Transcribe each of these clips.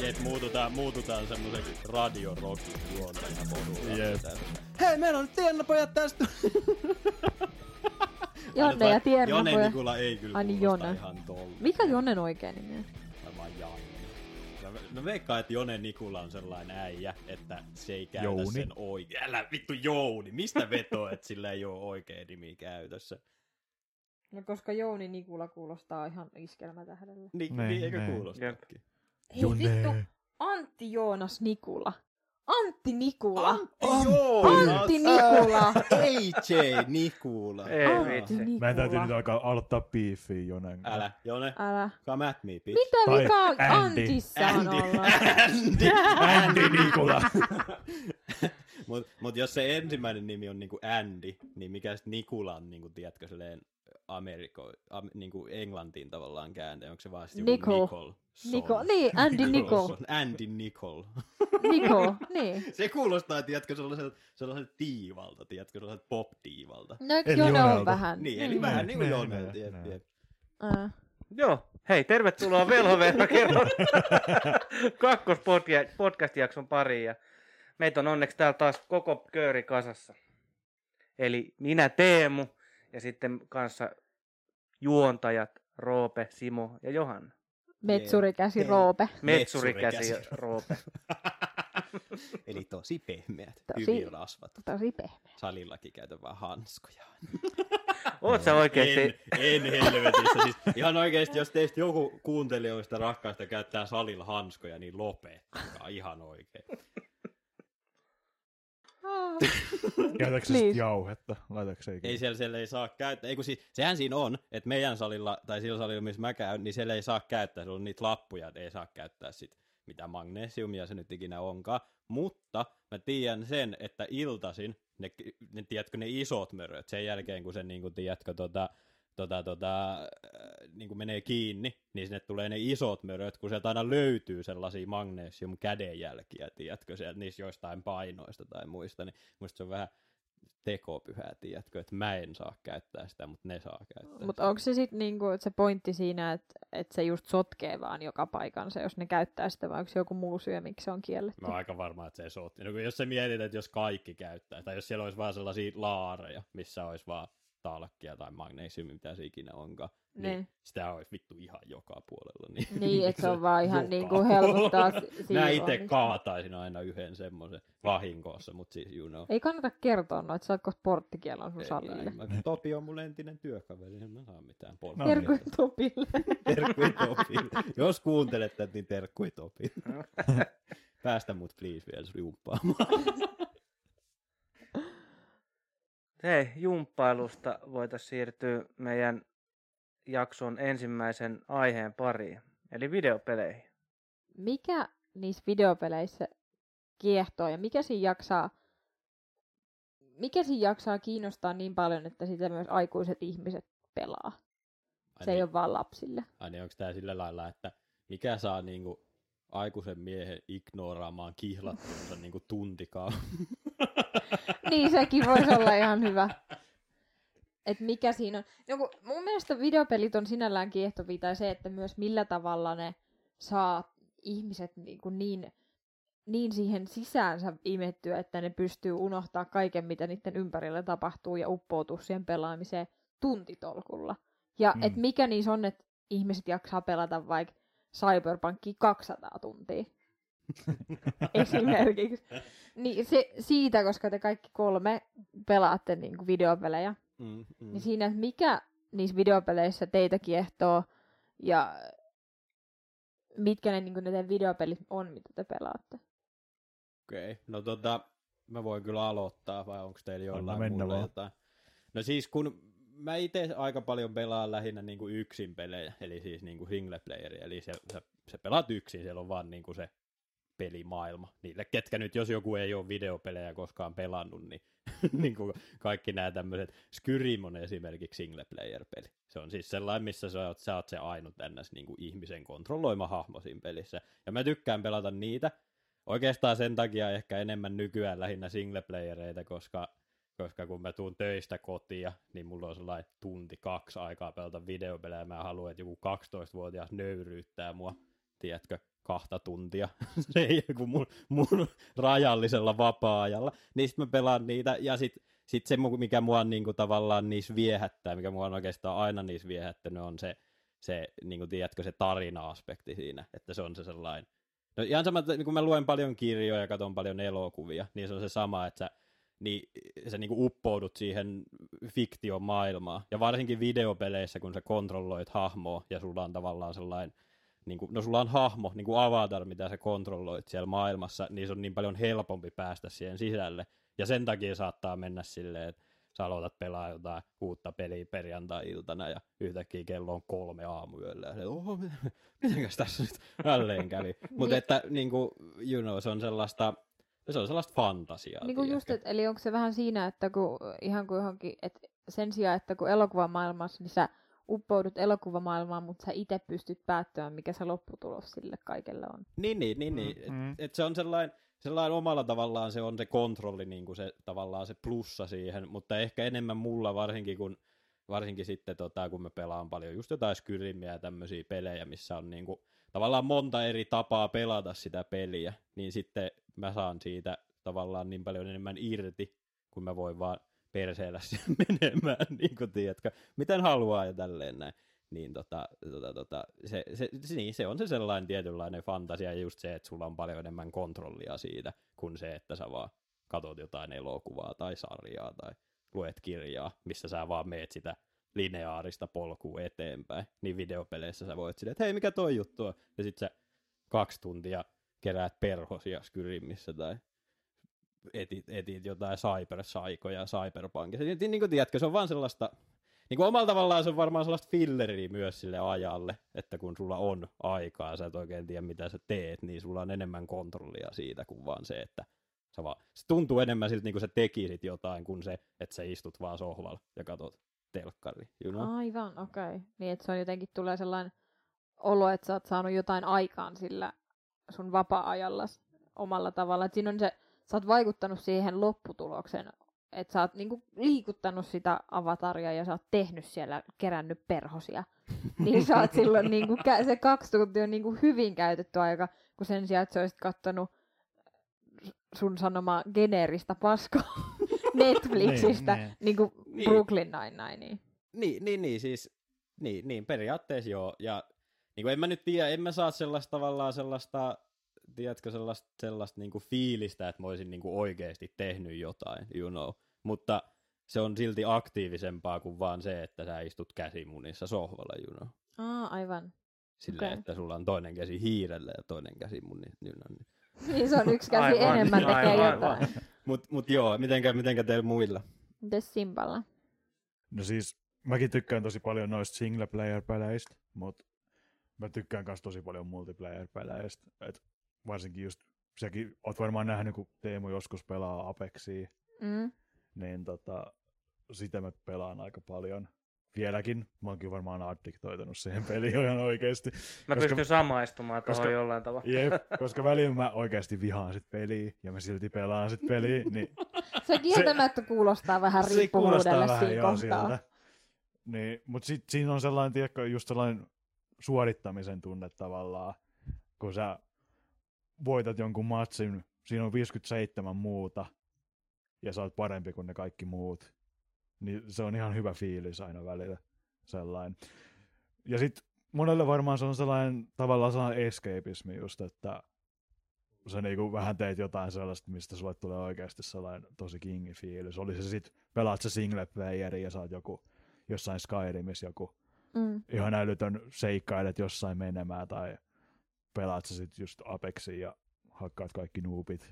Et muututaan semmoiseksi radiorokin juontajaporulla. Jep. Hei, meillä on tiennapojat tästä! Jonne ja Jone Tiernapoja. Nikula ei kyllä Ai niin, kuulosta Jone. ihan tolta. Mikä Jonnen oikein nimi on? Varmaan Janne. Mä veikkaan, että Jone Nikula on sellainen äijä, että se ei käytä Jouni. sen oikein. Älä vittu Jouni! Mistä vetoo, että sillä ei oo oikein nimi käytössä? No koska Jouni Nikula kuulostaa ihan iskelmätähdellä. Niin, Niin, eikö niin. kuulostakin? Hei Jone. vittu, Antti Joonas Nikula. Antti Nikula. Antti Nikula. AJ Nikula. Ei Antti vitsi. Nikula. Meidän täytyy nyt alkaa aloittaa beefiä Jonen kanssa. Älä, Jone. Älä. Come at me, bitch. Mitä Tai vika Andy. Antissa on olla? Andy Nikula. Mut jos se ensimmäinen nimi on niinku Andy, niin mikä sit Nikula on niinku, tiedätkö, silleen niinku Englantiin tavallaan käänteen, onko se vaan sit joku Nicole. Nicholson? Niin, Andy Nicole. Andy Nicole. Nicole, niin. Se kuulostaa, tiedätkö, sellaiselta tiivalta, tiedätkö, sellaiselta pop-tiivalta. No eikö Eli Jone on Jonelta. vähän? Niin, eli vähän niinku Niin, Jonelta, niin, jep, niin. jep. Joo, hei, tervetuloa Velhoveera kerran kakkospodcast-jakson pariin. Ja meitä on onneksi täällä taas koko kööri kasassa. Eli minä Teemu ja sitten kanssa juontajat Roope, Simo ja Johanna. Metsurikäsi Roope. Metsurikäsi Roope. Eli tosi pehmeät, Tosi- hyvin rasvatut. Tosi pehmeä. Salillakin käytä vaan hanskoja. Oot sä oikeesti? En helvetissä. Siis ihan oikeesti, jos teistä joku kuuntelijoista rakkaista käyttää salilla hanskoja, niin lopettakaa ihan oikein. Käytätkö sä Please. sit jauhetta? Laitatko se ikinä? Ei siellä ei saa käyttää. Ei kun siis, sehän siinä on, että meidän salilla, tai sillä salilla, missä mä käyn, niin siellä ei saa käyttää. Siellä on niitä lappuja, että ei saa käyttää sit mitä magnesiumia se nyt ikinä onkaan. Mutta mä tiedän sen, että iltaisin, tiedätkö, ne isot möröt, sen jälkeen kun se niinku, tiedätkö, niin kuin menee kiinni, niin sinne tulee ne isot möröt, kun sieltä aina löytyy sellaisia magnesium-kädenjälkiä, tiedätkö, sieltä niissä joistain painoista tai muista, niin musta se on vähän tekopyhää, tiedätkö, että mä en saa käyttää sitä, mutta ne saa käyttää. Mutta onko se sitten niinku, se pointti siinä, että se just sotkee vaan joka paikansa, jos ne käyttää sitä, vai onko se joku muu syy, miksi se on kielletty? Mä oon aika varma, että se ei sotti. No, jos sä mietit, että jos kaikki käyttää, tai jos siellä olisi vaan sellaisia laareja, missä olisi vaan talkkia tai magnesiumia, mitä se ikinä onkaan, niin sitä olisi vittu ihan joka puolella. Niin, että se on vaan ihan joka niinku helpottaa puolella. Mä itse kaataisin aina yhden semmoisen vahingossa, mutta siis you know. Ei kannata kertoa noita, saatko porttikielon sun salille. Topi on mun entinen työkaveri, en mä saa mitään polkea. Terkkuin Topille. Terkkui Topille. Jos kuuntelet tätä, niin terkkui Topille. Päästä mut please vielä jumppaamaan. Hei, jumppailusta voitaisiin siirtyä meidän jakson ensimmäisen aiheen pariin, eli videopeleihin. Mikä niissä videopeleissä kiehtoo ja mikä siinä jaksaa kiinnostaa niin paljon, että sitä myös aikuiset ihmiset pelaa? Se ei ole vaan lapsille. Ai niin, onko tää sillä lailla, että mikä saa niinku aikuisen miehen ignoraamaan kihlattunsa niinku tuntikaan? Niin, sekin voisi olla ihan hyvä. Et mikä siinä on. No, kun mun mielestä videopelit on sinällään kiehtovia, tai se, että myös millä tavalla ne saa ihmiset niin siihen sisäänsä imettyä, että ne pystyy unohtaa kaiken, mitä niiden ympärillä tapahtuu, ja uppoutua siihen pelaamiseen tuntitolkulla. Ja et mikä niissä on, että ihmiset jaksaa pelata vaikka Cyberpunkia 200 tuntia. Esimerkiksi. Niin siitä, koska te kaikki kolme pelaatte niinku videopelejä. Niin siinä, että mikä niissä videopeleissä teitä kiehtoo ja mitkä ne, niinku, ne teidän videopelit on, mitä te pelaatte. Okei, no mä voin kyllä aloittaa, vai onko teillä jollain mennä muulla vaan. jotain? No siis kun mä itse aika paljon pelaan lähinnä niinku yksin pelejä, eli siis niinku single playeri, eli sä pelaat yksin, siellä on vaan niinku se pelimaailma. Niille, ketkä nyt, jos joku ei ole videopelejä koskaan pelannut, niin niinku kaikki nämä tämmöiset, Skyrim on esimerkiksi single player peli. Se on siis sellainen, missä sä oot se ainut ns. Niinku ihmisen kontrolloima hahmo siinä pelissä. Ja mä tykkään pelata niitä. Oikeastaan sen takia ehkä enemmän nykyään lähinnä singleplayereita, koska kun mä tuun töistä kotiin, niin mulla on sellainen 1-2 aikaa pelata videopelejä, ja mä haluan, että joku 12-vuotias nöyryyttää mua, tiedätkö, 2 tuntia se ei joku mun rajallisella vapaa-ajalla, niin sitten mä pelaan niitä, ja sit se, mikä mua niinku tavallaan niissä viehättää, mikä mua on oikeastaan aina niissä viehättänyt, on se niinku, tiedätkö, se tarina-aspekti siinä, että se on se sellainen. No ihan sama, että kun mä luen paljon kirjoja ja katson paljon elokuvia, niin se on se sama, että sä niinku uppoudut siihen fiktion maailmaan. Ja varsinkin videopeleissä, kun sä kontrolloit hahmoa ja sulla on tavallaan sellainen, sulla on hahmo, niin kuin avatar, mitä sä kontrolloit siellä maailmassa, niin se on niin paljon helpompi päästä siihen sisälle. Ja sen takia saattaa mennä silleen, että sä aloitat pelaa jotain uutta peliä perjantai-iltana ja yhtäkkiä kello on 3 aamuyöllä. Ja mitenkäs tässä nyt jälleen kävi? Mutta että se on sellaista fantasiaa. Niin kuin just, eli onko se vähän siinä, että kun ihan kuin johonkin, että sen sijaan, että kun elokuvamaailmassa, niin sä uppoudut elokuvamaailmaan, mutta sä itse pystyt päättämään, mikä se lopputulos sille kaikelle on. Niin. Et se on sellainen omalla tavallaan se on se kontrolli, niin kuin se tavallaan se plussa siihen, mutta ehkä enemmän mulla varsinkin sitten kun mä pelaan paljon just jotain Skyrimiä ja tämmöisiä pelejä, missä on niinku tavallaan monta eri tapaa pelata sitä peliä, niin sitten mä saan siitä tavallaan niin paljon enemmän irti, kun mä voin vaan perseellä siihen menemään, niin kuin tiedätkö, miten haluaa ja tälleen näin. Niin se on se sellainen tietynlainen fantasia, ja just se, että sulla on paljon enemmän kontrollia siitä, kuin se, että sä vaan katot jotain elokuvaa tai sarjaa tai luet kirjaa, missä sä vaan meet sitä lineaarista polkua eteenpäin. Niin videopeleissä sä voit silleen, että hei, mikä toi juttu on? Ja sit sä 2 tuntia keräät perhosia Skyrimissä tai etit jotain cybersaikoja Cyberpunkissa. Niin kuin tiedätkö, se on vaan sellaista, niin kuin omalla tavallaan se on varmaan sellaista filleriä myös sille ajalle, että kun sulla on aikaa, sä et oikein tiedä mitä sä teet, niin sulla on enemmän kontrollia siitä kuin vaan se, että se tuntuu enemmän siltä, niin kuin sä tekisit jotain, kuin se, että sä istut vaan sohvalla ja katot telkkari. Aivan, okei. Niin, että se on jotenkin tulee sellainen olo, että sä oot saanut jotain aikaan sillä sun vapaa-ajalla omalla tavalla. Että siinä on se, sä oot vaikuttanut siihen lopputulokseen, että sä oot niinku liikuttanut sitä avataria ja sä oot tehnyt siellä, kerännyt perhosia. Niin sä oot silloin, niinku, se 2 tuntia on niinku hyvin käytetty aika, kun sen sijaan, että sä olisit kattonut sun sanomaa geneeristä paskaa Netflixistä, niin kuin Brooklyn Nine-Nine. Niin, periaatteessa joo. Ja niin kuin en mä nyt tiedä, en mä saa sellaista, tiedätkö, sellaista niin kuin fiilistä, että mä olisin niin kuin oikeasti tehnyt jotain, Mutta se on silti aktiivisempaa kuin vaan se, että sä istut käsimunissa sohvalla, Aivan. Silleen, että sulla on toinen käsi hiirellä ja toinen käsi munissa, Niin se on yksi käsi enemmän tekee jotain. Mut joo, mitenkä teillä muilla? Mites Simpalla? No siis, mäkin tykkään tosi paljon noista single-player-peleistä, mutta mä tykkään myös tosi paljon multiplayer-peleistä. Et varsinkin just, säkin oot varmaan nähnyt, kun Teemu joskus pelaa Apexia, niin sitä mä pelaan aika paljon. Vieläkin. Mä oonkin varmaan addiktoitunut siihen peliin ihan oikeesti. Mä pystyn samaistumaan tuohon jollain tavalla. Jep, koska välillä mä oikeesti vihaan sit peliä ja mä silti pelaan sit peliä. Niin se kieltämättä kuulostaa vähän riippuvuudelle siinä kohtaa. Niin, mutta sitten siinä on sellainen, tiedätkö, just sellainen suorittamisen tunne tavallaan, kun sä voitat jonkun matsin, siinä on 57 muuta ja sä oot parempi kuin ne kaikki muut. Niin se on ihan hyvä fiilis aina välillä sellainen. Ja sitten monelle varmaan se on tavallaan sellainen escapismi just, että sä niinku vähän teet jotain sellaista, mistä sulle tulee oikeasti sellainen tosi kingi fiilis. Oli se sitten, pelaat se single playeri ja sä oot jossain Skyrimissä joku ihan älytön seikkailet jossain menemään tai pelaat sä sitten just Apexia ja hakkaat kaikki noobit.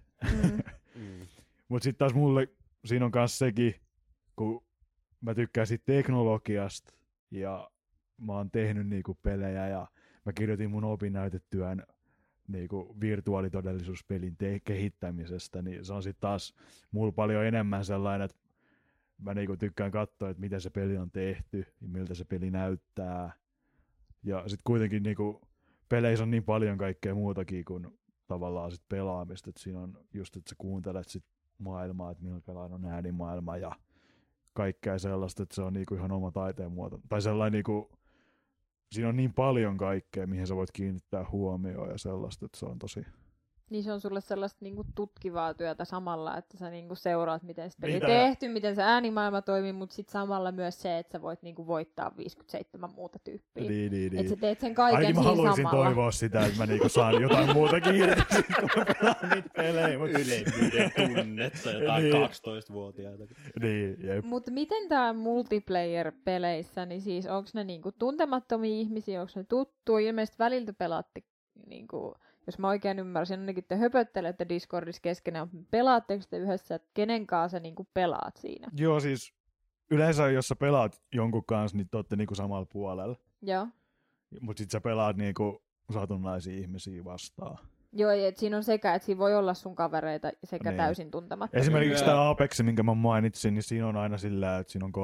Mut sitten taas mulle siinä on kans sekin, kun mä tykkään siitä teknologiasta ja mä oon tehnyt niinku pelejä ja mä kirjoitin mun opinnäytetyön niinku virtuaalitodellisuuspelin kehittämisestä, niin se on sitten taas mulla paljon enemmän sellainen, että mä niinku tykkään katsoa, että miten se peli on tehty ja miltä se peli näyttää. Ja sitten kuitenkin niinku peleissä on niin paljon kaikkea muutakin kuin tavallaan sit pelaamista, että siinä on just, että sä kuuntelet sit maailmaa, että millä pelaan on äänimaailma ja kaikkea sellaista, että se on niinku ihan oma taiteen muoto. Tai sellainen niinku, siinä on niin paljon kaikkea, mihin sä voit kiinnittää huomioon ja sellaista, että se on tosi... Niin se on sulle sellaista niinku tutkivaa työtä samalla, että sä niinku seuraat, miten se peli Niitä- tehty, miten se äänimaailma toimii, mutta sitten samalla myös se, että sä voit niinku voittaa 57 muuta tyyppiä. Niin. Että sä teet sen kaiken Ainakin mä siinä haluaisin samalla. toivoa sitä, että mä niinku saan jotain muutakin irti, kun mä pelaan niitä pelejä. Mutta... Ylemmyyden tunnetta jotain Niin. 12-vuotiaita. Niin, jep. Mutta miten tää multiplayer-peleissä, niin siis onko ne niinku tuntemattomia ihmisiä, onko ne tuttuja? Ilmeisesti väliltä pelaatte, niinku, jos mä oikein ymmärsin, ainakin te höpöttelette Discordissa keskenään, mutta pelaatteko te yhdessä, että kenen kanssa sä niinku pelaat siinä? Joo, siis yleensä jos sä pelaat jonkun kanssa, niin te ootte niinku samalla puolella. Joo. Mutta sit sä pelaat niinku satunnaisia ihmisiä vastaan. Joo, että siinä on sekä, että siinä voi olla sun kavereita sekä Niin. täysin tuntemattomia. Esimerkiksi Kyllä. tämä Apex, minkä mä mainitsin, niin siinä on aina sillä, että siinä on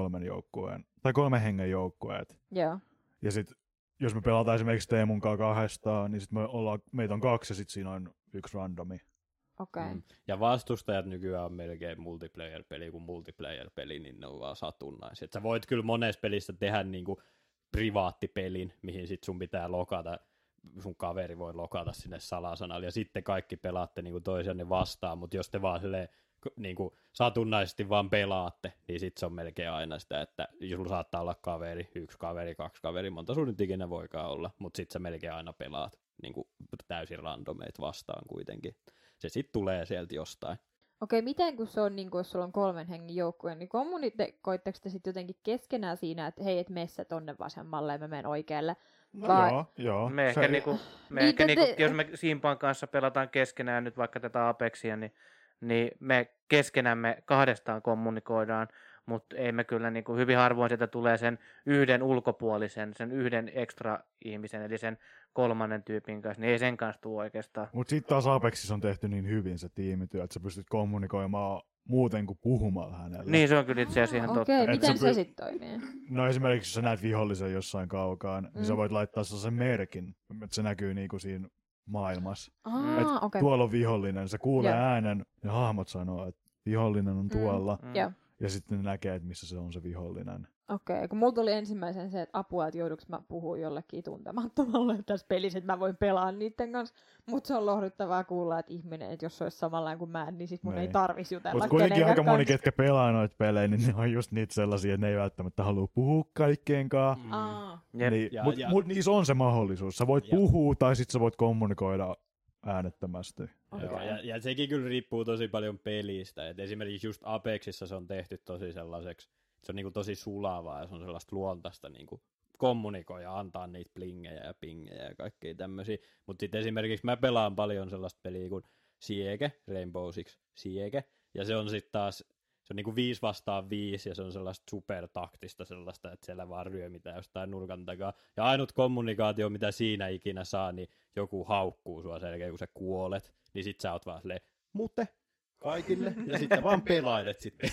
3 hengen joukkueet. Joo. Ja sit jos me pelataan esimerkiksi Teemun kanssa kahdestaan, niin sit meitä on 2 ja sit siinä on 1 randomi. Okei. Okay. Ja vastustajat nykyään on melkein multiplayer-peli kuin multiplayer-peli, niin ne on vaan satunnaisia. Et sä voit kyllä monessa pelissä tehdä niinku privaattipelin, mihin sit sun pitää lokata, sun kaveri voi lokata sinne salasanalle, ja sitten kaikki pelaatte niinku toisianne vastaan, mutta jos te vaan silleen, niinku satunnaisesti vaan pelaatte, niin sit se on melkein aina sitä, että sulla saattaa olla kaveri, 1 kaveri, 2 kaveri, monta sun nyt ikinä voikaan olla, mutta sit sä melkein aina pelaat niinku täysin randomeit vastaan kuitenkin. Se sitten tulee sieltä jostain. Okei, miten kun se on, niin kun, jos sulla on 3 hengen joukkue, niin kommunikoitteko te sitten jotenkin keskenään siinä, että hei, et mene sä tonne vasemmalle ja mä menen oikealle? Vai- Joo. Me ehkä, Niin, jos me Simpan kanssa pelataan keskenään nyt vaikka tätä Apexia, niin me keskenämme kahdestaan kommunikoidaan, mutta ei me kyllä hyvin harvoin sieltä tulee sen yhden ulkopuolisen, sen yhden ekstra ihmisen, eli sen 3. tyypin kanssa, niin ei sen kanssa tule oikeastaan. Mutta sitten taas Apexissa on tehty niin hyvin se tiimityö, että sä pystyt kommunikoimaan muuten kuin puhumalla hänelle. Niin se on kyllä itse asiassa ihan totta. Okei, Et miten sä se sitten toimii? No esimerkiksi jos sä näet vihollisen jossain kaukaan, niin sä voit laittaa sellaisen merkin, että se näkyy niinku siinä maailmassa. Okei. Tuolla on vihollinen, se kuulee Joo. äänen ja hahmot sanoo, että vihollinen on tuolla. Joo. Ja sitten ne näkee, että missä se on se vihollinen. Okei, kun mulla tuli ensimmäisen se, että apua, että jouduks mä puhua jollekin tuntemattomalle tässä pelissä, että mä voin pelaa niiden kanssa. Mutta se on lohduttavaa kuulla, että ihminen, että jos se olisi samanlainen kuin mä, niin sit mun ei Niin. tarvitsisi jutella Mutta kuitenkin kenenkään aika moni, kanssa. ketkä pelaa noita pelejä, niin ne on just niitä sellaisia, että ne ei välttämättä halua puhua kaikkeenkaan. Jep. Niin, Ja- mutta ja- niissä on se mahdollisuus. Sä voit Ja- puhua tai sitten sä voit kommunikoida äänettömästi. Joo, ja sekin kyllä riippuu tosi paljon pelistä. Et esimerkiksi just Apexissa se on tehty tosi sellaiseksi, se on niinku tosi sulavaa ja se on sellaista luontaista niinku kommunikoida, antaa niitä blingejä ja pingejä ja kaikkea tämmöisiä. Mutta sitten esimerkiksi mä pelaan paljon sellaista peliä kuin Siege, Rainbow Six Siege, ja se on sitten taas, se on niinku 5 vastaan 5 ja se on sellaista supertaktista sellaista, että siellä vaan ryömitään jostain nurkan takaa. Ja ainut kommunikaatio, mitä siinä ikinä saa, niin joku haukkuu sua sen jälkeen, kun sä kuolet, niin sit sä oot vaan silleen, mutte kaikille, ja sitten vaan pelailet sitten.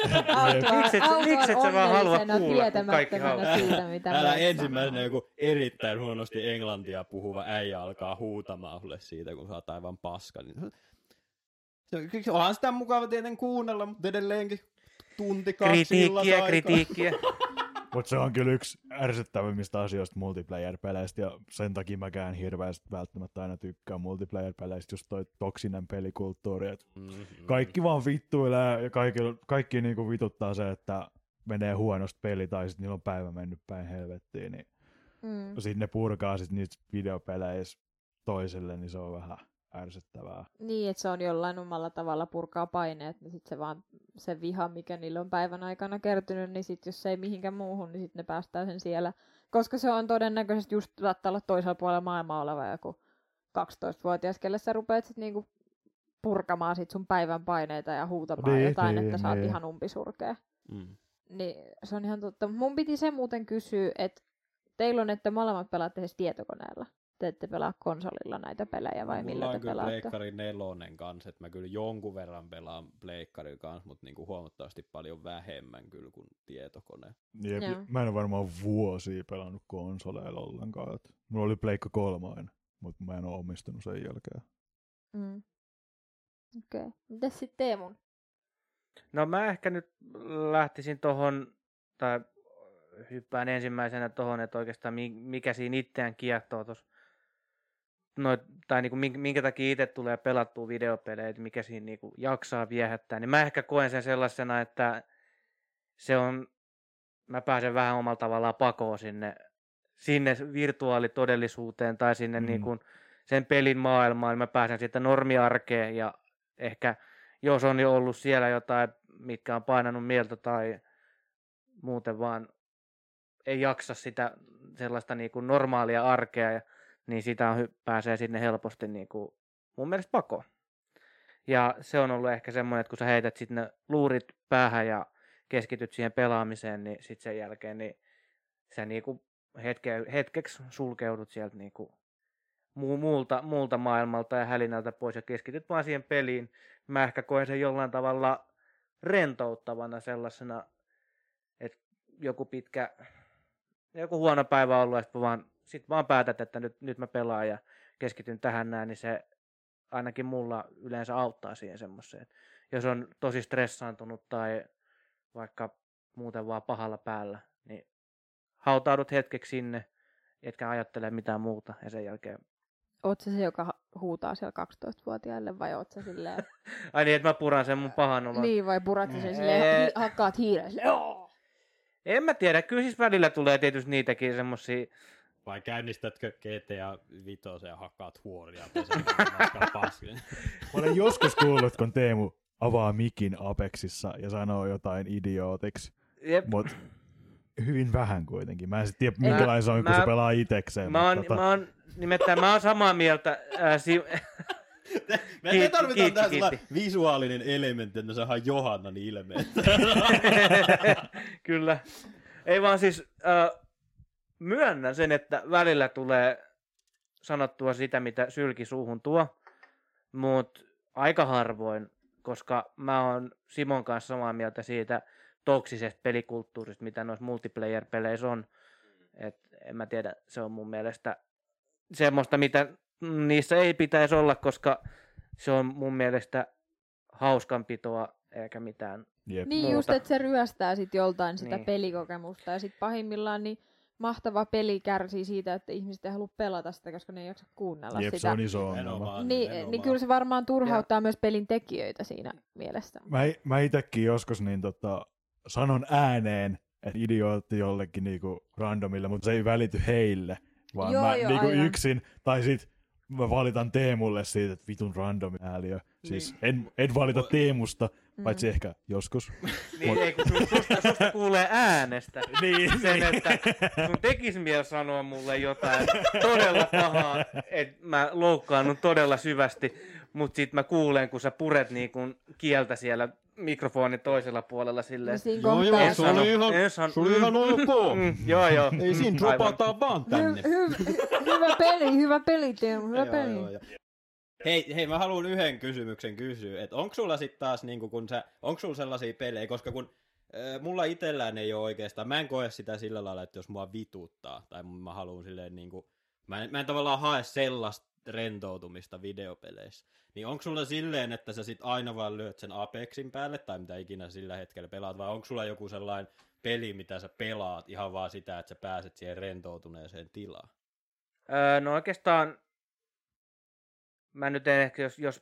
Miksi et sä vaan halua onnellisena kuulla, kun kaikki tietämättömänä haukkuu? siitä, mitä Älä mies ensimmäisenä joku erittäin huonosti englantia puhuva äijä alkaa huutamaan sulle siitä, kun sä oot aivan paska. Niin onhan sitä mukava tietenkin kuunnella, mutta edelleenkin tunti kaksi Kritiikkiä, aikaa. kritiikkiä. Mutta se on kyllä yksi ärsyttävimmistä asioista multiplayer-peleistä, ja sen takia mäkään hirveästi välttämättä aina tykkään multiplayer-peleistä, just toi toksinen pelikulttuuri, että kaikki vaan vittuilee, ja kaikki niinku vituttaa se, että menee huonosti peli, tai sitten niillä on päivä mennyt päin helvettiin, niin sitten ne purkaa sit niitä videopeleissä toiselle, niin se on vähän ärsyttävää. Niin, että se on jollain omalla tavalla purkaa paineet, niin sitten se vaan se viha, mikä niillä on päivän aikana kertynyt, niin sitten jos se ei mihinkään muuhun, niin sitten ne päästää sen siellä. Koska se on todennäköisesti just saattaa olla toisella puolella maailmaa oleva joku 12-vuotias, kelle sä rupeat sitten niinku purkamaan sit sun päivän paineita ja huutamaan Niin, jotain, niin, että sä oot niin. ihan umpisurkea. Mm. Niin se on ihan totta. Mun piti se muuten kysyä, että teillä on, että molemmat pelaatte siis tietokoneella. Te ette pelaa konsolilla näitä pelejä vai millä Mulla te on kyllä pelaatte? Pleikkari 4 kanssa, että mä kyllä jonkun verran pelaan Pleikkarin kanssa, mutta niinku huomattavasti paljon vähemmän kyllä kuin tietokone. Jep, Joo. mä en ole varmaan vuosia pelannut konsoleilla ollenkaan. Et mulla oli Pleikka 3, mutta mä en ole omistunut sen jälkeen. Okei. Mitäs sitten Teemun? No mä ehkä nyt lähtisin tohon, tai hyppään ensimmäisenä tohon, että oikeastaan mikä siinä itseään kiehtoo tuossa. Tai niinku, minkä takia itse tulee pelattua videopelejä, että mikä siinä niinku jaksaa viehättää. Niin mä ehkä koen sen sellaisena, että mä pääsen vähän omalla tavallaan pakoon sinne virtuaalitodellisuuteen tai sinne niinku sen pelin maailmaan. Niin mä pääsen siitä normiarkeen ja ehkä jos on jo ollut siellä jotain, mitkä on painanut mieltä tai muuten vaan ei jaksa sitä sellaista niinku normaalia arkea, niin sitä pääsee sinne helposti niinku mun mielestä pakoon. Ja se on ollut ehkä semmoinen, että kun sä heität sitten ne luurit päähän ja keskityt siihen pelaamiseen, niin sitten sen jälkeen niin sä niinku hetkeksi sulkeudut sieltä niinku muulta maailmalta ja hälinältä pois ja keskityt vaan siihen peliin. Mä ehkä koen sen jollain tavalla rentouttavana sellaisena, että joku huono päivä on ollut ja sit vaan päätät, että nyt mä pelaan ja keskityn tähän näin, niin se ainakin mulla yleensä auttaa siihen semmoiseen. Jos on tosi stressaantunut tai vaikka muuten vaan pahalla päällä, niin hautaudut hetkeksi sinne, etkä ajattele mitään muuta ja sen jälkeen. Oot sä se, joka huutaa siellä 12-vuotiaille vai oot sä silleen... Ai niin, että mä puran sen mun pahan olon. Niin, vai purat sä sen silleen, hakkaat hiiren silleen, En mä tiedä, kyllä siis välillä tulee tietysti niitäkin semmosia... Vai käynnistätkö GTA 5 ja hakkaat huoria? Mä olen joskus kuullut, kun Teemu avaa mikin Apexissa ja sanoo jotain idiootiksi. Mutta hyvin vähän kuitenkin. Mä en tiedä, minkälainen se on, kun se pelaa itekseen. Mä oon samaa mieltä. Me tarvitaan tähän sellainen visuaalinen elementti, että me saadaan Johannan ilmeen. Kyllä. Ei vaan siis... myönnän sen, että välillä tulee sanottua sitä, mitä sylki suuhun tuo, mutta aika harvoin, koska mä oon Simon kanssa samaa mieltä siitä toksisesta pelikulttuurista, mitä noissa multiplayer-peleissä on. Et en mä tiedä, se on mun mielestä semmoista, mitä niissä ei pitäisi olla, koska se on mun mielestä hauskanpitoa eikä mitään Niin muuta. just, että se ryöstää sit joltain sitä Niin. pelikokemusta ja sit pahimmillaan niin mahtava peli kärsii siitä, että ihmiset ei halua pelata sitä, koska ne ei jaksa kuunnella Jep, sitä. se on iso ongelma. Niin kyllä se varmaan turhauttaa myös pelin tekijöitä siinä mielessä. Mä itekin joskus sanon ääneen, että idiootti jollekin niinku randomille, mutta se ei välity heille, vaan Joo, mä aivan. yksin, tai sit mä valitan Teemulle siitä, että vitun random ääliö. Siis en valita Teemusta, paitsi ehkä joskus. Niin, ei kun susta kuulee äänestä Niin, sen, että sun tekis mieli sanoa mulle jotain todella pahaa, että mä loukkaannut todella syvästi, mutta sit mä kuulen, kun sä puret niin kun kieltä siellä mikrofonin toisella puolella silleen. Joo, se oli ihan ok. Joo. Ei siinä dropataan vaan tänne. Hyvä peli, Teemu, hyvä peli. Joo. Hei, mä haluan yhden kysymyksen kysyä, että onko sulla sit taas niinku, onko sulla sellaisia pelejä, koska kun mulla itsellään ei ole oikeastaan, mä en koe sitä sillä lailla, että jos mua vituttaa, tai mä haluan silleen niinku, mä en tavallaan hae sellaista rentoutumista videopeleissä, niin onko sulla silleen, että sä sit aina vaan lyöt sen Apexin päälle, tai mitä ikinä sillä hetkellä pelaat, vai onko sulla joku sellainen peli, mitä sä pelaat ihan vaan sitä, että sä pääset siihen rentoutuneeseen tilaan? No oikeastaan mä nyt en ehkä, jos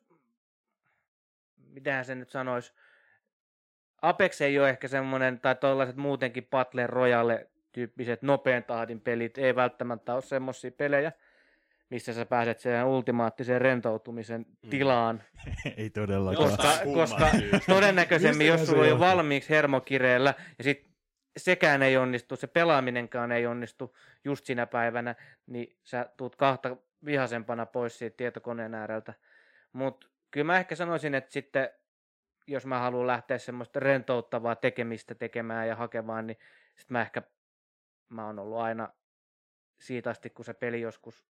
mitähän se nyt sanoisi, Apex ei ole ehkä semmoinen, tai tollaiset muutenkin Battle Royale-tyyppiset nopean tahdin pelit, ei välttämättä ole semmoisia pelejä, missä sä pääset siihen ultimaattiseen rentoutumisen tilaan. Ei todellakaan. Koska todennäköisemmin, jos sulla on jo valmiiksi hermokireellä, ja sit sekään ei onnistu, se pelaaminenkaan ei onnistu just sinä päivänä, niin sä tuut kahta vihasempana pois siitä tietokoneen ääreltä. Mutta kyllä mä ehkä sanoisin, että sitten jos mä haluan lähteä semmoista rentouttavaa tekemistä tekemään ja hakemaan, niin sitten mä oon ollut aina siitä asti, kun se peli joskus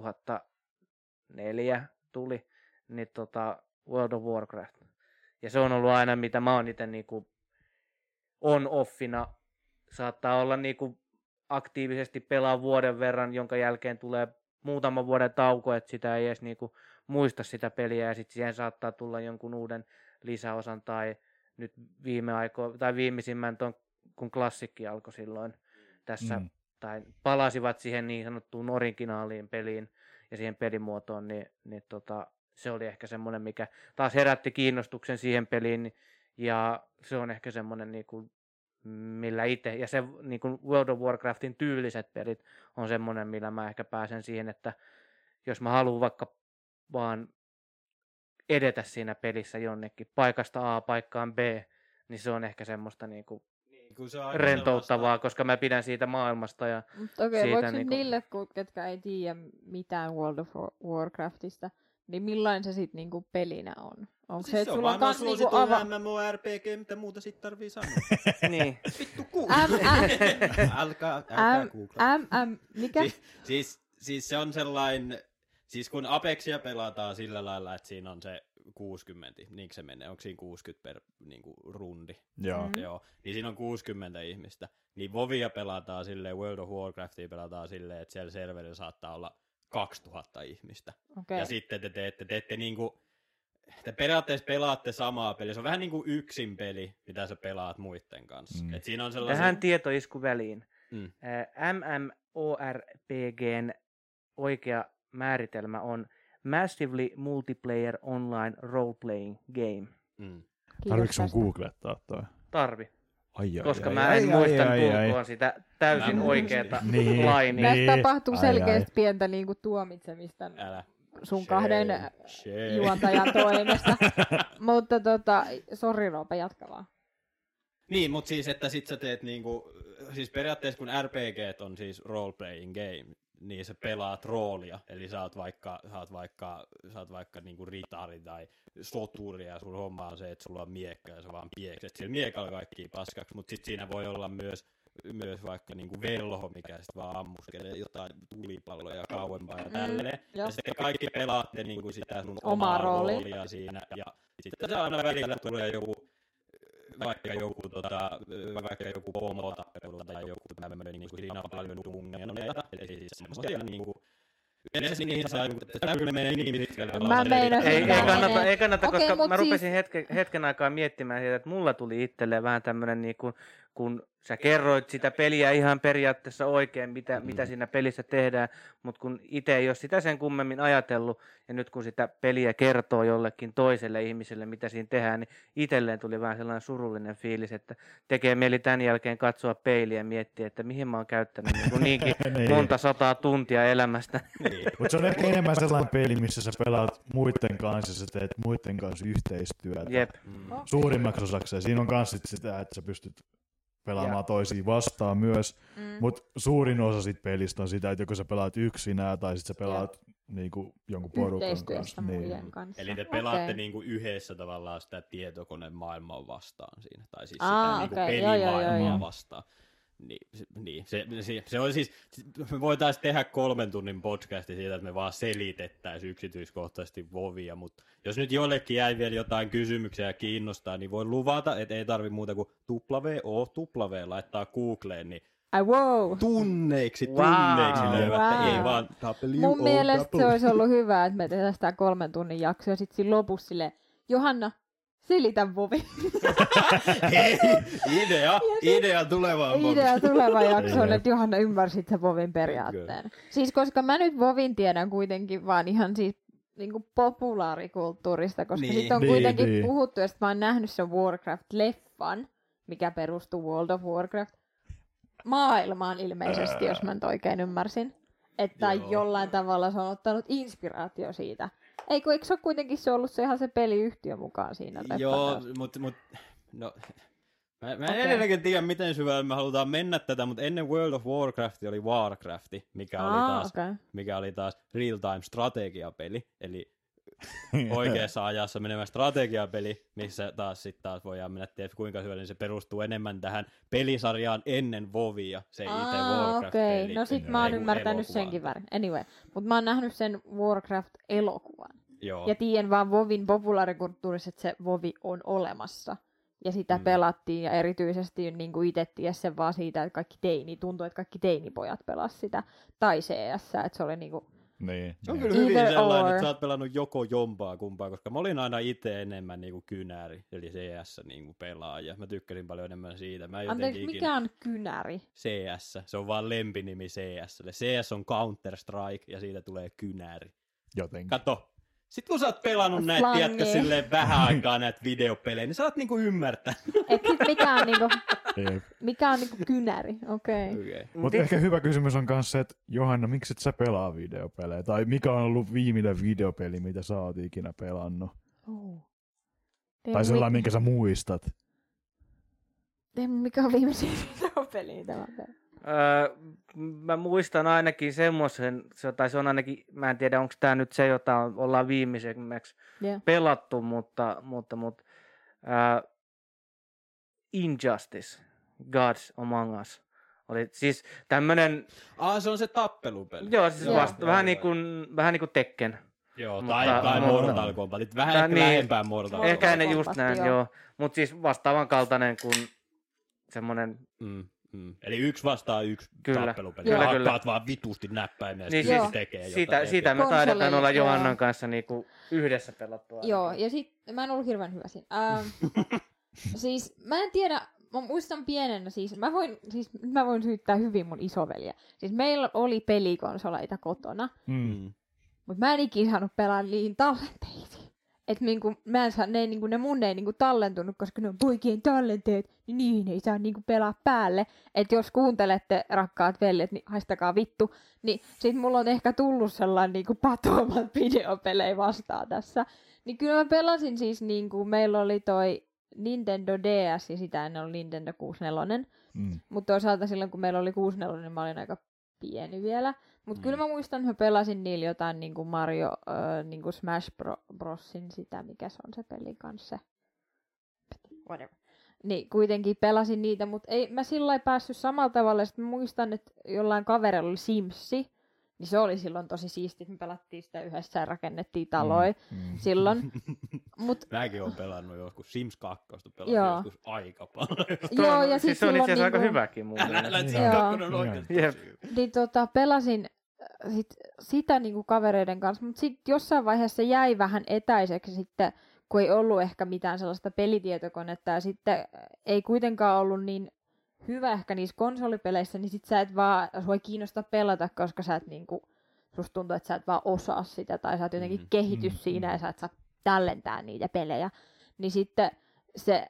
2004 tuli, niin World of Warcraft. Ja se on ollut aina, mitä mä oon itse niinku on-offina. Saattaa olla niinku aktiivisesti pelaa vuoden verran, jonka jälkeen tulee muutaman vuoden tauko, että sitä ei edes niinku muista sitä peliä, ja sitten siihen saattaa tulla jonkun uuden lisäosan, tai nyt viimeisimmän ton, kun klassikki alkoi silloin tässä, tai palasivat siihen niin sanottuun originaaliin peliin ja siihen pelimuotoon, niin se oli ehkä semmoinen, mikä taas herätti kiinnostuksen siihen peliin, ja se on ehkä semmoinen, niin kuin, millä itse, ja se niin kuin World of Warcraftin tyyliset pelit on semmoinen, millä mä ehkä pääsen siihen, että jos mä haluan vaikka vaan edetä siinä pelissä jonnekin paikasta A paikkaan B, niin se on ehkä semmoista niin kuin rentouttavaa, koska mä pidän siitä maailmasta. Ja okei, voiko niinku niille, ketkä ei tiedä mitään World of Warcraftista, niin millainen se sitten niinku pelinä on? Onko siis se, että on sulla on vaan kans niinku suosituin MMORPG, mitä muuta sit tarvii sanoa. niin. Vittu kuule. Älkää googlaa. Mikä? Siis se on sellainen, siis kun Apexia pelataan sillä lailla, että siinä on se 60, niin se menee, onko siinä 60 per niin kuin, rundi? Joo. Joo, niin siinä on 60 ihmistä. Niin WoWia pelataan silleen, World of Warcraftia pelataan silleen, että siellä serverillä saattaa olla 2000 ihmistä. Okay. Ja sitten te teette niinku, te periaatteessa pelaatte samaa peliä. Se on vähän niin kuin yksin peli, mitä sä pelaat muiden kanssa. Et siinä on sellaisen... Tähän tietoisku väliin. MMORPGn oikea määritelmä on Massively Multiplayer Online Role-Playing Game. Tarviiko sun googlettaa toi? Tarvi. Ai, koska mä en muista tulkoon sitä täysin oikeeta lainia. Tässä tapahtuu selkeästi pientä niinku tuomitsemista sun kahden juontajan toimesta. Mutta sori Roope, jatka vaan. Niin, mutta siis, että sit sä teet niinku, siis periaatteessa kun RPGt on siis role-playing game, niin sä pelaat roolia, eli sä oot vaikka niinku ritari tai soturi ja sun homma on se, että sulla on miekka ja sä vaan piekset sillä miekalla kaikkia paskaksi, mutta sit siinä voi olla myös vaikka niinku velho, mikä sit vaan ammuskelee jotain tulipalloja kauempaa ja tälleen. Ja sitten kaikki pelaatte niinku sitä sun omaa roolia siinä ja sitten se aina välillä tulee vaikka joku pomotappelu tai joku tämmöinen, niin kuin siinä on paljon dungeoneita, eli siis semmoisia niinku, yleensä niihin saa, tämä kyllä menee niin pitkälle. Ei kannata, okay, koska mä rupesin hetken aikaa miettimään siitä, että mulla tuli itselleen vähän tämmöinen, niin kun sä kerroit sitä peliä ihan periaatteessa oikein, mitä siinä pelissä tehdään, mutta kun itse ei ole sitä sen kummemmin ajatellut, ja nyt kun sitä peliä kertoo jollekin toiselle ihmiselle, mitä siinä tehdään, niin itselleen tuli vähän sellainen surullinen fiilis, että tekee mieli tämän jälkeen katsoa peiliä ja miettiä, että mihin mä oon käyttänyt niinkin monta 100 tuntia elämästä. Mutta se on ehkä enemmän sellainen peli, missä sä pelaat muiden kanssa, sä teet muiden kanssa yhteistyötä. Jep. Suurimmaksi osaksi. Siinä on myös sitä, että sä pystyt pelaamaan toisiin vastaan myös, mutta suurin osa sit pelistä on sitä, että joko sä pelaat yksinään tai sit sä pelaat niinku jonkun porukan kanssa. Muiden kanssa. Eli te pelaatte niinku yhdessä tavallaan sitä tietokoneen maailmaa vastaan siinä, tai siis sitä niinku pelimaailmaa vastaan. Niin. Se on siis, me voitaisiin tehdä 3 tunnin podcasti siitä, että me vaan selitettäisiin yksityiskohtaisesti WoWia, mutta jos nyt jollekin jäi vielä jotain kysymyksiä ja kiinnostaa, niin voin luvata, että ei tarvi muuta kuin W laittaa Googleen, niin tunneiksi löyvät, ei vaan Mun mielestä se olisi ollut hyvä, että me tehdään sitä 3 tunnin jaksoa ja sitten siinä lopussa silleen, Johanna, selitä WoWi. Idea tulevaan jaksoon, että Johanna ymmärsit sen WoWin periaatteen. Siis koska mä nyt WoWin tiedän kuitenkin vaan ihan siis niinku populaarikulttuurista, koska sit on kuitenkin puhuttu, ja sit mä oon nähnyt sen Warcraft-leffan, mikä perustuu World of Warcraft maailmaan ilmeisesti, jos mä nyt oikein ymmärsin. Että jollain tavalla se on ottanut inspiraatio siitä. Eikö se ole kuitenkin se ollut se ihan se peliyhtiö mukaan siinä? Joo, mutta no, mä en edelleenkin tiedä, miten syvälle me halutaan mennä tätä, mutta ennen World of Warcraft oli Warcraft, mikä oli taas real-time strategiapeli, eli oikeassa ajassa menemään strategiapeli, missä taas voidaan mennä tietysti kuinka syvälle, niin se perustuu enemmän tähän pelisarjaan ennen WoWia, se itse Warcraft-peli. Okei. No sit mä oon ymmärtänyt senkin väärin. Anyway, mutta mä oon nähnyt sen Warcraft-elokuvan. Joo. Ja tiedän vaan WoWin populaarikulttuurissa, että se WoW on olemassa. Ja sitä pelattiin, ja erityisesti niin kuin itse tiesi sen vaan siitä, että tuntui, että kaikki teinipojat pelasivat sitä, tai CS, että se oli niin kuin Niin. Se on niin. kyllä hyvin Either sellainen, or. että sä oot pelannut joko jompaa kumpaa, koska mä olin aina itse enemmän niinku kynäri, eli CS niinku pelaaja. Mä tykkäsin paljon enemmän siitä. Mä en Anteeksi, jotenkin mikä on kynäri? CS, se on vaan lempinimi CS:lle. CS on Counter-Strike ja siitä tulee kynäri. Jotenkin. Kato, sit kun sä oot pelannut näitä, Slangi. tiedätkö, silleen vähän aikaa näitä videopelejä, niin sä oot niinku ymmärtänyt. Et sit Jep. mikä on niinku kynäri? Okei. Okay. Mutta ehkä hyvä kysymys on myös se, että Johanna, miksi et sä pelaa videopelejä? Tai mikä on ollut viimeinen videopeli, mitä sä oot ikinä pelannut? Oh. Tai sellainen, minkä sä muistat. Mikä on viimeisin videopeli, mitä mä pelannut? Mä muistan ainakin semmoisen, tai se on ainakin, mä en tiedä onko tämä nyt se, jota ollaan viimeisemmäksi Yeah. pelattu, mutta Injustice, Gods Among Us. Oli siis tämmönen, Se on se tappelupeli. joo siis Joo. vasta, vähän niin kuin Tekken. Joo, Mutta- tai mutta- Mortal Kombat. Vähän Tai ehkä niin. lähempää Mortal Kombat. Ehkä ne just Kombat, näin, joo. joo. Mutta siis vastaavan kaltainen kuin semmonen, Eli 1 vastaan 1 Kyllä. tappelupeli. Joo. Ja Kyllä. hakkaat vaan vitusti näppäimiä ja Niin sitten siis- se tekee siitä me Konsolille, taidetaan olla joo. Johannan kanssa niinku yhdessä pelattua. Joo, ja sit mä en ollut hirveän hyvä siinä. Siis mä en tiedä, mä muistan pienenä mä voin syyttää hyvin mun isoveliä. Siis meillä oli pelikonsoleita kotona, mutta mä en ikinä saanut pelaa niin tallenteisiin. Että niinku, ne mun ei niinku tallentunut, koska ne on poikien tallenteet, niin niihin ei saa niinku pelaa päälle. Että jos kuuntelette, rakkaat veljet, niin haistakaa vittu. Niin sit mulla on ehkä tullut sellainen niinku patoomat videopelejä vastaan tässä. Niin kyllä mä pelasin siis niinku, meillä oli toi Nintendo DS ja sitä ennen oli Nintendo 64. Mutta toisaalta silloin kun meillä oli 64, niin mä olin aika pieni vielä. Mutta kyllä mä muistan, että mä pelasin niillä jotain niinku Mario, niinku Smash Brosin sitä, mikä se on se peli kanssa. Whatever. Niin kuitenkin pelasin niitä, mutta ei mä sillä lailla päässyt samalla tavalla. Sitten mä muistan, että jollain kaverilla oli Simsi. Niin se oli silloin tosi siistiä, että me pelattiin sitä yhdessä ja rakennettiin taloja silloin. Mäkin oon pelannut joskus Sims 2, pelasin Joo. joskus aika paljon. Joo, ja siis sit se on itse asiassa silloin aika niinku- hyväkin mun mielestä. Sims Joo. 2 on oikeasti Jep. tosi hyvä. Niin pelasin sitä niinku kavereiden kanssa, mutta sitten jossain vaiheessa jäi vähän etäiseksi sitten, kun ei ollut ehkä mitään sellaista pelitietokonetta ja sitten ei kuitenkaan ollut niin hyvä ehkä niissä konsolipeleissä, niin sit sä et vaan, sua ei kiinnosta pelata, koska sä et niinku, susta tuntuu, että sä et vaan osaa sitä tai sä et jotenkin kehity siinä ja sä et saa tallentää niitä pelejä. Niin sitten se,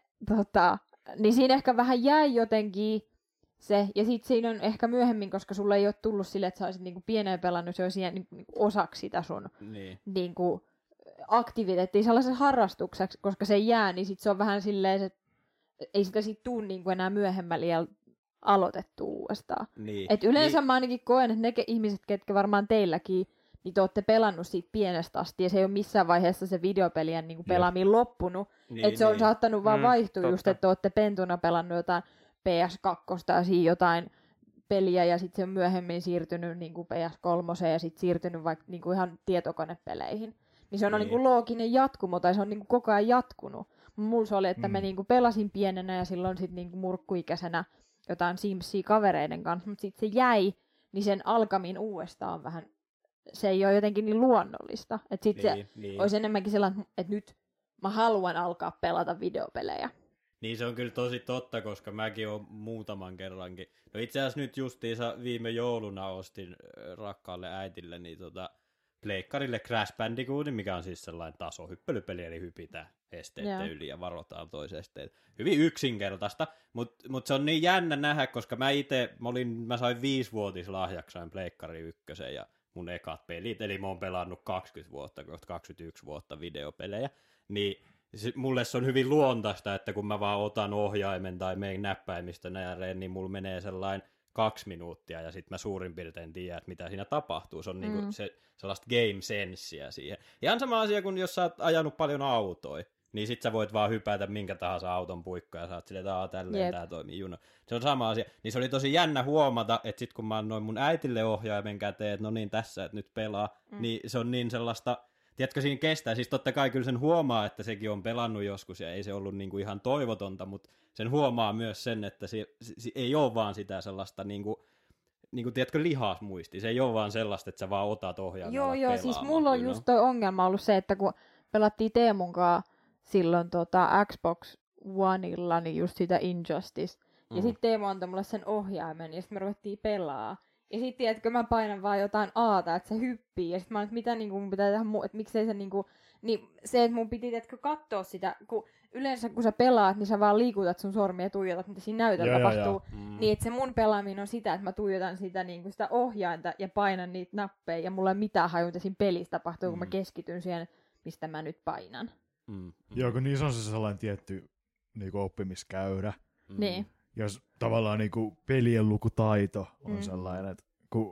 niin siinä ehkä vähän jäi jotenkin se, ja sitten siinä on ehkä myöhemmin, koska sulla ei ole tullut sille, että sä olisit niinku pieneen pelannut, se olisi niinku osaksi sitä sun Niin. niinku aktiviteettia sellaisen harrastukseksi, koska se jää, niin sit se on vähän silleen, että ei sitä sit tuu niinku enää myöhemmällä iällä aloitettu uudestaan. Niin. Et yleensä mä ainakin koen, että ne ihmiset, ketkä varmaan teilläkin, niin te ootte pelannut siitä pienestä asti, ja se ei ole missään vaiheessa se videopelien niinku pelaaminen loppunut. Niin, Että se on saattanut vaan vaihtua totta. just, että ootte pentuna pelannut jotain PS2 ja siinä jotain peliä, ja sitten se on myöhemmin siirtynyt niinku PS3 ja sitten siirtynyt vaikka niinku ihan tietokonepeleihin. Niin se on Niin. niinku looginen jatkumo, tai se on niinku koko ajan jatkunut. Mulla se oli, että mä niinku pelasin pienenä ja silloin sitten niinku murkkuikäisenä jotain Simsia kavereiden kanssa, mutta sitten se jäi, niin sen alkamin uudestaan vähän, se ei ole jotenkin niin luonnollista. Että sitten se olisi enemmänkin sellainen, että nyt mä haluan alkaa pelata videopelejä. Niin se on kyllä tosi totta, koska mäkin oon muutaman kerrankin. No itse asiassa nyt justiinsa viime jouluna ostin rakkaalle äitille niin pleikkarille Crash Bandicootin, mikä on siis sellainen tasohyppelypeli, eli hypitään esteiden yli ja varotaan toisen esteet. Hyvin yksinkertaista, mutta se on niin jännä nähdä, koska mä sain 5-vuotislahjaksi sain pleikkari 1 ja mun ekat pelit, eli mä oon pelannut 20 vuotta, kohta 21 vuotta videopelejä, niin mulle se on hyvin luontaista, että kun mä vaan otan ohjaimen tai menen näppäimistön ääreen, niin mulla menee sellainen 2 minuuttia ja sitten mä suurin piirtein tiedän, että mitä siinä tapahtuu. Se on niinku se, sellaista game senssiä siihen. Ihan sama asia kuin jos sä oot ajanut paljon autoja, niin sit sä voit vaan hypätä minkä tahansa auton puikkoon ja sä oot silleen, että tälleen tää toimii juno. Se on sama asia. Niin se oli tosi jännä huomata, että sit kun mä annoin mun äitille ohjaimen käteen, että no niin tässä, että nyt pelaa, niin se on niin sellaista, tiedätkö, siinä kestää. Siis totta kai kyllä sen huomaa, että sekin on pelannut joskus ja ei se ollut niinku ihan toivotonta, mutta sen huomaa myös sen, että se ei ole vaan sitä sellaista niinku niinku, tiedätkö, lihasmuisti. Se ei ole vaan sellaista, että sä vaan otat ohjaimella Joo, siis mulla on just toi ongelma ollut se, että kun pelattiin Teemun kanssa silloin Xbox Oneilla, niin just sitä Injustice. Ja sitten Teemu antoi mulle sen ohjaimen, ja sitten me ruvettiin pelaa. Ja sitten tiedätkö, mä painan vaan jotain aata, että se hyppii. Ja sitten mä olin, että mitä niinku, mun pitää tehdä, että miksei se niinku... Niin se, että mun piti tiedätkö, katsoa sitä, kun yleensä kun sä pelaat, niin sä vaan liikutat sun sormia ja tuijotat, mitä siinä näytöllä tapahtuu. Niin että se mun pelaaminen on sitä, että mä tuijotan sitä, niinku, sitä ohjainta ja painan niitä nappeja. Ja mulla ei mitään haju, mitä siinä pelissä tapahtuu, kun mä keskityn siihen, mistä mä nyt painan. Joo, kun niissä on se sellainen tietty niinku oppimiskäyrä. Niin. Ja tavallaan niinku pelien lukutaito on sellainen, että kun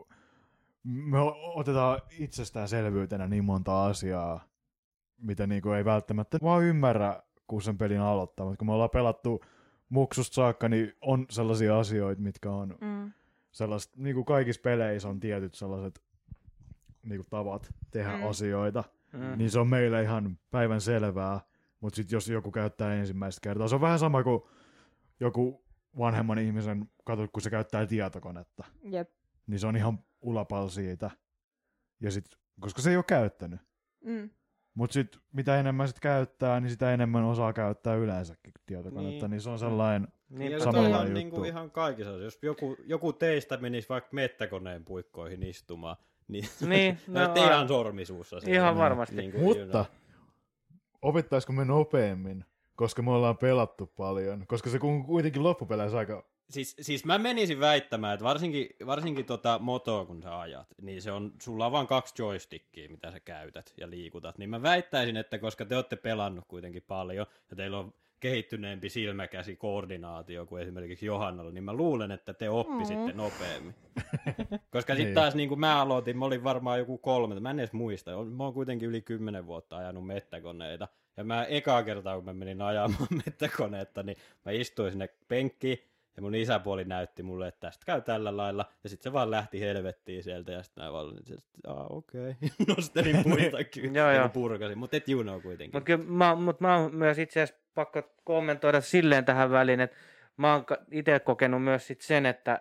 me otetaan itsestäänselvyytenä niin monta asiaa, mitä niinku ei välttämättä vaan ymmärrä, kun sen pelin aloittaa. Mutta kun me ollaan pelattu muksusta saakka, niin on sellaisia asioita, mitkä on sellaiset, niinku kaikissa peleissä on tietyt sellaiset niinku tavat tehdä asioita. Niin se on meille ihan päivän selvää. Mutta sitten jos joku käyttää ensimmäistä kertaa, se on vähän sama kuin joku vanhemman ihmisen, katsot, kun se käyttää tietokonetta. Jep. Niin se on ihan ulapal siitä. Ja sit, koska se ei ole käyttänyt. Mutta sitten mitä enemmän sit käyttää, niin sitä enemmän osaa käyttää yleensäkin tietokonetta. Niin se on sellainen samanlainen juttu. Niinku ihan kaikissa. Jos joku teistä menisi vaikka mettäkoneen puikkoihin istumaan, niin no, ihan sormisuussa. Ihan varmasti. Niin mutta opittaisiko me nopeammin, koska me ollaan pelattu paljon? Koska se kuitenkin loppupeleissä aika... Siis mä menisin väittämään, että varsinkin motoa kun sä ajat, niin sulla on vaan 2 joystickia, mitä sä käytät ja liikutat. Niin mä väittäisin, että koska te olette pelannut kuitenkin paljon ja teillä on kehittyneempi silmäkäsi-koordinaatio kuin esimerkiksi Johannalla, niin mä luulen, että te oppisitte nopeammin. Koska sitten taas niin kuin mä aloitin, mä olin varmaan joku 3, mä en edes muista, mä oon kuitenkin yli 10 vuotta ajanut mettäkoneita. Ja mä ekaa kertaa, kun mä menin ajamaan mettäkoneetta, niin mä istuin sinne penkkiin, ja mun isäpuoli näytti mulle, että tästä käy tällä lailla, ja sitten se vaan lähti helvettiin sieltä, ja sitten mä vaan olin, että okei. Nostelin puita kyllä, ja purkasin, mutta et juno kuitenkin. Mutta mä oon myös itse asiassa pakko kommentoida silleen tähän väliin, että mä oon itse kokenut myös sit sen, että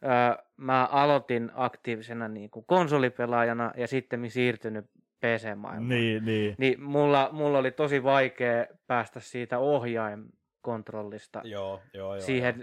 mä aloitin aktiivisena niin kuin konsolipelaajana, ja sitten siirtynyt PC-maailmaan. Niin mulla oli tosi vaikea päästä siitä ohjainkontrollista siihen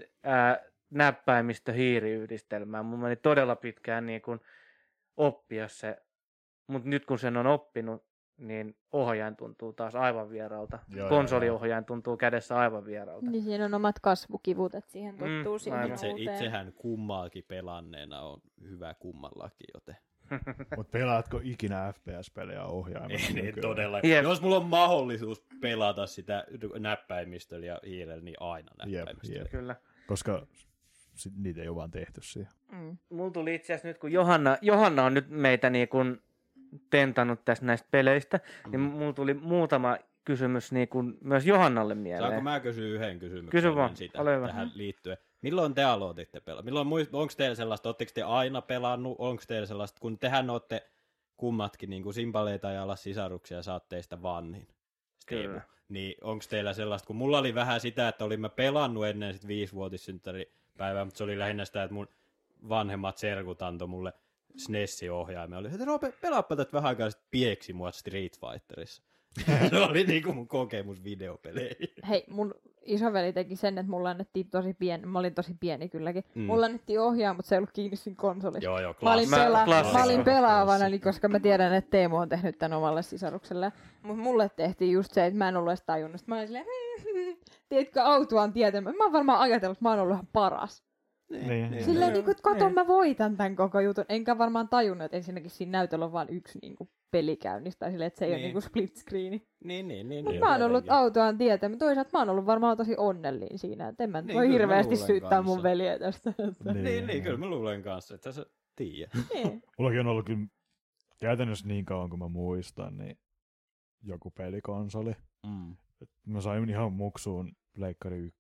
näppäimistö-hiiriyhdistelmään. Mun meni todella pitkään niin kuin oppia se, mutta nyt kun sen on oppinut, niin ohjain tuntuu taas aivan vieraalta. Konsoliohjain tuntuu kädessä aivan vieraalta. Niin siinä on omat kasvukivut, että siihen tottuu siihen Itsehän kummaakin pelanneena on hyvä kummallakin, joten... Mutta pelaatko ikinä FPS-pelejä ohjaimella? Ei todella. Yep. Jos mulla on mahdollisuus pelata sitä näppäimistöllä ja hiirellä, niin aina näppäimistöllä. Yep. Kyllä. Koska niitä ei ole vaan tehty siihen. Mulla tuli itse asiassa nyt, kun Johanna on nyt meitä niin kun tentannut tästä näistä peleistä, niin mulla tuli muutama kysymys niin kun myös Johannalle mieleen. Saanko mä kysyä yhden kysymyksen tähän liittyen? Milloin te aloititte pelaa? Onko teillä sellaista, ootteko te aina pelannut? Onko teillä sellaista, kun tehän ootte kummatkin niin kuin simpaleita ja alla sisaruksia ja saatte teistä vanhin? Kyllä. Niin onko teillä sellaista, kun mulla oli vähän sitä, että olin mä pelannut ennen sit 5-vuotissynttäripäivää, mutta se oli lähinnä sitä, että mun vanhemmat serkut antoi mulle SNES-ohjaimen. Oli, että Roope, pelaappa tätä vähän aikaa, sitten pieksi mua Street Fighterissa. Se oli niinku mun kokemus videopeleihin. Hei, mun isoveli teki sen, että mulla annettiin tosi pieni, mä olin tosi pieni kylläkin. Mulla annettiin ohjaa, mutta se ei ollut kiinni siinä konsolissa. Joo, mä olin pelaavana, niin koska mä tiedän, että Teemu on tehnyt tämän omalle sisarukselle. Mutta mulle tehtiin just se, että mä en ollut edes tajunnut. Mä olin silleen, tiedätkö, autuaan tietämään. Mä oon varmaan ajatellut, että mä oon ollut ihan paras. Silleen, niin kato, mä voitan tämän koko jutun. Enkä varmaan tajunnut, että ensinnäkin siinä näytöllä on vain yksi niin kuin, peli käynnistä. Silleen, että se ei ole niin kuin split screeni. Mutta mä oon ollut autoaan tietämään. Toisaalta mä oon ollut varmaan tosi onnellinen siinä. Että en mä voi hirveästi syyttää mun veliä tästä. Niin, kyllä mä luulen kanssa, että sä tiedät. Mullakin on ollut kyllä käytännössä niin kauan kuin mä muistan, niin joku pelikonsoli. Mä sain ihan muksuun Pleikkari 1.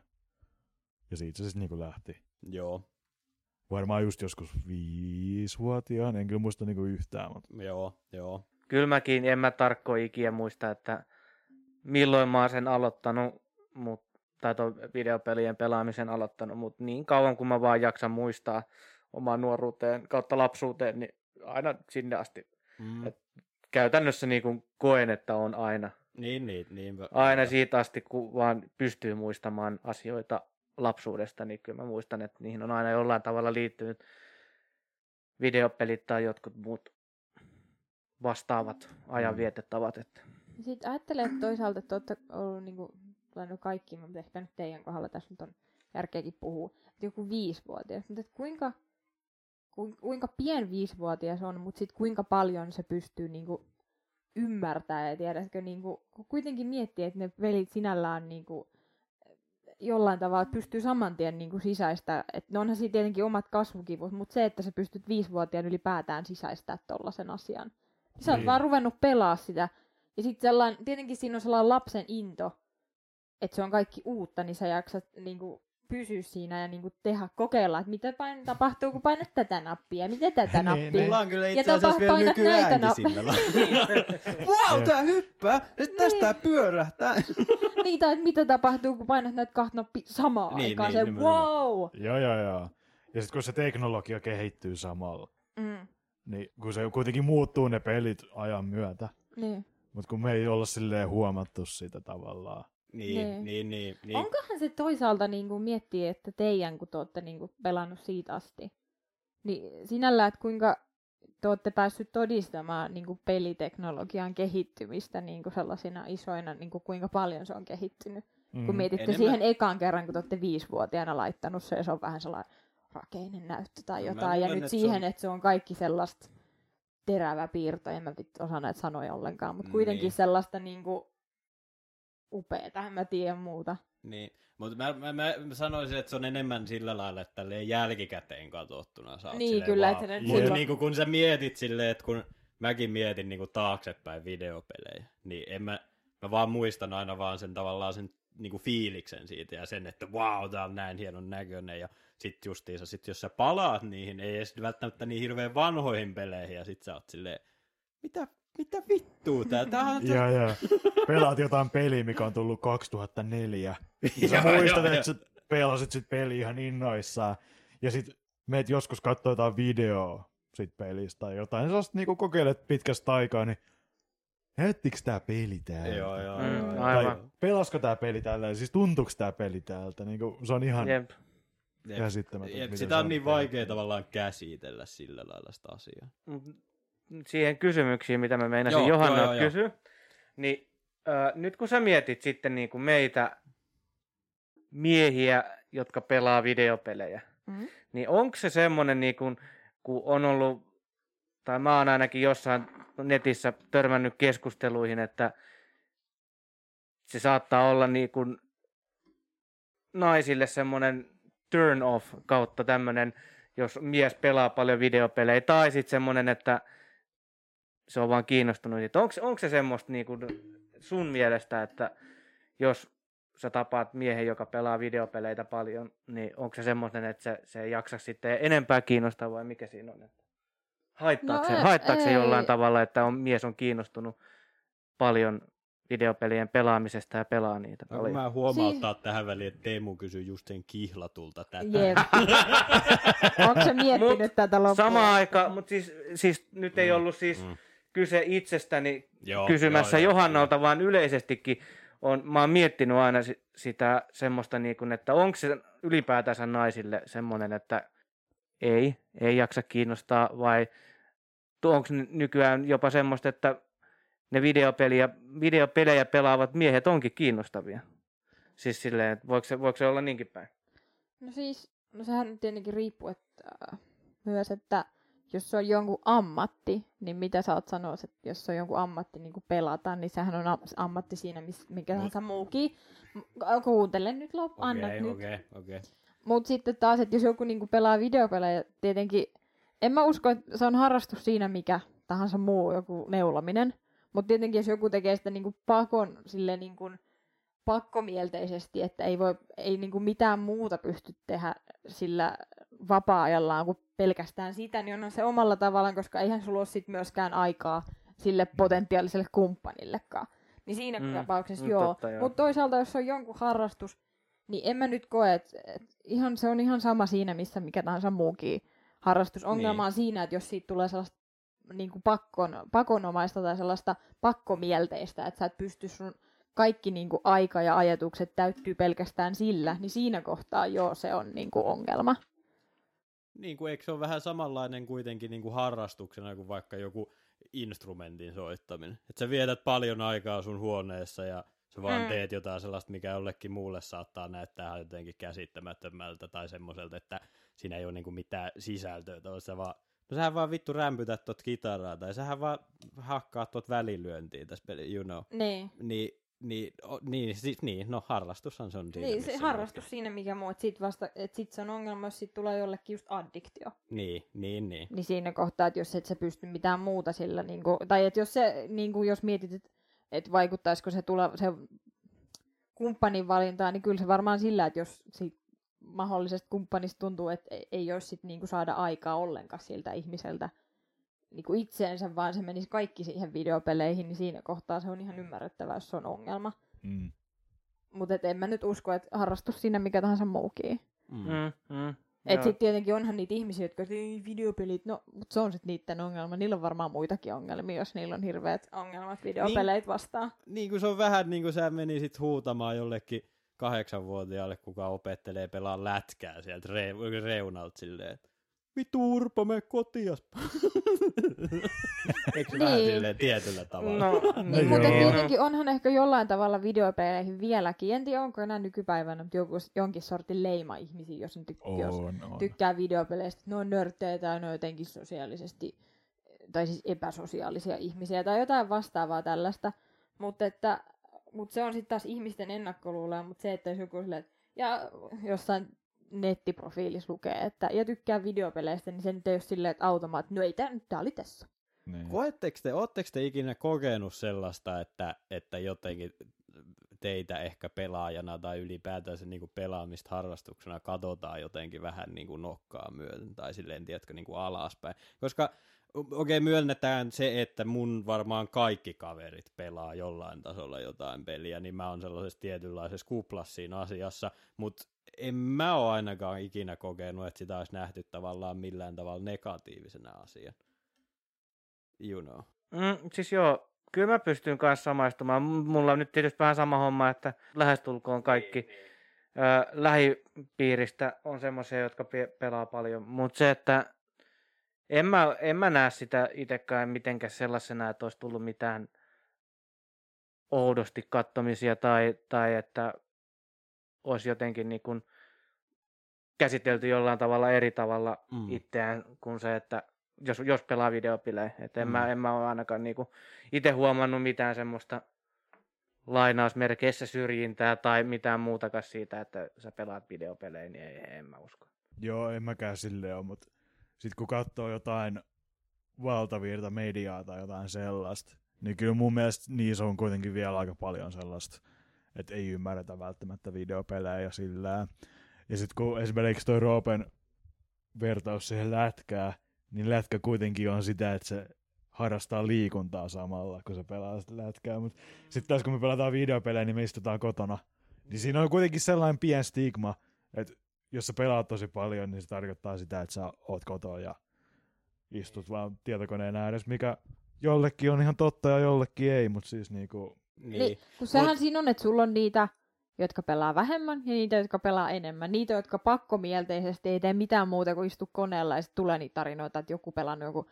Ja siitä se sitten niinku lähti. Joo. Varmaan just joskus 5-vuotiaan, en kyllä muista niinku yhtään. Mutta... Joo. Kyllä mäkin, en mä tarkkoin ikinä muista, että milloin mä oon sen aloittanut, tai videopelien pelaamisen aloittanut, mutta niin kauan kuin mä vaan jaksan muistaa omaan nuoruuteen kautta lapsuuteen, niin aina sinne asti. Mm. Et käytännössä niin kuin koen, että on aina. Niin. Aina siitä asti, kun vaan pystyy muistamaan asioita lapsuudesta, niin kyllä mä muistan, että niihin on aina jollain tavalla liittynyt videopelit tai jotkut muut vastaavat ajanvietetavat. Että. Sitten ajattelen, että toisaalta, että olette ollut niinku, kaikki, mutta ehkä nyt teidän kohdalla tässä nyt on järkeäkin puhua, että joku 5-vuotias, mutta kuinka pien 5-vuotias on, mutta sitten kuinka paljon se pystyy niinku ymmärtämään ja tiedätkö, niinku, kun kuitenkin miettii, että ne pelit sinällään niinku, jollain tavalla pystyy saman tien niinku sisäistää, että onhan siinä tietenkin omat kasvukivut, mutta se, että sä pystyt 5-vuotiaan ylipäätään sisäistää tollasen asian. Sä oot vaan ruvennut pelaa sitä, ja sitten tietenkin siinä on sellainen lapsen into, että se on kaikki uutta, niin sä jaksat niinku pysyä siinä ja niinku kokeilla, että mitä tapahtuu, kun painat tätä nappia, ja miten tätä nappia. Mulla on kyllä itse asiassa vielä nykyäänkin sillä lailla. Wow, tää hyppää, tästä tää pyörähtää. Niin, tai mitä tapahtuu, kun painat näitä 2 nappia samaan aikaan, se wow! Joo. Ja sitten kun se teknologia kehittyy samalla, niin kun se kuitenkin muuttuu ne pelit ajan myötä. Niin. Mutta kun me ei olla silleen huomattu sitä tavallaan. Niin. Onkohan se toisaalta niinku miettiä, että teidän, kun te olette niinku pelannut siitä asti, niin sinällään, että kuinka te olette päässyt todistamaan niinku peliteknologian kehittymistä niinku sellaisina isoina, niinku kuinka paljon se on kehittynyt. Kun mietitte enemmän siihen ekan kerran, kun te olette 5-vuotiaana laittanut se on vähän sellainen rakeinen näyttö tai jotain, ja nyt siihen, että se on kaikki sellaista terävä piirto, en mä osaa näitä sanoja ollenkaan, mutta kuitenkin sellaista niinku upeeta, en mä tiedä muuta. Niin, mutta mä sanoisin, että se on enemmän sillä lailla, että tälleen jälkikäteen katsottuna sä oot niin, kyllä, että silloin. kun sä mietit silleen, että kun mäkin mietin niin kuin taaksepäin videopelejä, niin mä vaan muistan aina vaan sen tavallaan sen niin kuin fiiliksen siitä ja sen, että wow, tää on näin hienon näköinen ja sit justiinsa, jos sä palaat niihin, ei edes välttämättä niin hirveän vanhoihin peleihin ja sit sä oot silleen, mitä vittua tää on? Ja. Pelaat jotain peliä, mikä on tullut 2004. Ja sä muistat, että sä pelasit sit peliä ihan innoissaan. Ja sit meet joskus katsoo jotain videoa sit pelistä tai jotain. Ja sä niinku kokeilet pitkästä aikaa, niin näyttikö tää peli täältä? Joo. Aivan. Tai pelasko tää peli täältä? Siis tuntuuko tää peli täältä? Niinku, se on ihan käsittämätöntä. Sitä on niin vaikea tavallaan käsitellä sillä lailla sitä asiaa. Siihen kysymyksiin, mitä mä meinasin Johanna kysyä, niin nyt kun sä mietit sitten niin kuin meitä miehiä, jotka pelaa videopelejä, niin onko se semmoinen, niin kun on ollut, tai mä oon ainakin jossain netissä törmännyt keskusteluihin, että se saattaa olla niin kuin naisille semmoinen turn off kautta tämmöinen, jos mies pelaa paljon videopelejä, tai sitten semmoinen, että se on vaan kiinnostunut. Onko se semmoista niin kuin sun mielestä, että jos sä tapaat miehen, joka pelaa videopeleitä paljon, niin onko se semmoinen, että se ei jaksa sitten enempää kiinnostaa vai mikä siinä on? Haittaako se jollain tavalla, että mies on kiinnostunut paljon videopelien pelaamisesta ja pelaa niitä paljon? Mä huomauttaa tähän väliin, että Teemu kysyy just sen kihlatulta tätä. Jep. Onko se miettinyt tätä loppua? Sama aika, mutta siis nyt ei ollut kyse itsestäni kysymässä Johannalta, vaan yleisestikin mä oon miettinyt aina sitä semmoista, niin kuin, että onko se ylipäätänsä naisille semmoinen, että ei jaksa kiinnostaa, vai onko nykyään jopa semmoista, että ne videopelejä pelaavat miehet onkin kiinnostavia? Siis silleen, että voiko se olla niinkin päin? No siis, sehän nyt tietenkin riippuu myös, että jos se on jonkun ammatti, niin mitä sä oot sanoa, että jos se on jonkun ammatti niin kuin pelata, niin sehän on ammatti siinä, mikä tahansa muukin. Kuuntele nyt anna nyt. Okei. Mutta sitten taas, että jos joku niin kuin pelaa videopelejä, tietenkin, en mä usko, että se on harrastus siinä, mikä tahansa muu, joku neulaminen. Mutta tietenkin, jos joku tekee sitä niin kuin silleen niin kuin pakkomielteisesti, että ei niin kuin mitään muuta pysty tehdä sillä vapaa-ajallaan kuin pelkästään sitä, niin on se omalla tavallaan, koska eihän sulla ole sit myöskään aikaa sille potentiaaliselle kumppanillekaan. Niin siinä tapauksessa joo. Mutta toisaalta, jos on jonkun harrastus, niin en mä nyt koe, että se on ihan sama siinä, missä mikä tahansa muukin harrastusongelma on siinä, että jos siitä tulee sellaista niin kuin pakonomaista tai sellaista pakkomielteistä, että sä et pysty sun kaikki niin kuin aika ja ajatukset täyttyy pelkästään sillä, niin siinä kohtaa joo, se on niin kuin ongelma. Niin kuin, eikö se ole vähän samanlainen kuitenkin niin kuin harrastuksena kuin vaikka joku instrumentin soittaminen. Että sä vietät paljon aikaa sun huoneessa ja sä vaan teet jotain sellaista, mikä jollekin muulle saattaa näyttää jotenkin käsittämättömältä tai semmoiselta, että siinä ei ole niin kuin mitään sisältöä. Sä vaan, no sähän vaan vittu rämpytät tot kitaraa tai sähän vaan hakkaat tot välilyöntiä tässä pelissä, you know. Niin, no harrastushan se on siinä. Niin, se harrastus siinä mikä muu, että sit se on ongelma, jos sit tulee jollekin just addiktio. Niin. Niin siinä kohtaa, että jos et sä pysty mitään muuta sillä, niin kuin, tai että jos se, niin kuin, jos mietit, että vaikuttaisiko se kumppanin valintaan, niin kyllä se varmaan sillä, että jos siitä mahdollisesta kumppanista tuntuu, että ei olisi sit, niin kuin, saada aikaa ollenkaan siltä ihmiseltä niin kuin itseensä, vaan se menisi kaikki siihen videopeleihin, niin siinä kohtaa se on ihan ymmärrettävää, jos se on ongelma. Mutta en mä nyt usko, että harrastus siinä mikä tahansa muukin. Että sitten tietenkin onhan niitä ihmisiä, jotka videopelit, no, mutta se on sitten niiden ongelma. Niillä on varmaan muitakin ongelmia, jos niillä on hirveät ongelmat videopeleit vastaan. Niin kuin se on vähän niin kuin sä menisit huutamaan jollekin 8-vuotiaalle, kuka opettelee pelaa lätkää sieltä reunalta silleen, vittu Urpo, mene kotias. Eikö se vähän silleen tietyllä tavalla? Niin, mutta tietenkin onhan ehkä jollain tavalla videopeleihin vieläkin. En tiedä, onko enää nykypäivänä jonkin sortin leima-ihmisiä, jos tykkää videopeleistä. Ne on nörttejä tai ne on jotenkin sosiaalisesti, tai siis epäsosiaalisia ihmisiä tai jotain vastaavaa tällaista. Mutta se on sitten taas ihmisten ennakkoluuloja, mutta se, että jos joku silleen, ja jossain nettiprofiilissa lukee, että ja tykkää videopeleistä, niin se nyt ei ole silleen, että no ei tää oli tässä. Niin. Ootteko te ikinä kokenut sellaista, että jotenkin teitä ehkä pelaajana tai ylipäätänsä niin kuin pelaamista harrastuksena katsotaan jotenkin vähän niin kuin nokkaa myöten tai silleen, tiedätkö, niin kuin alaspäin? Koska myönnetään se, että mun varmaan kaikki kaverit pelaa jollain tasolla jotain peliä, niin mä oon sellaisessa tietynlaisessa kuplassa siinä asiassa, mutta en mä ole ainakaan ikinä kokenut, että sitä olisi nähty tavallaan millään tavalla negatiivisena asiana. You know. Siis joo, kyllä mä pystyn kanssa samaistumaan. Mulla on nyt tietysti vähän sama homma, että lähestulkoon kaikki lähipiiristä on semmoisia, jotka pelaa paljon. Mutta se, että en mä näe sitä itsekään mitenkään sellaisena, että olisi tullut mitään oudosti kattomisia tai että olisi jotenkin niin kuin käsitelty jollain tavalla eri tavalla itseään kuin se, että jos pelaa videopelejä. Että en mä ole ainakaan niin kuin itse huomannut mitään semmoista lainausmerkeissä syrjintää tai mitään muutakaan siitä, että sä pelaat videopelejä, niin en mä usko. Joo, en mäkään silleen ole, mutta sitten kun katsoo jotain valtavirta mediaa tai jotain sellaista, niin kyllä mun mielestä niissä on kuitenkin vielä aika paljon sellaista, että ei ymmärretä välttämättä videopelejä ja sillään. Ja sitten kun esimerkiksi toi Roopen vertaus siihen lätkään, niin lätkä kuitenkin on sitä, että se harrastaa liikuntaa samalla, kun se pelaa sitä lätkää. Mutta sitten taas kun me pelataan videopelejä, niin me istutaan kotona. Niin siinä on kuitenkin sellainen pieni stigma, että jos sä pelaat tosi paljon, niin se tarkoittaa sitä, että sä oot kotona ja istut vaan tietokoneen ääressä, mikä jollekin on ihan totta ja jollekin ei, mutta siis niinku... Niin, kun sehän siinä on, että sulla on niitä, jotka pelaa vähemmän ja niitä, jotka pelaa enemmän. Niitä, jotka pakkomielteisesti ei tee mitään muuta kuin istu koneella ja sitten tulee niitä tarinoita, että joku pelannut joku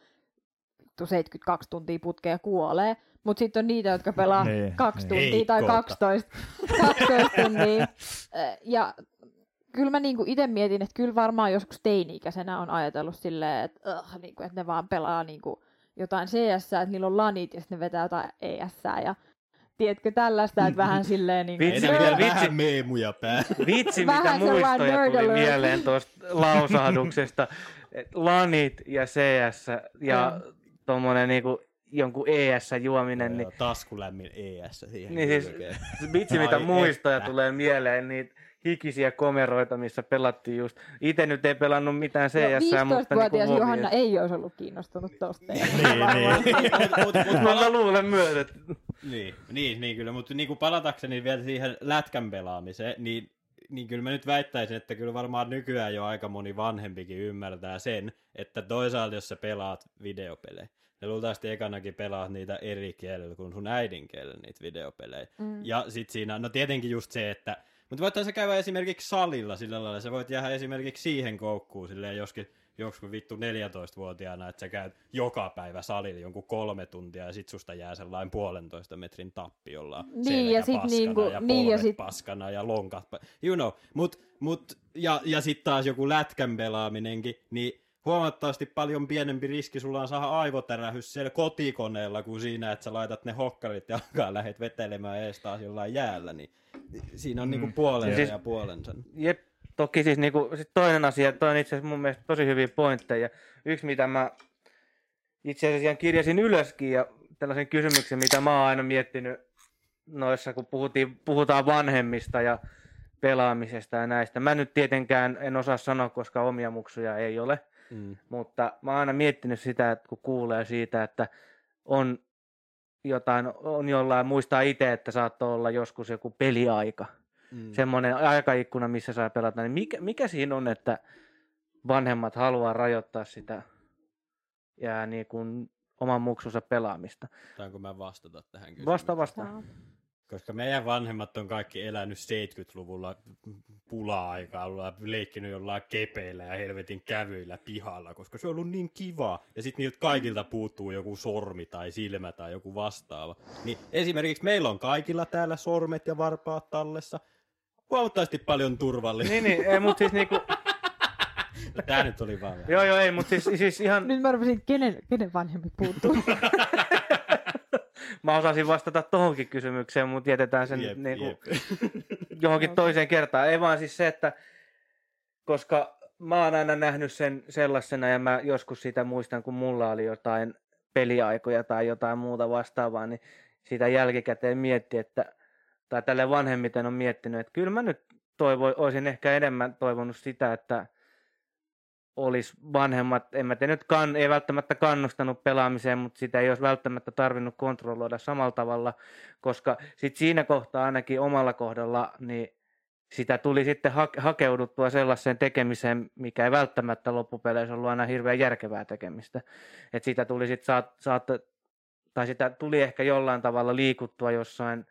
72 tuntia putkea ja kuolee. Mutta sitten on niitä, jotka pelaa 2 tuntia tai 12 tuntia. Ja kyllä mä niinku itse mietin, että kyllä varmaan joskus teini-ikäisenä on ajatellut silleen, että ne vaan pelaa niinku jotain CS, että niillä on lanit ja sitten ne vetää jotain ES ja tiedätkö tällaista, että vähän silleen niin kuin... Vähän meemuja päällä. Vitsi, mitä muistoja tuli mieleen tuosta lausahduksesta. Lanit ja CS ja tommonen niinku jonkun ES-juominen. Niin... Taskulämmin ES siihen. Niin siis, vitsi, mitä muistoja tulee mieleen, niin hikisiä komeroita, missä pelattiin just. Itse nyt ei pelannut mitään CS, mutta... 15-vuotias niin Johanna ei olisi ollut kiinnostunut tosta. Mä luulen myös, että... Niin kyllä, mutta niin kuin palatakseni vielä siihen lätkän pelaamiseen, niin niin kyllä mä nyt väittäisin, että kyllä varmaan nykyään jo aika moni vanhempikin ymmärtää sen, että toisaalta jos sä pelaat videopelejä, ja luultavasti ekanakin pelaat niitä eri kielellä kuin sun äidinkielellä niitä videopelejä. Ja sit siinä, no tietenkin just se, että, mutta voithan sä käydä esimerkiksi salilla sillä lailla, sä voit jäädä esimerkiksi siihen koukkuun silleen joskus vittu 14-vuotiaana, että sä käyt joka päivä salilla jonkun 3 tuntia ja sit susta jää sellainen 1,5 metrin tappiolla Niin, ja sit paskana niinku, ja polvet paskana ja lonkat, you know, ja sit taas joku lätkän pelaaminenkin, niin huomattavasti paljon pienempi riski sulla on saada aivotärähys siellä kotikoneella kuin siinä, että sä laitat ne hokkarit ja alkaa lähet vetelemään ees taas jollain jäällä, niin siinä on niinku puolensa ja puolensa. Jep, toki siis niinku, sit toinen asia, toi on itse asiassa mun mielestä tosi hyviä pointteja. Yksi, mitä mä itse asiassa kirjasin ylöskin ja tällaisen kysymyksen, mitä mä oon aina miettinyt noissa, kun puhutaan vanhemmista ja pelaamisesta ja näistä. Mä nyt tietenkään en osaa sanoa, koska omia muksuja ei ole, mutta mä oon aina miettinyt sitä, että kun kuulee siitä, että on jollain, muistaa itse, että saattoi olla joskus joku peliaika. Semmoinen aikaikkuna, missä saa pelata, niin mikä siinä on, että vanhemmat haluaa rajoittaa sitä ja niin kuin oman muksunsa pelaamista? Saanko mä vastata tähän kysymykseen? Vasta. Koska meidän vanhemmat on kaikki elänyt 70-luvulla pula-aikaa, ollaan leikkinyt jollain kepeillä ja helvetin kävyillä pihalla, koska se on ollut niin kivaa. Ja sitten niiltä kaikilta puuttuu joku sormi tai silmä tai joku vastaava. Niin esimerkiksi meillä on kaikilla täällä sormet ja varpaat tallessa. Huomattavasti paljon turvallista. Niin, ei, mutta siis niinku... Tää nyt oli vaan. Joo, ei, mutta siis ihan... Nyt mä rupesin, kenen vanhempi puuttuu. Mä osasin vastata tohonkin kysymykseen, mutta jätetään sen johonkin toiseen kertaan. Ei vaan siis se, että koska mä oon aina nähnyt sen sellaisena ja mä joskus sitä muistan, kun mulla oli jotain peliaikoja tai jotain muuta vastaavaa, niin sitä jälkikäteen mietti, että tai tälle vanhemmiten on miettinyt, että kyllä mä nyt olisin ehkä enemmän toivonut sitä, että olisi vanhemmat, en mä tiedä nyt, ei välttämättä kannustanut pelaamiseen, mutta sitä ei olisi välttämättä tarvinnut kontrolloida samalla tavalla, koska sit siinä kohtaa ainakin omalla kohdalla, niin sitä tuli sitten hakeuduttua sellaiseen tekemiseen, mikä ei välttämättä loppupeleissä ollut aina hirveän järkevää tekemistä. Että sitä tuli sitten tai sitä tuli ehkä jollain tavalla liikuttua jossain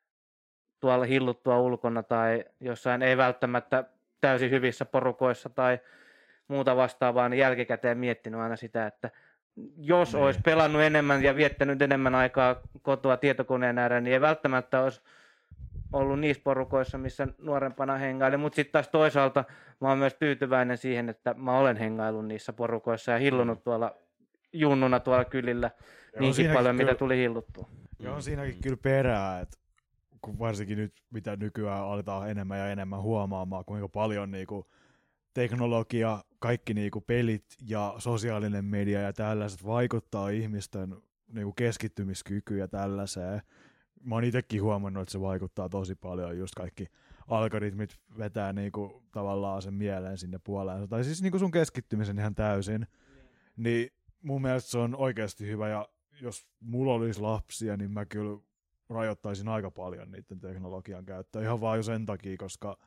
tuolla hilluttua ulkona tai jossain ei välttämättä täysin hyvissä porukoissa tai muuta vastaavaa, niin jälkikäteen miettinyt aina sitä, että jos olisi pelannut enemmän ja viettänyt enemmän aikaa kotoa tietokoneen ääreen, niin ei välttämättä olisi ollut niissä porukoissa, missä nuorempana hengailin, mutta sitten taas toisaalta mä oon myös tyytyväinen siihen, että mä olen hengaillut niissä porukoissa ja hillunut tuolla junnuna tuolla kylillä niinkin paljon, mitä tuli hilluttua. Ja on siinäkin kyllä perää, että kun varsinkin nyt, mitä nykyään aletaan enemmän ja enemmän huomaamaan, kuinka paljon niinku teknologia, kaikki niinku pelit ja sosiaalinen media ja tällaiset vaikuttaa ihmisten niinku keskittymiskykyyn ja tällaiseen. Mä oon itsekin huomannut, että se vaikuttaa tosi paljon, just kaikki algoritmit vetää niinku tavallaan sen mieleen sinne puoleensa, tai siis niinku sun keskittymisen ihan täysin. Niin mun mielestä se on oikeasti hyvä, ja jos mulla olisi lapsia, niin mä kyllä rajoittaisin aika paljon niiden teknologian käyttöä, ihan vaan jo sen takia, koska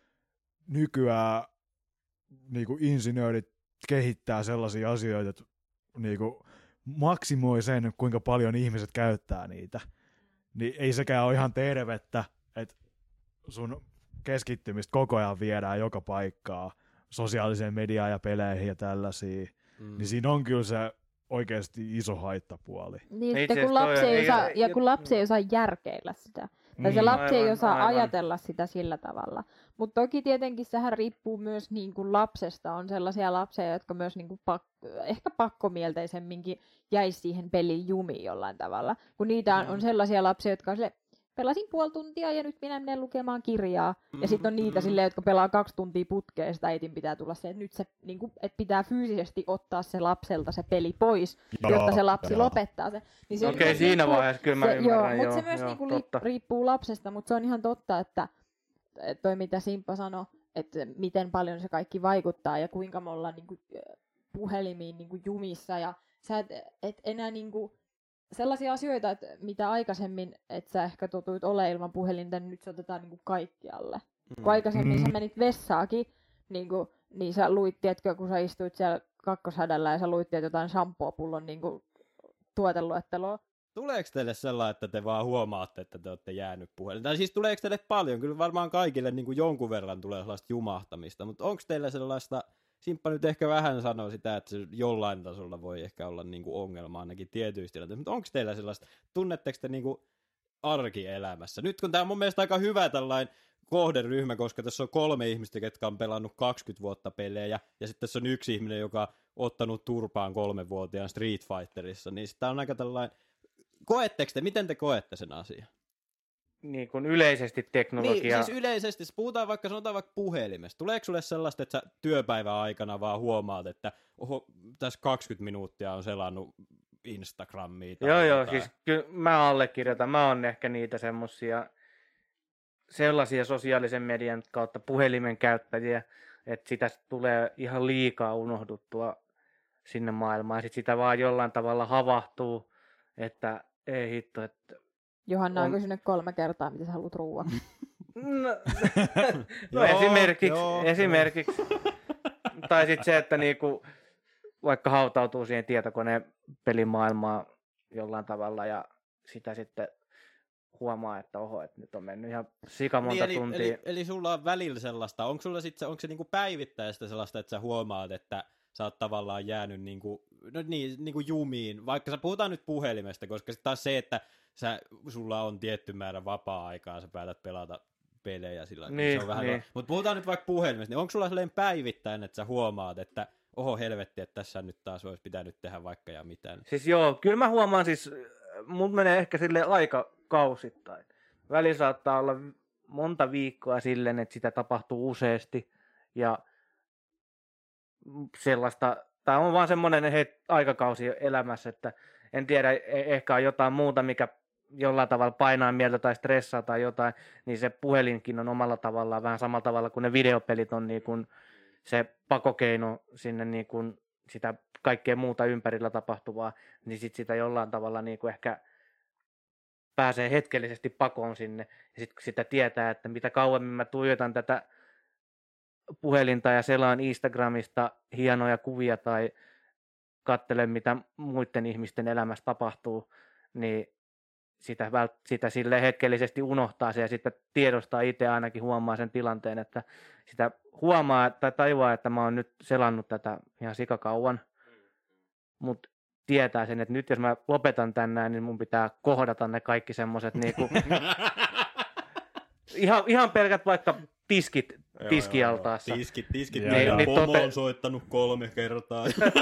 nykyään niinku insinöörit kehittää sellaisia asioita, että niinku maksimoi sen, kuinka paljon ihmiset käyttää niitä. Niin ei sekään ole ihan tervettä, että sun keskittymistä koko ajan viedään joka paikkaa sosiaaliseen mediaan ja peleihin ja tällaisiin. Niin siinä on kyllä se oikeasti iso haittapuoli. Niin, että kun lapsi ei osaa järkeillä sitä. Tai se lapsi ei osaa ajatella sitä sillä tavalla. Mutta toki tietenkin sehän riippuu myös niin kuin lapsesta. On sellaisia lapsia, jotka myös niin kuin ehkä pakkomielteisemminkin jäisi siihen peliin jumiin jollain tavalla. Kun niitä on sellaisia lapsia, jotka on pelasin 0,5 tuntia ja nyt minä menen lukemaan kirjaa. Ja sitten on niitä silleen, jotka pelaa 2 tuntia putkeen ja sitä äitin pitää tulla se, että nyt se, niin kuin, että pitää fyysisesti ottaa se lapselta se peli pois, jotta se lapsi lopettaa se. Niin se okei, siinä niin vaiheessa kyllä mä ymmärrän. Mutta se myös niin kuin riippuu lapsesta, mutta se on ihan totta, että toi mitä Simppa sanoi, että miten paljon se kaikki vaikuttaa ja kuinka me ollaan niin kuin puhelimiin niin kuin jumissa ja sä et enää niin kuin sellaisia asioita, että mitä aikaisemmin, että sä ehkä totuit ole ilman puhelinta, niin nyt se otetaan niin kuin kaikkialle. Kun aikaisemmin sä menit vessaakin, niin sä luit, tiedätkö, kun sä istuit siellä kakkoshädällä ja sä luit jotain shampoopullon tuoteluetteloa. Tuleeko teille sellainen, että te vaan huomaatte, että te olette jäänyt puheelle? Tai siis tuleeko teille paljon? Kyllä varmaan kaikille niin kuin jonkun verran tulee sellaista jumahtamista, mutta onko teillä sellaista, Simppa nyt ehkä vähän sanoo sitä, että se jollain tasolla voi ehkä olla niin kuin ongelma ainakin tietyissä tilanteissa, mutta onko teillä sellaista, tunnetteko te niin kuin arkielämässä? Nyt kun tämä on mun mielestä aika hyvä tällainen kohderyhmä, koska tässä on 3 ihmistä, jotka on pelannut 20 vuotta pelejä, ja sitten tässä on 1 ihminen, joka on ottanut turpaan 3-vuotiaan Street Fighterissa, niin sitä on aika tällainen. Koetteko te, miten te koette sen asian? Niin kuin yleisesti teknologiaa. Niin, siis yleisesti, puhutaan sanotaan vaikka puhelimesta. Tuleeko sulle sellaista, että sä työpäivän aikana vaan huomaat, että tässä 20 minuuttia on selannut Instagramia? Tai Joo, siis kyllä mä allekirjoitan. Mä oon ehkä niitä sellaisia sosiaalisen median kautta puhelimen käyttäjiä, että sitä tulee ihan liikaa unohduttua sinne maailmaan. Sitten sitä vaan jollain tavalla havahtuu, että ei hitto, että Johanna on kysynyt 3 kertaa, mitä sä haluat ruuaksi. No esimerkiksi. Tai sitten se, että niinku, vaikka hautautuu siihen tietokoneen pelimaailmaan jollain tavalla ja sitä sitten huomaa, että oho, että nyt on mennyt ihan sikamonta tuntia. Eli sulla on välillä sellaista, onko se niinku päivittäistä sellaista, että sä huomaat, että sä oot tavallaan jäänyt niinku jumiin, vaikka sä puhutaan nyt puhelimesta, koska sitten taas se, että sulla on tietty määrä vapaa-aikaa, sä päätät pelata pelejä sillä niin, se on vähän niin. Mutta puhutaan nyt vaikka puhelimesta, niin onko sulla sellainen päivittäin, että sä huomaat, että oho helvetti, että tässä nyt taas olisi pitänyt tehdä vaikka ja mitään? Siis joo, kyllä mä huomaan mun menee ehkä silleen aikakausittain. Välillä saattaa olla monta viikkoa silleen, että sitä tapahtuu useasti ja sellaista, tai on vaan semmoinen aikakausi elämässä, että en tiedä, ehkä on jotain muuta, mikä jollain tavalla painaa mieltä tai stressaa tai jotain, niin se puhelinkin on omalla tavallaan vähän samalla tavalla kuin ne videopelit on niin kuin se pakokeino sinne niin kuin sitä kaikkea muuta ympärillä tapahtuvaa, niin sit sitä jollain tavalla niin kuin ehkä pääsee hetkellisesti pakoon sinne ja sitten sitä tietää, että mitä kauemmin mä tuijotan tätä puhelinta ja selaan Instagramista hienoja kuvia tai katselen, mitä muiden ihmisten elämässä tapahtuu, niin sitä sille hetkellisesti unohtaa se ja sitten tiedostaa itse ainakin huomaa sen tilanteen, että sitä huomaa tai tajuaa, että mä oon nyt selannut tätä ihan sikakauan, mutta tietää sen, että nyt jos mä lopetan tänään, niin mun pitää kohdata ne kaikki semmoiset niinku ihan pelkät vaikka tiskialtaassa. Tiskit. Niin, pomo on soittanut 3 kertaa.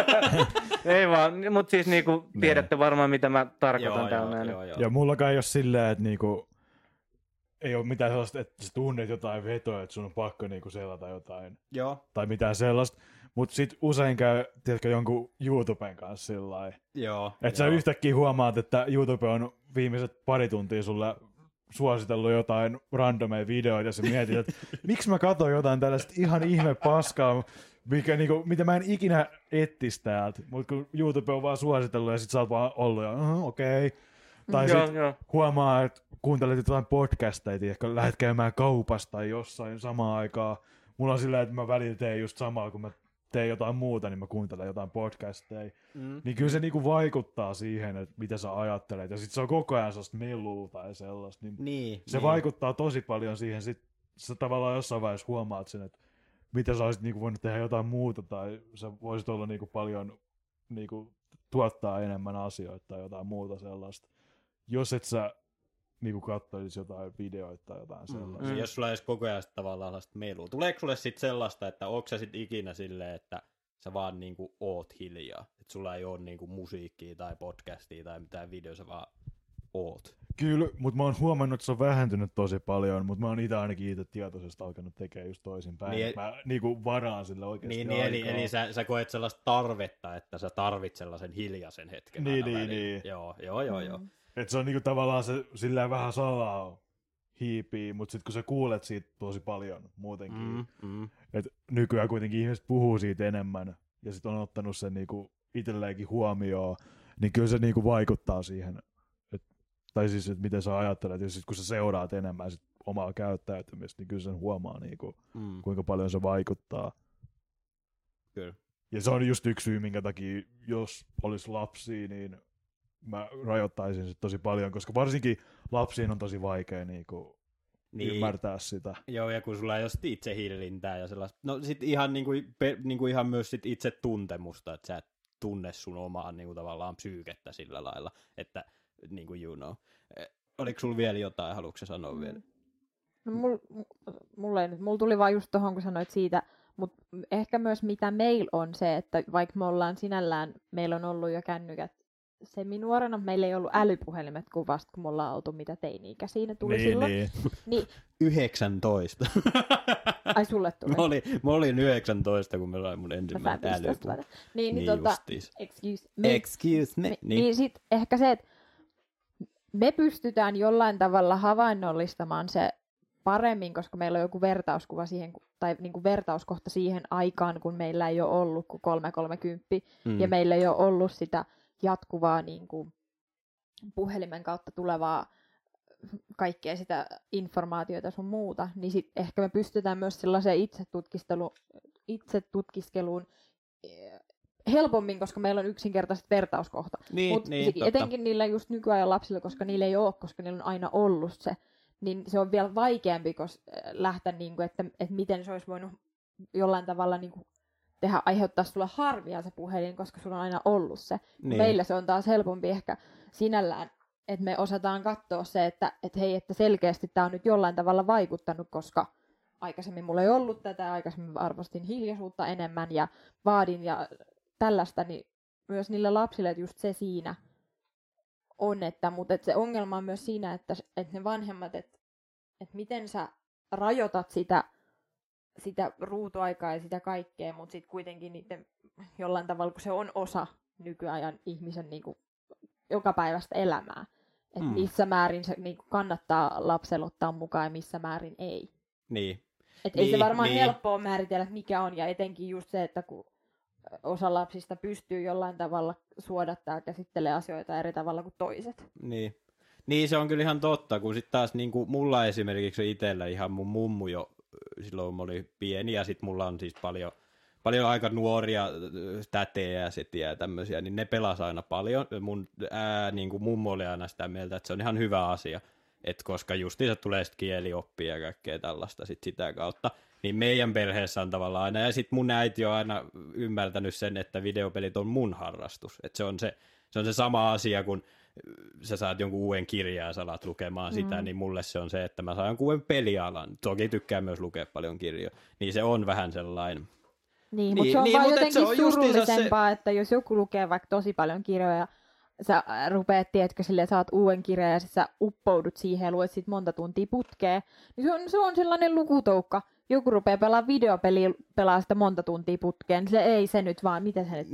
Ei vaan, mutta siis niinku, tiedätte varmaan, mitä mä tarkoitan tällä. Ja mullakaan ei ole silleen, että niinku, ei ole mitään sellaista, että sä tunnet jotain vetoa, että sun on pakko niinku selata jotain. Joo. Tai mitään sellaista. Mutta sit usein käy, tiedätkö, jonkun YouTuben kanssa sillä että sä yhtäkkiä huomaat, että YouTube on viimeiset pari tuntia sulle suositellut jotain randomeja videoita ja sä mietit, että miksi mä katson jotain tällaista ihan ihme paskaa, mitä mä en ikinä etsisi täältä, mutta kun YouTube on vaan suositellut ja sit sä oot vaan ollut ja okei. Tai sit huomaa, että kuuntelet jotain podcasteja, ehkä lähdet käymään kaupassa tai jossain samaan aikaan. Mulla on silleen, että mä välillä teen just samaa, kun mä teen jotain muuta, niin mä kuuntelen jotain podcasteja. Niin kyllä se niinku vaikuttaa siihen, että mitä sä ajattelet. Ja sit se on koko ajan sellaista melua tai sellaista. Se vaikuttaa tosi paljon siihen. Sit sä tavallaan jossain vaiheessa huomaat sen, että mitä sä olisit niinku voinut tehdä jotain muuta. Tai sä voisit olla niinku paljon niinku tuottaa enemmän asioita tai jotain muuta sellaista. Jos et sä niinku katsoisit jotain videoita tai jotain sellaista. Jos sulla ei koko ajan tavallaan sellaista melua. Tuleeko sulle sitten sellaista, että onko sä sit ikinä silleen, että sä vaan niinku oot hiljaa? Että sulla ei ole niinku musiikkia tai podcastia tai mitään videoa, sä vaan oot. Kyllä, mutta mä oon huomannut, että se on vähentynyt tosi paljon, mutta mä oon ainakin itse tietoisesti alkanut tekemään just toisinpäin. Niin, mä niinku varaan sille oikeasti aikaa. Eli sä koet sellaista tarvetta, että sä tarvit sellaisen hiljaisen hetken. Niin. Joo. Että se on niinku tavallaan se silleen vähän salaa hiipii, mutta sitten kun sä kuulet siitä tosi paljon muutenkin, että nykyään kuitenkin ihmiset puhuu siitä enemmän ja sitten on ottanut sen niinku itselleenkin huomioon, niin kyllä se niinku vaikuttaa siihen, tai siis, että miten sä ajattelet, ja sitten kun sä seuraat enemmän, sit omaa käyttäytymistä, niin kyllä sen huomaa, niin kuin, kuinka paljon se vaikuttaa. Kyllä. Ja se on just yksi syy, minkä takia, jos olisi lapsia, niin mä rajoittaisin sitä tosi paljon, koska varsinkin lapsiin on tosi vaikea niinku ymmärtää sitä. Joo, ja kun sulla ei ole sit itsehillintää ja sellaista, no sit ihan, niinku ihan myös sit itse tuntemusta, että sä et tunne sun omaa niinku tavallaan psyykettä sillä lailla, että niinku you know. Oliko sulla vielä jotain, haluatko sä sanoa vielä? No mulla tuli vaan just tohon, kun sanoit siitä, mutta ehkä myös mitä meillä on se, että vaikka me ollaan sinällään, meillä on ollut jo kännykät seminuorena, meillä ei ollut älypuhelimet kuin vasta, kun me ollaan oltu mitä teini-ikäisiä, ne tuli silloin. Niin. 19. Ai sulle tuli? Mä olin 19, kun mä sain mun ensimmäinen älypuhelin. Niin excuse me. Niin sit ehkä se, että me pystytään jollain tavalla havainnollistamaan se paremmin, koska meillä on joku vertauskuva siihen, tai niin kuin vertauskohta siihen aikaan, kun meillä ei ole ollut kuin 330, ja meillä ei ole ollut sitä jatkuvaa niin kuin puhelimen kautta tulevaa kaikkea sitä informaatiota sun muuta, niin sit ehkä me pystytään myös sellaiseen itsetutkiskeluun helpommin, koska meillä on yksinkertaiset vertauskohta. Mutta etenkin niillä just nykyajan lapsilla, koska niillä ei ole, koska niillä on aina ollut se, niin se on vielä vaikeampi lähteä, niin kuin, että miten se olisi voinut jollain tavalla niin kuin aiheuttaa sulle harmia se puhelin, koska sulla on aina ollut se. Niin. Meillä se on taas helpompi ehkä sinällään, että me osataan katsoa se, että hei, että selkeästi tämä on nyt jollain tavalla vaikuttanut, koska aikaisemmin mulla ei ollut tätä, aikaisemmin arvostin hiljaisuutta enemmän ja vaadin ja tällaista, niin myös niillä lapsilla, että just se siinä on, mutta se ongelma on myös siinä, että ne vanhemmat, että miten sä rajoitat sitä ruutuaikaa ja sitä kaikkea, mutta sitten kuitenkin niiden jollain tavalla, kun se on osa nykyajan ihmisen niin kuin jokapäiväistä elämää, että missä määrin se niin kuin kannattaa lapsella ottaa mukaan ja missä määrin ei. Niin. Että ei se varmaan helppoa määritellä, että mikä on, ja etenkin just se, että kun osa lapsista pystyy jollain tavalla suodattaa ja käsittelee asioita eri tavalla kuin toiset. Niin se on kyllä ihan totta, kun sitten taas niin kuin mulla esimerkiksi itsellä ihan mun mummu jo silloin mä olin pieni, ja sitten mulla on siis paljon aika nuoria tätejä ja setiä ja tämmöisiä, niin ne pelasi aina paljon. Niin kuin mummo oli aina sitä mieltä, että se on ihan hyvä asia, että koska justiinsa tulee sitten kielioppia ja kaikkea tällaista sitä kautta, niin meidän perheessä on tavallaan aina, ja sitten mun äiti on aina ymmärtänyt sen, että videopelit on mun harrastus, että se on se sama asia, kun sä saat jonkun uuden kirjan ja sä alat lukemaan sitä, niin mulle se on se, että mä saan jonkun uuden pelialan. Toki tykkään myös lukea paljon kirjoja. Niin se on vähän sellainen. Niin, mutta se on vaan jotenkin surullisempaa, että jos joku lukee vaikka tosi paljon kirjoja, sä rupeat, tiedätkö, silleen, saat uuden kirjan ja sit sä uppoudut siihen ja luet sit monta tuntia putkeen, niin se on sellainen lukutoukka. Joku rupeaa pelaamaan videopeliä, pelaa sitä monta tuntia putkeen, niin ei se nyt vaan, mitä se nyt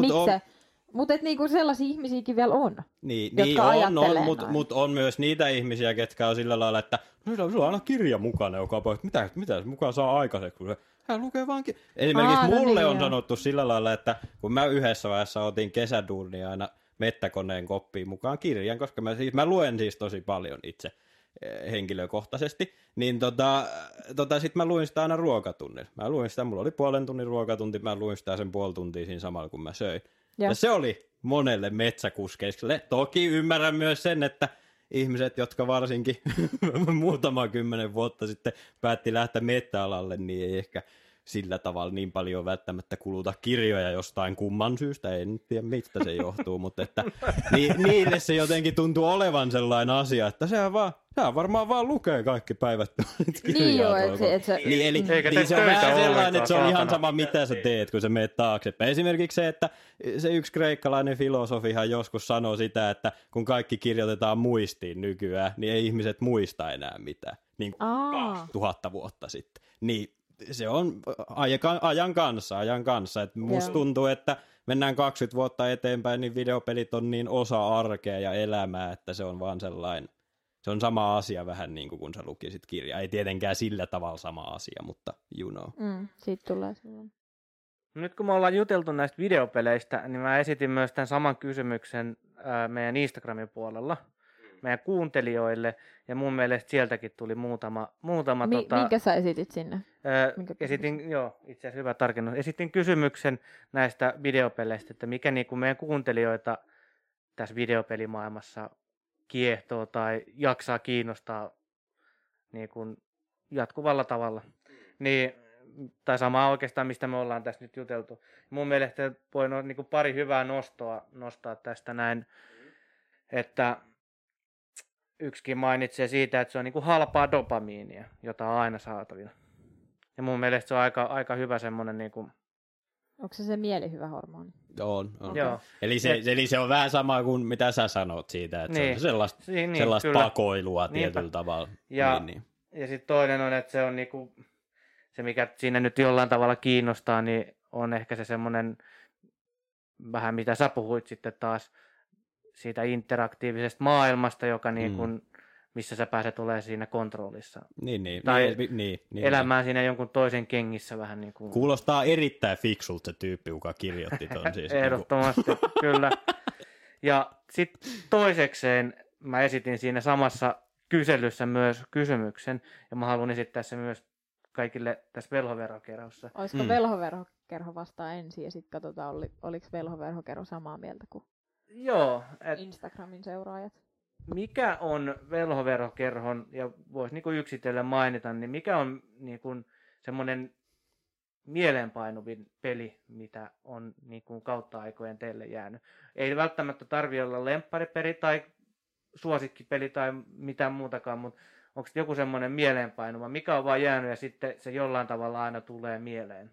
mutta niinku sellaisia ihmisiäkin vielä on, jotka ajattelee mutta on myös niitä ihmisiä, ketkä on sillä lailla, että no, sulla on aina kirja mukana joka päivä, mitä se mukaan saa aikaiseksi, kun hän lukee vaan Esimerkiksi mulle on sanottu sillä lailla, että kun mä yhdessä vaiheessa otin kesäduunia aina mettäkoneen koppiin mukaan kirjan, koska mä luen siis tosi paljon itse henkilökohtaisesti, niin sit mä luin sitä aina ruokatunnilla. Mä luin sitä, mulla oli puolen tunnin ruokatunti, mä luin sitä sen puoli tuntia siinä samalla, kun mä söin. Ja se oli monelle metsäkuskeisille. Toki ymmärrän myös sen, että ihmiset, jotka varsinkin muutama 10 vuotta sitten päätti lähteä mettäalalle, niin ei ehkä sillä tavalla niin paljon välttämättä kuluta kirjoja jostain kumman syystä. En tiedä, mistä se johtuu, mutta että niille se jotenkin tuntuu olevan sellainen asia, että sehän varmaan vaan lukee kaikki päivät kirjaa. Niin joo, eli se on vähän sellainen, että se on ihan sama, mitä sä teet, kun sä meet taaksepäin. Esimerkiksi se, että se yksi kreikkalainen filosofihan joskus sanoo sitä, että kun kaikki kirjoitetaan muistiin nykyään, niin ei ihmiset muista enää mitään. Niin 2000 vuotta sitten. Niin se on ajan kanssa. Että musta tuntuu, että mennään 20 vuotta eteenpäin, niin videopelit on niin osa arkea ja elämää, että se on vaan sellainen, se on sama asia vähän niin kuin kun sä lukisit kirjaa. Ei tietenkään sillä tavalla sama asia, mutta you know. Siitä tulee sellainen. Nyt kun me ollaan juteltu näistä videopeleistä, niin mä esitin myös tämän saman kysymyksen meidän Instagramin puolella. meidän kuuntelijoille, ja mun mielestä sieltäkin tuli muutama Minkä sä esitit sinne? esitin, joo, itse asiassa hyvä tarkennus. Esitin kysymyksen näistä videopeleistä, että mikä niin kuin meidän kuuntelijoita tässä videopelimaailmassa kiehtoo tai jaksaa kiinnostaa niin kuin jatkuvalla tavalla. Niin, tai samaa oikeastaan, mistä me ollaan tässä nyt juteltu. Mun mielestä voi niin kuin pari hyvää nostaa tästä näin, että yksikin mainitsee siitä, että se on niin kuin halpaa dopamiinia, jota on aina saatavilla. Ja mun mielestä se on aika hyvä semmoinen niin kuin... Onko se mielihyvä hormoni? On. Joo. Eli se on vähän sama kuin mitä sä sanot siitä, että niin. Se on sellaista pakoilua tietyllä tavalla. Ja sitten toinen on, että se on niinku, se mikä siinä nyt jollain tavalla kiinnostaa, niin on ehkä se semmoinen, vähän mitä sä puhuit sitten taas, siitä interaktiivisesta maailmasta, joka missä sä pääset olemaan siinä kontrollissa. Tai elämään siinä jonkun toisen kengissä vähän niin kuin... Kuulostaa erittäin fiksulta se tyyppi, joka kirjoitti ton siis. Ehdottomasti, kyllä. Ja sitten toisekseen mä esitin siinä samassa kyselyssä myös kysymyksen, ja mä haluan esittää se myös kaikille tässä velhoverhokerhossa. Olisiko velhoverhokerho vastaa ensin, ja sitten katsotaan, oliko velhoverhokerho samaa mieltä kuin Instagramin seuraajat? Mikä on velhoverhokerhon, ja voisi niinku yksitellen mainita, niin mikä on niinku semmoinen mieleenpainuvin peli, mitä on niinku kautta aikojen teille jäänyt? Ei välttämättä tarvitse olla lempparipeli tai suosikkipeli tai mitään muutakaan, mutta onko joku semmoinen mieleenpainuva, mikä on vaan jäänyt ja sitten se jollain tavalla aina tulee mieleen?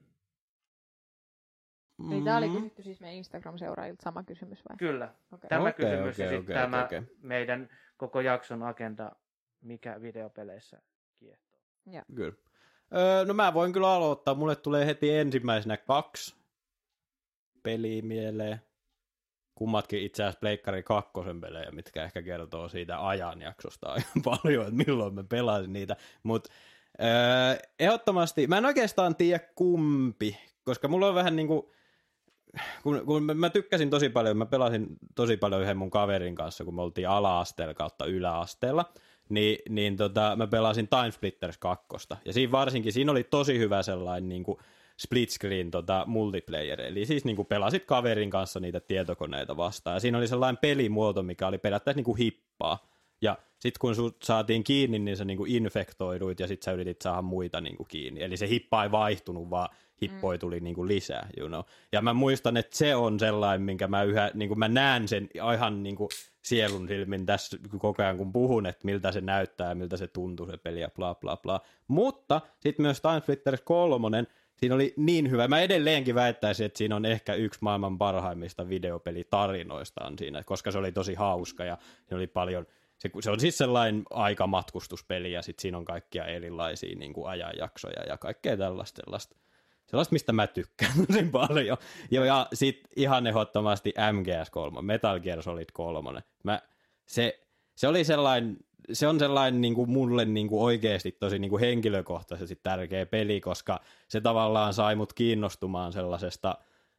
Niin tämä oli kysytty siis meidän Instagram-seuraajilta sama kysymys vai? Kyllä. Okay. Tämä kysymys ja sitten tämä meidän koko jakson agenda, mikä videopeleissä kiehtoo. Ja. Kyllä. No mä voin kyllä aloittaa. Mulle tulee heti ensimmäisenä 2 peliä mieleen. Kummatkin itse asiassa Pleikkari 2 pelejä, mitkä ehkä kertoo siitä ajanjaksosta aika paljon, että milloin mä pelasin niitä. Mutta ehdottomasti, mä en oikeastaan tiedä kumpi, koska mulla on vähän niinku, kun mä tykkäsin tosi paljon, mä pelasin tosi paljon yhden mun kaverin kanssa, kun me oltiin ala-asteella kautta yläasteella, niin mä pelasin Time Splitters 2. Ja siinä oli tosi hyvä sellainen niinku split screen multiplayer, eli siis niinku pelasit kaverin kanssa niitä tietokoneita vastaan. Ja siinä oli sellainen pelimuoto, mikä oli periaatteessa niinku hippaa. Ja sitten kun sut saatiin kiinni, niin sä niinku infektoiduit ja sitten sä yritit saada muita niinku kiinni. Eli se hippa ei vaihtunut, vaan hippoja tuli niinku lisää, you know. Ja mä muistan, että se on sellainen, minkä mä niinku mä näen sen ihan niinku sielun silmin tässä koko ajan, kun puhun, että miltä se näyttää ja miltä se tuntuu se peli ja bla bla bla. Mutta sitten myös Time Splitters 3, siinä oli niin hyvä. Mä edelleenkin väittäisin, että siinä on ehkä yksi maailman parhaimmista videopelitarinoistaan siinä, koska se oli tosi hauska ja siinä oli paljon... Se on siis sellainen aikamatkustuspeli ja sitten siinä on kaikkia erilaisia niin kuin ajanjaksoja ja kaikkea sellaista, mistä mä tykkään tosi paljon. Ja sitten ihan ehdottomasti MGS3, Metal Gear Solid 3. Se oli sellainen... Se on sellainen niin kuin mulle niin kuin oikeasti tosi niin kuin henkilökohtaisesti tärkeä peli, koska se tavallaan sai mut kiinnostumaan sellaisesta,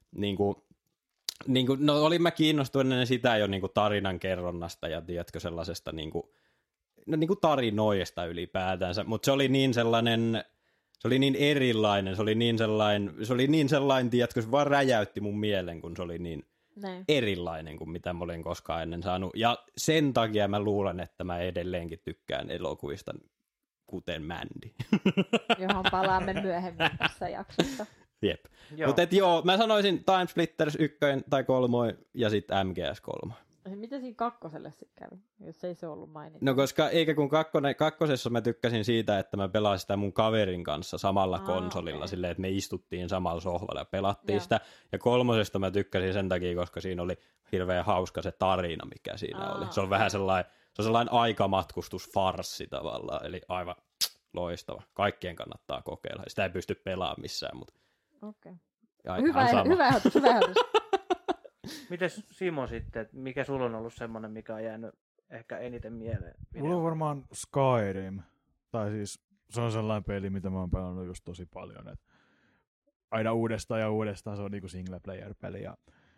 no olin mä kiinnostunut ennen sitä jo niin kuin tarinan kerronnasta ja tiedätkö sellaisesta niin kuin tarinoista ylipäätänsä, mutta se oli niin sellainen, se oli niin erilainen, se oli niin sellainen, tiedätkö, se vaan räjäytti mun mielen, kun se oli niin erilainen kuin mitä mä olin koskaan ennen saanut. Ja sen takia mä luulen, että mä edelleenkin tykkään elokuvista, kuten Mandy. Johon palaamme myöhemmin tässä jaksossa. Jep. Mutta mä sanoisin Time Splitters 1 tai 3 ja sitten MGS3. Mitä siinä kakkoselle sitten kävi, jos ei se ollut mainittu? No koska kun kakkosessa mä tykkäsin siitä, että mä pelasin sitä mun kaverin kanssa samalla konsolilla, silleen, että me istuttiin samalla sohvalla ja pelattiin sitä. Ja 3 mä tykkäsin sen takia, koska siinä oli hirveän hauska se tarina, mikä siinä oli. Se on vähän sellainen aikamatkustusfarssi tavallaan, eli aivan loistava. Kaikkien kannattaa kokeilla. Sitä ei pysty pelaamaan missään, mutta... Okei. Hyvä ehdotus. Mites Simo sitten, mikä sulla on ollut semmoinen, mikä on jäänyt ehkä eniten mieleen? Mulla on varmaan Skyrim, tai siis se on sellainen peli, mitä mä oon pelannut just tosi paljon, että aina uudestaan ja uudestaan se on niinku single player peli ja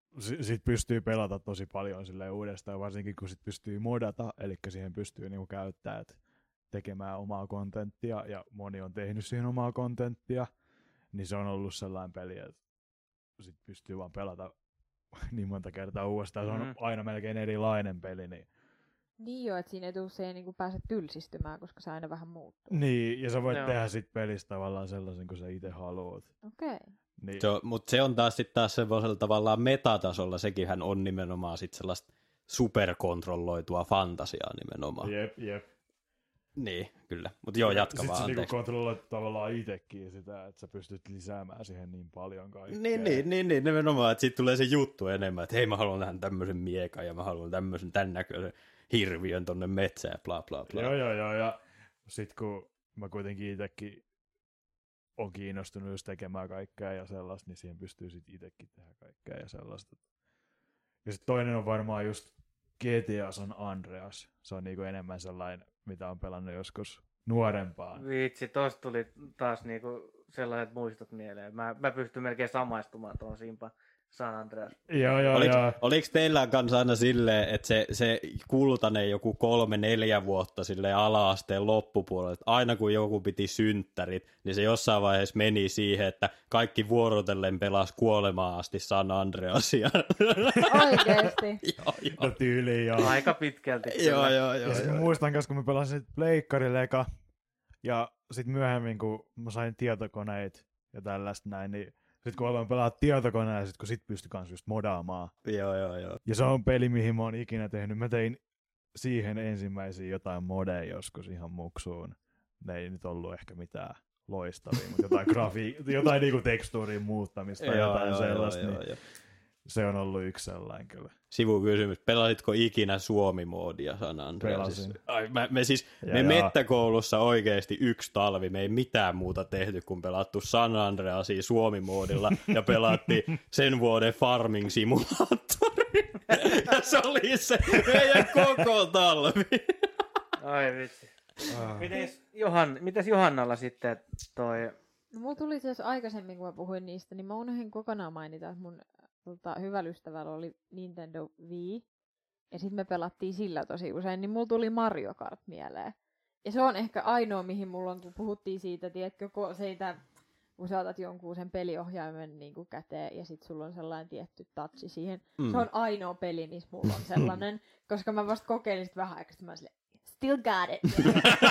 sit pystyy pelata tosi paljon silleen uudestaan, varsinkin kun sit pystyy modata, eli siihen pystyy niinku käyttämään tekemään omaa kontenttia, ja moni on tehnyt siihen omaa kontenttia, niin se on ollut sellainen peli, että sit pystyy vaan pelata niin monta kertaa uudestaan. Se on aina melkein erilainen peli. Niin jo, että siinä ei tule se niin pääse tylsistymään, koska se aina vähän muuttuu. Niin, ja sä voit tehdä sit pelistä tavallaan sellaisen, kun sä itse haluat. Okei. Okay. Niin. Mutta se on taas sitten taas semmoisella tavallaan metatasolla, sekinhän on nimenomaan sit sellaista superkontrolloitua fantasiaa nimenomaan. Jep. Niin, kyllä. Mutta joo, jatka vaan. Sitten sä niinku kontrolloit tavallaan itsekin sitä, että sä pystyt lisäämään siihen niin paljon kaikkea. Niin, nimenomaan, että siitä tulee se juttu enemmän, että hei, mä haluan nähdä tämmöisen miekan ja mä haluan tämmöisen tämän näköisen hirviön tonne metsään ja bla bla bla. Joo, ja sit kun mä kuitenkin itsekin on kiinnostunut just tekemään kaikkea ja sellaista, niin siihen pystyy sit itsekin tehdä kaikkea ja sellaista. Ja sit toinen on varmaan just GTA San Andreas. Se on niinku enemmän sellainen, mitä on pelannut joskus nuorempaan. Vitsi, tosta tuli taas niinku sellaiset muistot mieleen. Mä pystyn melkein samaistumaan tuohon Simpa San Andreas. Joo. Oliko teillä kanssa aina silleen, että se kultainen joku 3-4 vuotta silleen ala-asteen loppupuolella, että aina kun joku piti synttärit, niin se jossain vaiheessa meni siihen, että kaikki vuorotellen pelasi kuolemaan asti San Andreasia. Oikeesti? Joo. Tyyliin, joo. Aika pitkälti. Joo. Ja sit muistan kanssa, kun mä pelasin pleikkarilla eka, ja sit myöhemmin, kun mä sain tietokoneet ja tällaista näin, niin sit kun aloin pelaa tietokoneella, sit kun sit pystyi kans just modaamaan. Joo. Ja se on peli, mihin mä oon ikinä tehnyt. Mä tein siihen ensimmäisiä jotain modeja joskus ihan muksuun. Ne ei nyt ollut ehkä mitään loistavia, mutta jotain niinku tekstuurin muuttamista tai jotain sellaista. Joo. Se on ollut yksi sellainen kyllä. Sivukysymys. Pelasitko ikinä Suomi-moodia San Andreasissa? Me mettäkoulussa oikeasti yksi talvi, me ei mitään muuta tehty kuin pelattu San Andreasia Suomi-moodilla ja pelattiin sen vuoden Farming Simulaattori. Ja se oli se meidän koko talvi. Ai vitsi. Mites Johannalla sitten toi? No, mulla tuli se aikaisemmin, kun mä puhuin niistä, niin mä unohdin kokonaan mainita, että mun hyvällä ystävällä oli Nintendo Wii, ja sitten me pelattiin sillä tosi usein, niin mulla tuli Mario Kart mieleen. Ja se on ehkä ainoa, mihin mulla on, kun puhuttiin siitä, tiedätkö, kun sä otat jonkun sen peliohjaimen niin kuin käteen, ja sitten sulla on sellainen tietty touchi siihen. Se on ainoa peli, missä mulla on sellainen, koska mä vasta kokeilin sitä vähän aikaa, mä silleen, still got it.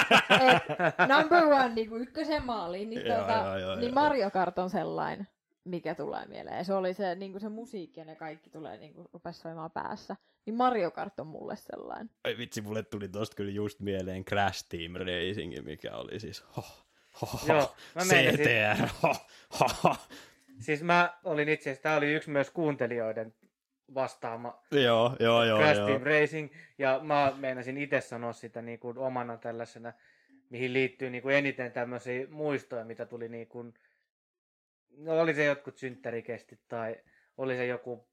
Number one, niin kuin ykkösen maaliin, niin, niin Mario Kart on sellainen, mikä tulee mieleen. Se oli se, niin kuin se musiikki ja ne kaikki tulee niin kuin rupesi soimaan päässä. Niin Mario Kart on mulle sellainen. Ai vitsi, mulle tuli tosta kyllä just mieleen Crash Team Racing, mikä oli siis Joo, mä CTR. Siis mä olin itse asiassa, tää oli yksi myös kuuntelijoiden vastaama Joo. Crash Team Racing, ja mä meinasin itse sanoa sitä niin kuin omana tällaisena, mihin liittyy niin kuin eniten tämmöisiä muistoja, mitä tuli niin kuin, no oli se jotkut synttärikestit, tai oli se joku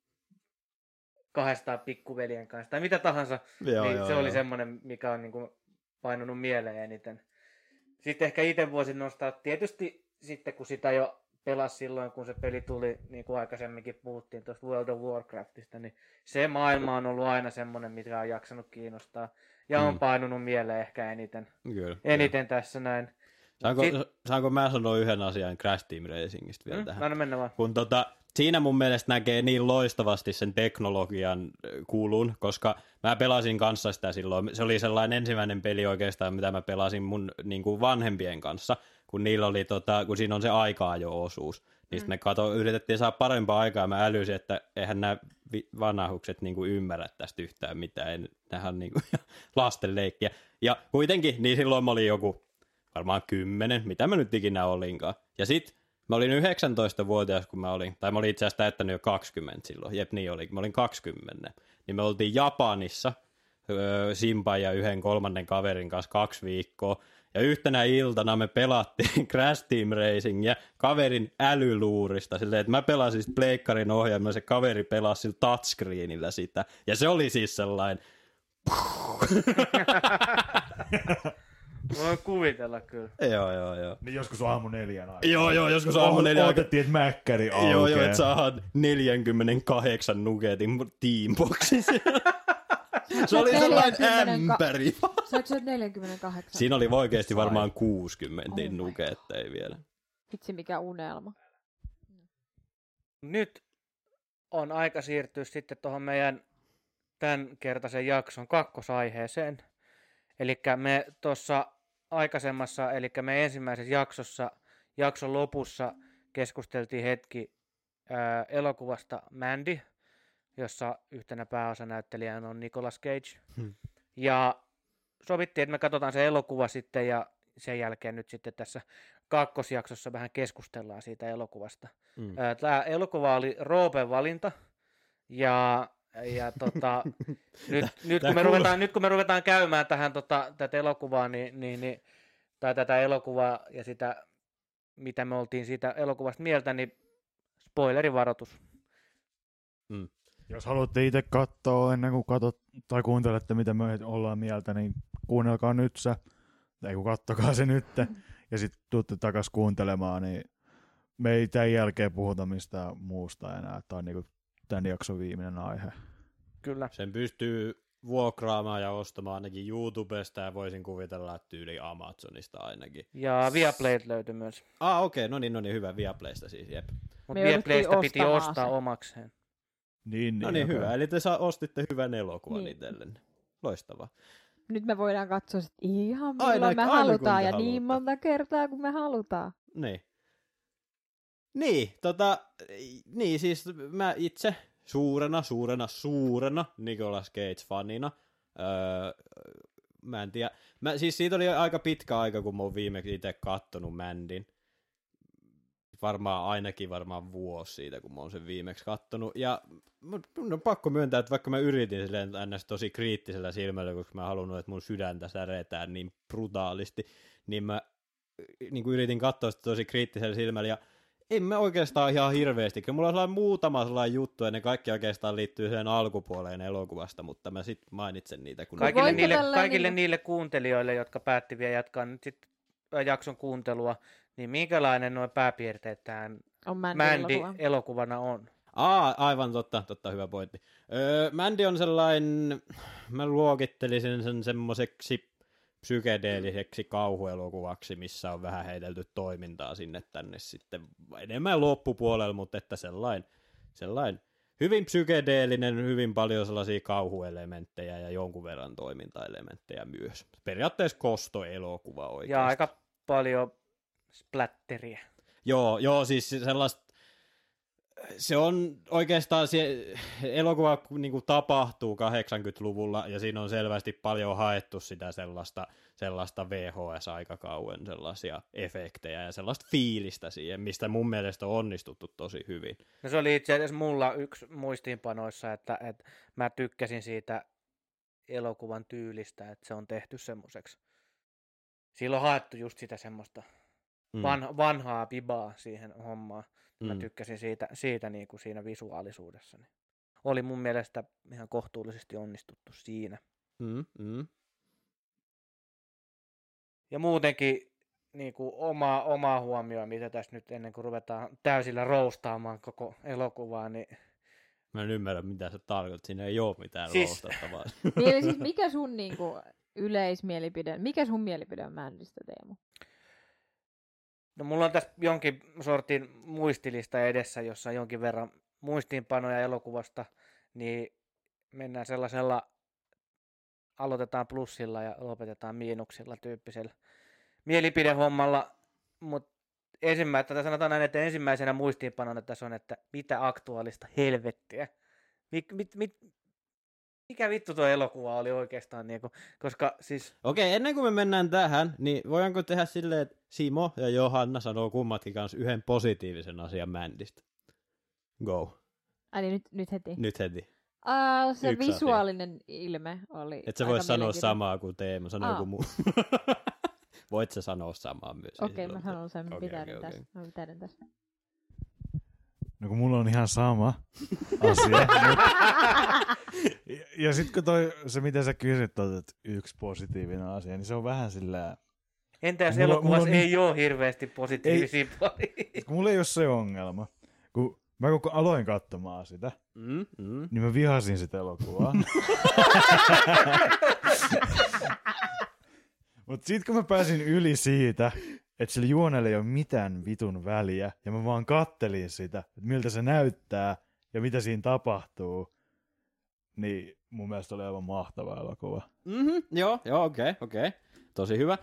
200 pikkuveljen kanssa, tai mitä tahansa, se oli semmoinen, mikä on niin kuin painunut mieleen eniten. Sitten ehkä itse voisin nostaa, tietysti sitten kun sitä jo pelasi silloin, kun se peli tuli, niin kuin aikaisemminkin puhuttiin tuosta World of Warcraftista, niin se maailma on ollut aina semmoinen, mikä on jaksanut kiinnostaa. Ja on painunut mieleen ehkä eniten tässä näin. Saanko mä sanoa yhden asian Crash Team Racingista vielä tähän? Anna mennä vaan. Kun siinä mun mielestä näkee niin loistavasti sen teknologian kulun, koska mä pelasin kanssa sitä silloin. Se oli sellainen ensimmäinen peli oikeastaan, mitä mä pelasin mun niin kuin vanhempien kanssa, kun niillä oli kun siinä on se aika-ajo-osuus. Niin sitten me yritettiin saada parempaa aikaa, mä älysin, että eihän nämä vanhukset niin kuin ymmärrä tästä yhtään mitään. Nämähän on niin kuin lastenleikkiä. Ja kuitenkin, niin silloin mä olin joku varmaan 10, mitä mä nyt ikinä olinkaan. Ja sit mä olin 19-vuotias, kun mä olin itse asiassa täyttänyt jo 20 silloin. Jep, niin oli. Mä olin 20. Niin me oltiin Japanissa Simpan ja yhden kolmannen kaverin kanssa 2 viikkoa. Ja yhtenä iltana me pelattiin Crash Team Racingia kaverin älyluurista. Silleen, että mä pelasin sit pleikkarin ohjelmaa, se kaveri pelasi sillä touchscreenillä sitä. Ja se oli siis sellainen Voin kuvitella kyllä. Joo. Niin joskus aamu 4 aikaa. Joo, joskus aamu 4 aikaa. Otettiin, että mäkkäri aukeaa. Joo, että saadaan 48 nugetin teamboxissa. Se oli sellainen ämpäri. Saatko sä 48? Siinä oli oikeasti varmaan 60 nugetteja vielä. Vitsi, mikä unelma. Nyt on aika siirtyä sitten tuohon meidän tämänkertaisen jakson kakkosaiheeseen. Eli me tuossa aikaisemmassa, eli me ensimmäisessä jakson lopussa keskusteltiin hetki elokuvasta Mandy, jossa yhtenä pääosanäyttelijänä on Nicolas Cage. Ja sovittiin, että me katsotaan se elokuva sitten ja sen jälkeen nyt sitten tässä kakkosjaksossa vähän keskustellaan siitä elokuvasta. Tämä elokuva oli Roopen valinta ja nyt kun me ruvetaan käymään tähän tätä elokuvaa tai tätä elokuvaa ja sitä mitä me oltiin siitä elokuvasta mieltä, niin spoilerivaroitus. Jos haluatte itse katsoa ennen kuin katsot tai kuuntelette mitä me ollaan mieltä, niin kuunnelkaa nyt se, tai kun kattokaa se nyt ja sitten tuutte takas kuuntelemaan, niin me ei tämän jälkeen puhuta mistään muusta enää. Tämä on niinku tämän jakson viimeinen aihe. Kyllä. Sen pystyy vuokraamaan ja ostamaan ainakin YouTubesta ja voisin kuvitella, että tyyli Amazonista ainakin. Ja Viaplayt löytyi myös. Okei, no niin, hyvä Viaplaysta siis, jep. Mutta Viaplaysta piti ostaa omakseen. Niin, no niin, hyvä. Eli te ostitte hyvän elokuvan itsellenne. Loistavaa. Nyt me voidaan katsoa sit ihan milloin me halutaan ja niin monta kertaa kuin me halutaan. Niin. Niin, siis mä itse suurena Nicolas Cage-fanina. Mä en tiedä. Siis siitä oli aika pitkä aika, kun mä oon viimeksi itse kattonut Mandyn. Varmaan vuosi siitä, kun mä oon sen viimeksi kattonut. Ja mun on pakko myöntää, että vaikka mä yritin silleen ns. Tosi kriittisellä silmällä, koska mä halunnut, että mun sydäntä säretään niin brutaalisti, niin mä niin kuin yritin katsoa sitä tosi kriittisellä silmällä. Ja en mä oikeastaan ihan hirveästi. Kyllä mulla on sellainen muutama sellainen juttu, ja ne kaikki oikeastaan liittyy siihen alkupuoleen elokuvasta, mutta mä sit mainitsen niitä. Kun kaikille niille kuuntelijoille, jotka päätti vielä jatkaa nyt sit jakson kuuntelua, niin minkälainen nuo pääpiirteet tähän Mandy-elokuvana on? Aivan totta, hyvä pointti. Mandy on sellainen, mä luokittelisin sen semmoiseksi psykedeelliseksi kauhuelokuvaksi, missä on vähän heitelty toimintaa sinne tänne sitten enemmän loppupuolella, mutta että sellainen hyvin psykedeellinen, hyvin paljon sellaisia kauhuelementtejä ja jonkun verran toimintaelementtejä myös. Periaatteessa kostoelokuva oikeasti. Ja aika paljon splatteriä. Joo, siis sellaista, se on oikeastaan se elokuva niin kuin tapahtuu 80-luvulla ja siinä on selvästi paljon haettu sitä sellaista VHS-aikakauen sellaisia efektejä ja sellaista fiilistä siihen, mistä mun mielestä on onnistuttu tosi hyvin. No se oli itse asiassa mulla yksi muistiinpanoissa, että mä tykkäsin siitä elokuvan tyylistä, että se on tehty semmoiseksi. Sillä on haettu just sitä semmoista vanhaa bibaa siihen hommaan. Mä tykkäsin siitä niin kuin siinä visuaalisuudessa. Oli mun mielestä ihan kohtuullisesti onnistuttu siinä. Ja muutenkin niin kuin oma huomio, mitä tässä nyt ennen kuin ruvetaan täysillä roustaamaan koko elokuvaa, niin mä en ymmärrä, mitä sä tarkoitat. Siinä ei ole mitään roustattavaa. Eli siis mikä sun niinku yleismielipide, mikä sun mielipide on Mandystä, Teemu? No mulla on tässä jonkin sortin muistilista edessä, jossa on jonkin verran muistiinpanoja elokuvasta, niin mennään sellaisella, aloitetaan plussilla ja lopetetaan miinuksilla tyyppisellä mielipidehommalla, mutta sanotaan näin, että ensimmäisenä muistiinpanona tässä on, että mitä aktuaalista helvettiä. Mikä vittu tuo elokuva oli oikeastaan, niinku, koska siis... Okei, ennen kuin me mennään tähän, niin voidaanko tehdä silleen, että Simo ja Johanna sanoo kummatkin kanssa yhden positiivisen asian Mandystä. Go. Eli nyt heti? Nyt heti. Se yksi visuaalinen ilme oli et sä voi sanoa samaa kuin Teemu, sano joku muu. Voit sä sanoa samaa myös. Okei, mä sanon sen, mä pitäydyn tässä. No kun mulla on ihan sama asia. ja sit kun se mitä sä kysyt, että yksi positiivinen asia, niin se on vähän sillä Entä jos Mulla- elokuvassa mulla on ei ole hirveästi positiivisia puolia? Mulla ei ole se ongelma. Kun mä kun aloin katsomaan sitä, niin mä vihasin sitä elokuvaa. Mutta sit kun mä pääsin yli siitä, että sillä juonella ei ole mitään vitun väliä, ja mä vaan kattelin sitä, että miltä se näyttää ja mitä siinä tapahtuu, niin mun mielestä oli aivan mahtava elokuva. Joo, okei. Tosi hyvä.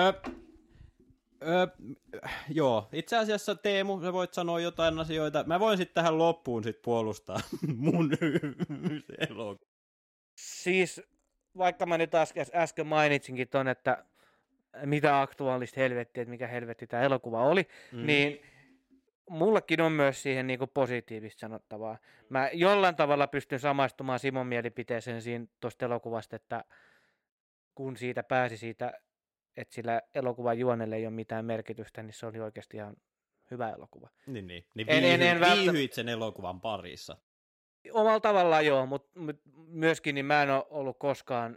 Joo, itse asiassa Teemu, sä voit sanoa jotain asioita. Mä voin sitten tähän loppuun sit puolustaa mun elokuvaa. Siis, vaikka mä nyt äsken mainitsinkin ton, että mitä aktuaalista helvettiä, että mikä helvetti tämä elokuva oli, niin mullakin on myös siihen niinku positiivista sanottavaa. Mä jollain tavalla pystyn samaistumaan Simon mielipiteeseen siinä tuosta elokuvasta, että kun siitä pääsi siitä, että sillä elokuvan juonelle ei ole mitään merkitystä, niin se oli oikeasti ihan hyvä elokuva. Niin. En Viihyit sen elokuvan parissa. Omalla tavallaan joo, mutta myöskin niin mä en ole ollut koskaan,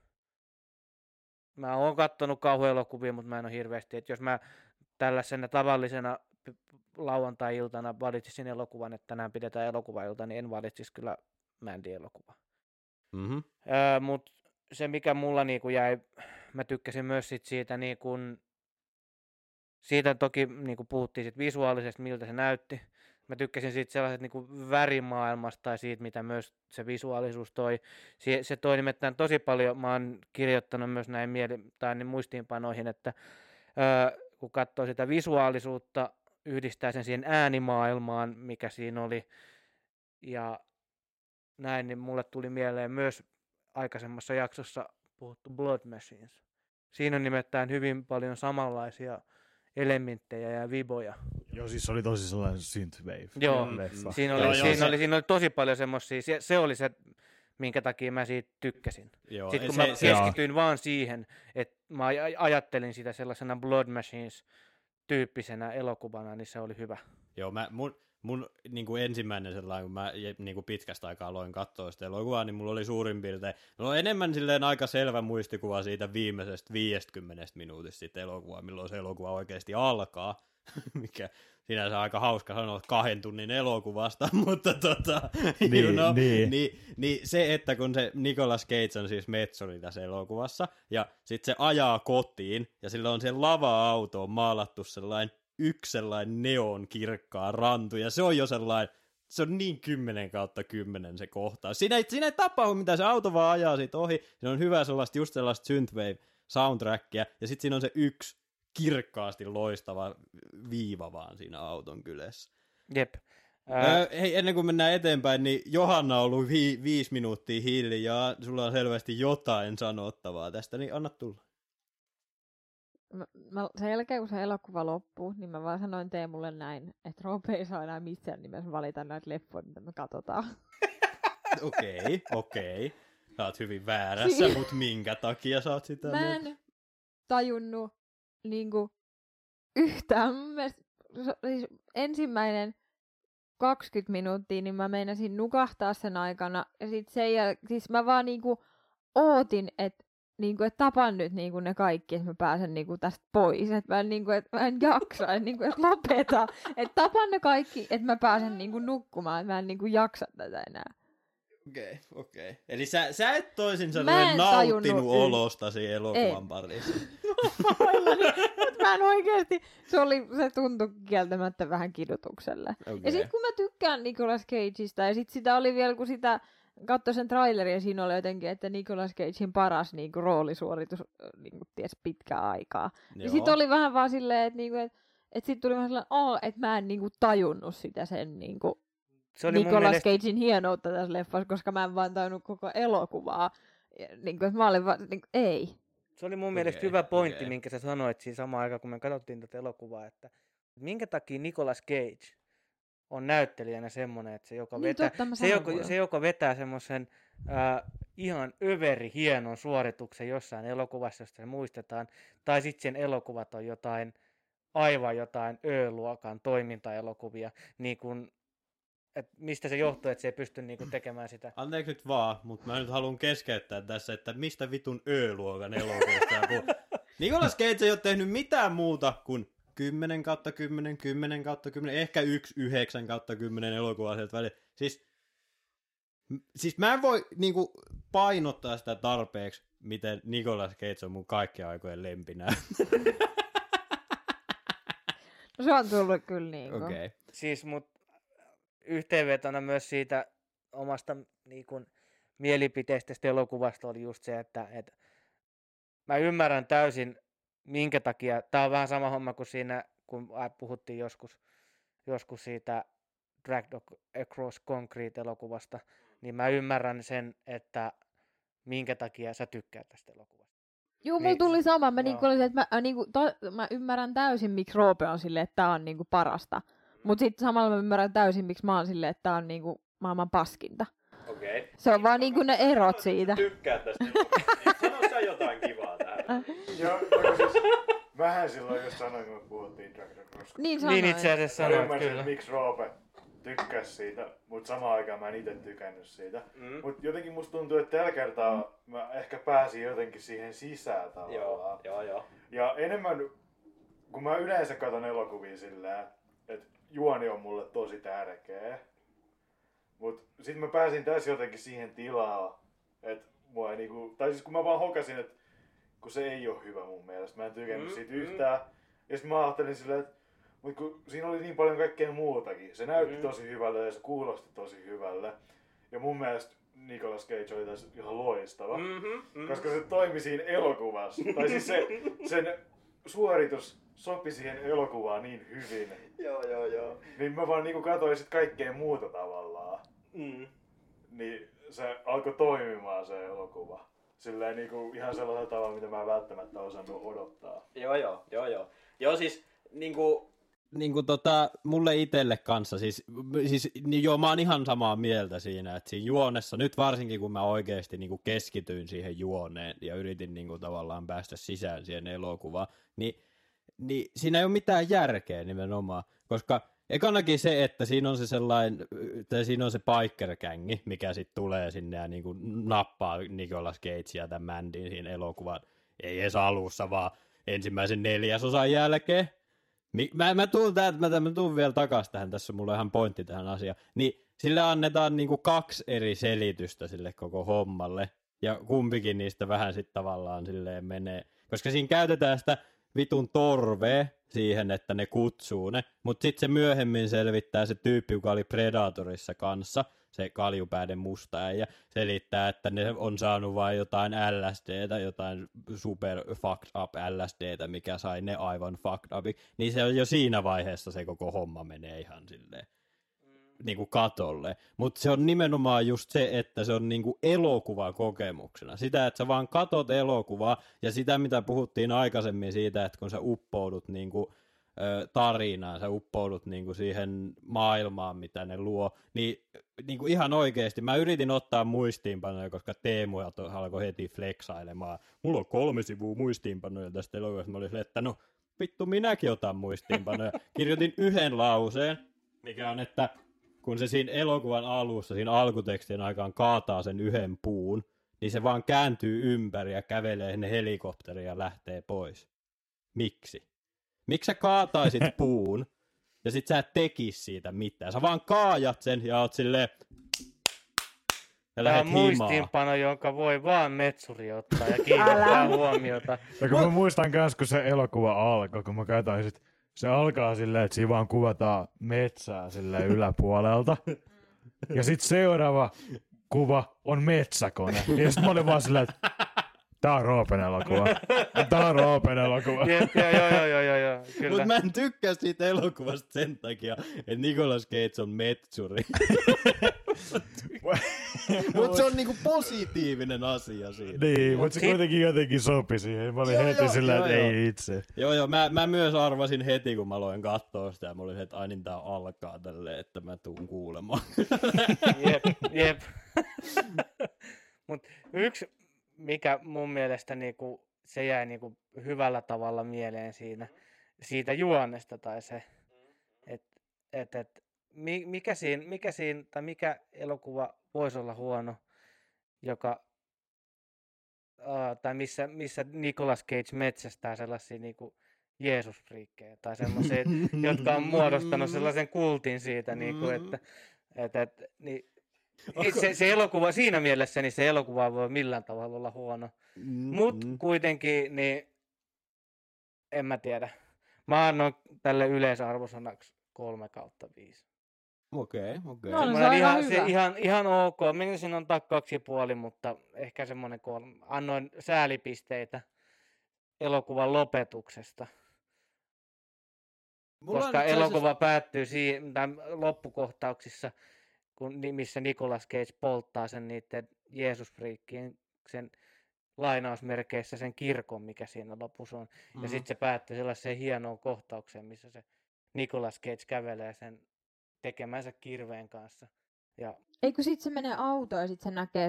mä oon kattonut kauhuelokuvia, mutta mä en ole hirveästi, että jos mä tällaisena tavallisena lauantai-iltana valitsisin elokuvan, että tänään pidetään elokuvailta, niin en valitsisi kyllä Mandy-elokuvaa. Mutta se mikä mulla niinku jäi, mä tykkäsin myös siitä niinku, siitä toki niinku puhuttiin sit visuaalisesti, miltä se näytti. Mä tykkäsin siitä sellaiset niinku värimaailmasta tai siitä, mitä myös se visuaalisuus toi. Se toi nimittäin tosi paljon, mä oon kirjoittanut myös näin muistiinpanoihin, että kun katsoo sitä visuaalisuutta, yhdistää sen siihen äänimaailmaan, mikä siinä oli, ja näin, niin mulle tuli mieleen myös aikaisemmassa jaksossa puhuttu Blood Machines. Siinä on nimittäin hyvin paljon samanlaisia elementtejä ja viboja. Joo, siis se oli tosi sellainen synthwave. Joo, leffa. siinä oli tosi paljon semmosia, se oli se, minkä takia mä siitä tykkäsin. Joo, sitten kun mä keskityin vaan siihen, että mä ajattelin sitä sellaisena Blood Machines-tyyppisenä elokuvana, niin se oli hyvä. Joo, mun niin kuin ensimmäinen sellainen, kun mä niin kuin pitkästä aikaa aloin katsoa sitä elokuvaa, niin mulla oli suurin piirtein, enemmän silleen aika selvä muistikuva siitä viimeisestä 50 minuutista siitä elokuvaa, milloin se elokuva oikeasti alkaa, mikä sinänsä aika hauska sanoa 2 tunnin elokuvasta, mutta niin se, että kun se Nicolas Cage on siis metsuri tässä elokuvassa, ja sitten se ajaa kotiin, ja sillä on se lava-auto maalattu sellainen neon kirkkaa rantu, ja se on jo sellainen, se on niin 10/10 se kohtaus. Siinä ei tapahdu mitään, se auto vaan ajaa siitä ohi, siinä on hyvä just sellaista synthwave soundtrackia, ja sitten siinä on se yksi kirkkaasti loistava viiva vaan siinä auton kylässä. Jep. Hei, ennen kuin mennään eteenpäin, niin Johanna on ollut 5 minuuttia hiljaa, sulla on selvästi jotain sanottavaa tästä, niin anna tulla. Sen jälkeen, kun se elokuva loppuu, niin mä vaan sanoin Teemulle näin, että Roope ei saa enää missään nimessä valita näitä leffoja, mitä me katsotaan. Okei. Sä oot hyvin väärässä, mutta minkä takia sä oot sitä? Mä en tajunnut niinku yhtään. Siis ensimmäinen 20 minuuttia, niin mä meinasin nukahtaa sen aikana. Ja sit siis mä vaan niinku ootin, että tapan nyt niinku ne kaikki, että mä pääsen niinku tästä pois. Että mä en jaksa, että lopeta. Että tapan ne kaikki, että mä pääsen niinku nukkumaan. Että mä en niinku jaksa tätä enää. Okei. Eli sä et toisin sanoen nauttinut olostasi elokuvan parissa. Mutta mä en oikeesti, se tuntui kieltämättä vähän kidutukselle. Okay. Ja sit kun mä tykkään Nicolas Cageista, ja sit sitä oli vielä, kun sitä katsoi sen trailerin, ja siinä oli jotenkin, että Nicolas Cagein paras niinku roolisuoritus ties pitkään aikaa. Ja sit oli vähän vaan silleen, että sit tuli vähän sellainen, että mä en tajunnut sitä sen Nicolas Cagein hienoutta tässä leffassa, koska mä en vaan tajunnut koko elokuvaa. Että mä olin vaan, ei. Se oli mun mielestä hyvä pointti, minkä sä sanoit siinä samaan aikaan, kun me katsottiin tätä elokuvaa, että minkä takia Nicolas Cage on näyttelijänä semmoinen, että se joka vetää semmoisen ihan överi hienon suorituksen jossain elokuvassa, josta se muistetaan, tai sitten sen elokuvat on aivan jotain Ö-luokan toimintaelokuvia, niin kuin että mistä se johtuu, että se ei pysty niinku tekemään sitä. Anteeksi nyt vaan, mutta mä nyt haluan keskeyttää tässä, että mistä vitun Ö-luokan elokuvasta Nicolas Cage ei ole tehnyt mitään muuta kuin 10/10, 10/10, ehkä 9/10 elokuvaa sieltä välillä. Siis mä en voi niinku painottaa sitä tarpeeksi, miten Nicolas Cage on mun kaikkien aikojen lempinä. No se on tullut kyllä niinku. Okei. Siis mut yhteenvetona myös siitä omasta niinku, mielipiteestä tästä elokuvasta oli just se, että mä ymmärrän täysin, minkä takia. Tää on vähän sama homma kuin siinä, kun puhuttiin joskus siitä Dragged Across Concrete-elokuvasta, niin mä ymmärrän sen, että minkä takia sä tykkäät tästä elokuvasta. Juu, mulla tuli sama. Mä, Joo. niinku olin, että mä ymmärrän täysin, miksi Roope on silleen, että tää on niinku parasta. Mut sitten samalla mä ymmärrän täysin, miksi mä oon silleen, että tää on niinku maailman paskinta. Okei. Se on vaan niinku ne erot siitä. Tykkää tästä elokuvasta. Sano sä jotain kivaa tähän. Joo, siis vähän silloin jos sanoin, kun me puhuttiin Dragon Cross. Niin sanoin. Niin itse asiassa Mä sanoit, ymmärsin, kyllä. miksi Roope tykkäs siitä, mutta samaan aikaan mä en itse tykännyt siitä. Mut jotenkin musta tuntuu, että tällä kertaa mä ehkä pääsin jotenkin siihen sisään tavallaan. Joo. Ja enemmän, kun mä yleensä katson elokuvia silleen, että juoni on mulle tosi tärkeä. Mut sit mä pääsin tässä jotenkin siihen tilaan, että mua ei niinku, tai siis kun mä vaan hokasin, että kun se ei ole hyvä mun mielestä, mä en tykännyt siitä yhtään. Ja sit mä ajattelin silleen, että mut kun siinä oli niin paljon kaikkea muutakin. Se näytti tosi hyvälle ja se kuulosti tosi hyvälle. Ja mun mielestä Nicolas Cage oli tässä ihan loistava. Koska se toimi siinä elokuvassa. Tai siis sen suoritus sopi siihen elokuvaan niin hyvin. Joo. Niin mä vaan niinku katsoin sit kaikkea muuta tavallaan. Niin se alkoi toimimaan se elokuva. Silleen niinku ihan sellaisella tavalla, mitä mä en välttämättä osannut odottaa. Joo. Joo, siis mulle itelle kanssa, siis niin joo, mä oon ihan samaa mieltä siinä, että siinä juonessa, nyt varsinkin kun mä oikeesti niinku keskityin siihen juoneen ja yritin niinku tavallaan päästä sisään siihen elokuvaan, niin siinä ei ole mitään järkeä nimenomaan, koska ekanakin se, että siinä on se sellainen, tai siinä on se biker-gängi, mikä sitten tulee sinne ja niinku nappaa Nicolas Cagea ja tämän Mandin siinä elokuvan, ei edes alussa, vaan ensimmäisen 4/4 jälkeen. Mä tuun vielä takas tähän, tässä on mulla ihan pointti tähän asiaan. Niin sille annetaan niinku 2 eri selitystä sille koko hommalle, ja kumpikin niistä vähän sitten tavallaan silleen menee. Koska siinä käytetään sitä vitun torvea siihen, että ne kutsuu ne, mutta sitten se myöhemmin selvittää se tyyppi, joka oli Predatorissa kanssa, se kaljupäiden musta äijä, selittää, että ne on saanut vain jotain LSDtä, jotain super fucked up LSDtä, mikä sai ne aivan fucked up. Niin se on jo siinä vaiheessa se koko homma menee ihan silleen niinku katolle. Mutta se on nimenomaan just se, että se on niinku elokuvakokemuksena. Sitä, että sä vaan katot elokuvaa ja sitä, mitä puhuttiin aikaisemmin siitä, että kun sä uppoudut niinku tarinaan, sä uppoudut niinku siihen maailmaan, mitä ne luo, niin niinku ihan oikeesti, mä yritin ottaa muistiinpanoja, koska Teemu alkoi heti flexailemaan. Mulla on 3 sivua muistiinpanoja tästä elokuvasta. Mä olin silleen, että no vittu minäkin otan muistiinpanoja. Kirjoitin 1 lauseen, mikä on, että kun se siinä elokuvan alussa, siinä alkutekstien aikaan kaataa sen 1 puun, niin se vaan kääntyy ympäri ja kävelee sinne helikopteriin ja lähtee pois. Miksi? Miksi sä kaataisit puun ja sit sä et tekis siitä mitään? Sä vaan kaajat sen ja oot silleen ja Tämä lähet on himaa. muistiinpano, jonka voi vaan metsuri ottaa ja kiinnittää huomiota. Ja kun mä muistan kans, kun se elokuva alkoi, kun mä katsoin sit, se alkaa silleen, että siinä vaan kuvataan metsää silleen yläpuolelta. Ja sit seuraava kuva on metsäkone. Ja sit mä olin vaan silleen, että tää on Roopen elokuva. Tää on Roopen elokuva. Jep, joo, kyllä. Mut mä en tykkää siitä elokuvasta sen takia, että Nicolas Cage on metsuri. Mut se on niinku positiivinen asia siinä. Niin, mutta se kuitenkin jotenkin sopi siihen. Mä olin heti silleen, että ei itse. Joo, mä myös arvasin heti, kun mä aloin katsoa sitä, ja mä olin, että aina tää alkaa tälleen, että mä tuun kuulemaan. Jep. Mut yksi, mikä mun mielestä niinku, se jäi niinku hyvällä tavalla mieleen siitä juonesta, tai se, että mikä elokuva voisi olla huono, joka tai missä Nicolas Cage metsästää sellaisia niinku Jeesus-friikkejä tai sellaisia, jotka on muodostanut sellaisen kultin siitä, niinku, niin, se elokuva, siinä mielessä niin se elokuva voi millään tavalla olla huono. Mutta kuitenkin, niin en mä tiedä. Mä annoin tälle yleisarvosanaksi 3/5. Okei. No, se on ihan, hyvä. ihan ok. Menisin antaa 2,5, mutta ehkä semmoinen 3. Annoin säälipisteitä elokuvan lopetuksesta. Koska elokuva päättyy loppukohtauksissa, missä Nicolas Cage polttaa sen niiden Jeesus-friikkien sen lainausmerkeissä sen kirkon, mikä siinä lopussa on. Ja sitten se päättyy sellaiseen hienoon kohtaukseen, missä se Nicolas Cage kävelee sen tekemänsä kirveen kanssa. Ja Eikö sit se menee autoon ja sit se näkee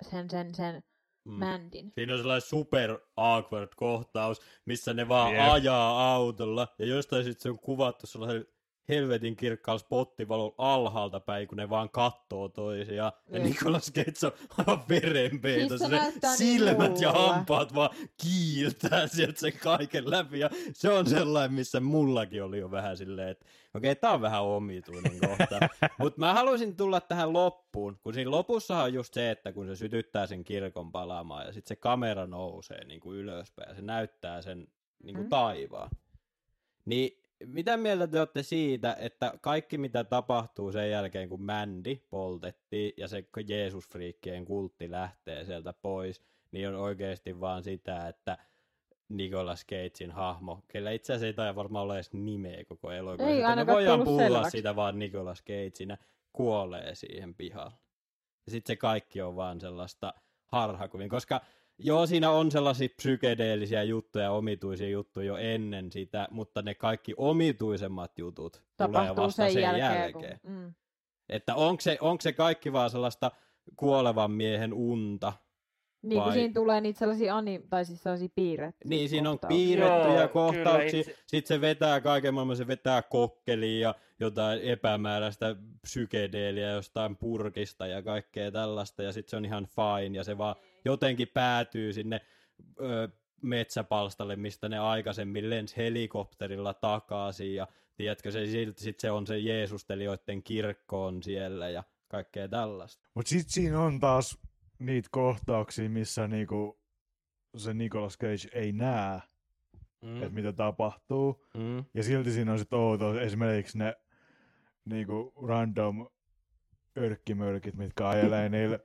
sen Mandin? Siinä on sellainen super awkward kohtaus, missä ne vaan ajaa autolla. Ja jostain sitten se on kuvattu sellaisen helvetin kirkkaalla spottivalolla alhaalta päin, kun ne vaan kattoo toisiaan. Ja Nicolas Cage on aivan verenpeitossa. Siis se silmät ja mulle. hampaat vaan kiiltää sieltä sen kaiken läpi. Ja se on sellainen, missä mullakin oli jo vähän silleen, että okei, tää on vähän omituinen kohta. Mutta mä haluaisin tulla tähän loppuun, kun siinä lopussahan on just se, että kun se sytyttää sen kirkon palaamaan ja sitten se kamera nousee niin kuin ylöspäin ja se näyttää sen niin kuin taivaan. Niin mitä mieltä te olette siitä, että kaikki mitä tapahtuu sen jälkeen, kun Mandy poltettiin ja se Jeesus-friikkien kultti lähtee sieltä pois, niin on oikeasti vaan sitä, että Nicolas Cagein hahmo, kellä itse asiassa ei taida varmaan ole edes nimeä koko elokuvassa. Ei ainakaan me voidaan tullut puhua selväksi. sitä vaan Nicolas Cageina, kuolee siihen pihalle. Ja sitten se kaikki on vaan sellaista harhakuvin, koska joo, siinä on sellaisia psykedeellisiä juttuja, omituisia juttuja jo ennen sitä, mutta ne kaikki omituisemmat jutut tulee Tapahtuu vasta sen jälkeen. Kun, Että onko se kaikki vaan sellaista kuolevan miehen unta? niin vai kuin siinä tulee niitä sellaisia sellaisia piirrettyjä niin, siinä on kohtauksia. piirrettyjä Joo, kohtauksia, kyllä, sitten se vetää kaiken maailman, se vetää kokkelia ja jotain epämääräistä psykedeeliä jostain purkista ja kaikkea tällaista, ja sitten se on ihan fine, ja se vaan jotenkin päätyy sinne metsäpalstalle, mistä ne aikaisemmin lensi helikopterilla takaisin, ja tiedätkö, sitten se on se jeesustelijoiden kirkkoon siellä, ja kaikkea tällaista. Mutta sitten siinä on taas niitä kohtauksia, missä niinku se Nicolas Cage ei näe, että mitä tapahtuu. Ja silti siinä on sit outo, esimerkiksi ne niinku random örkkimörkit, mitkä ajelee niillä.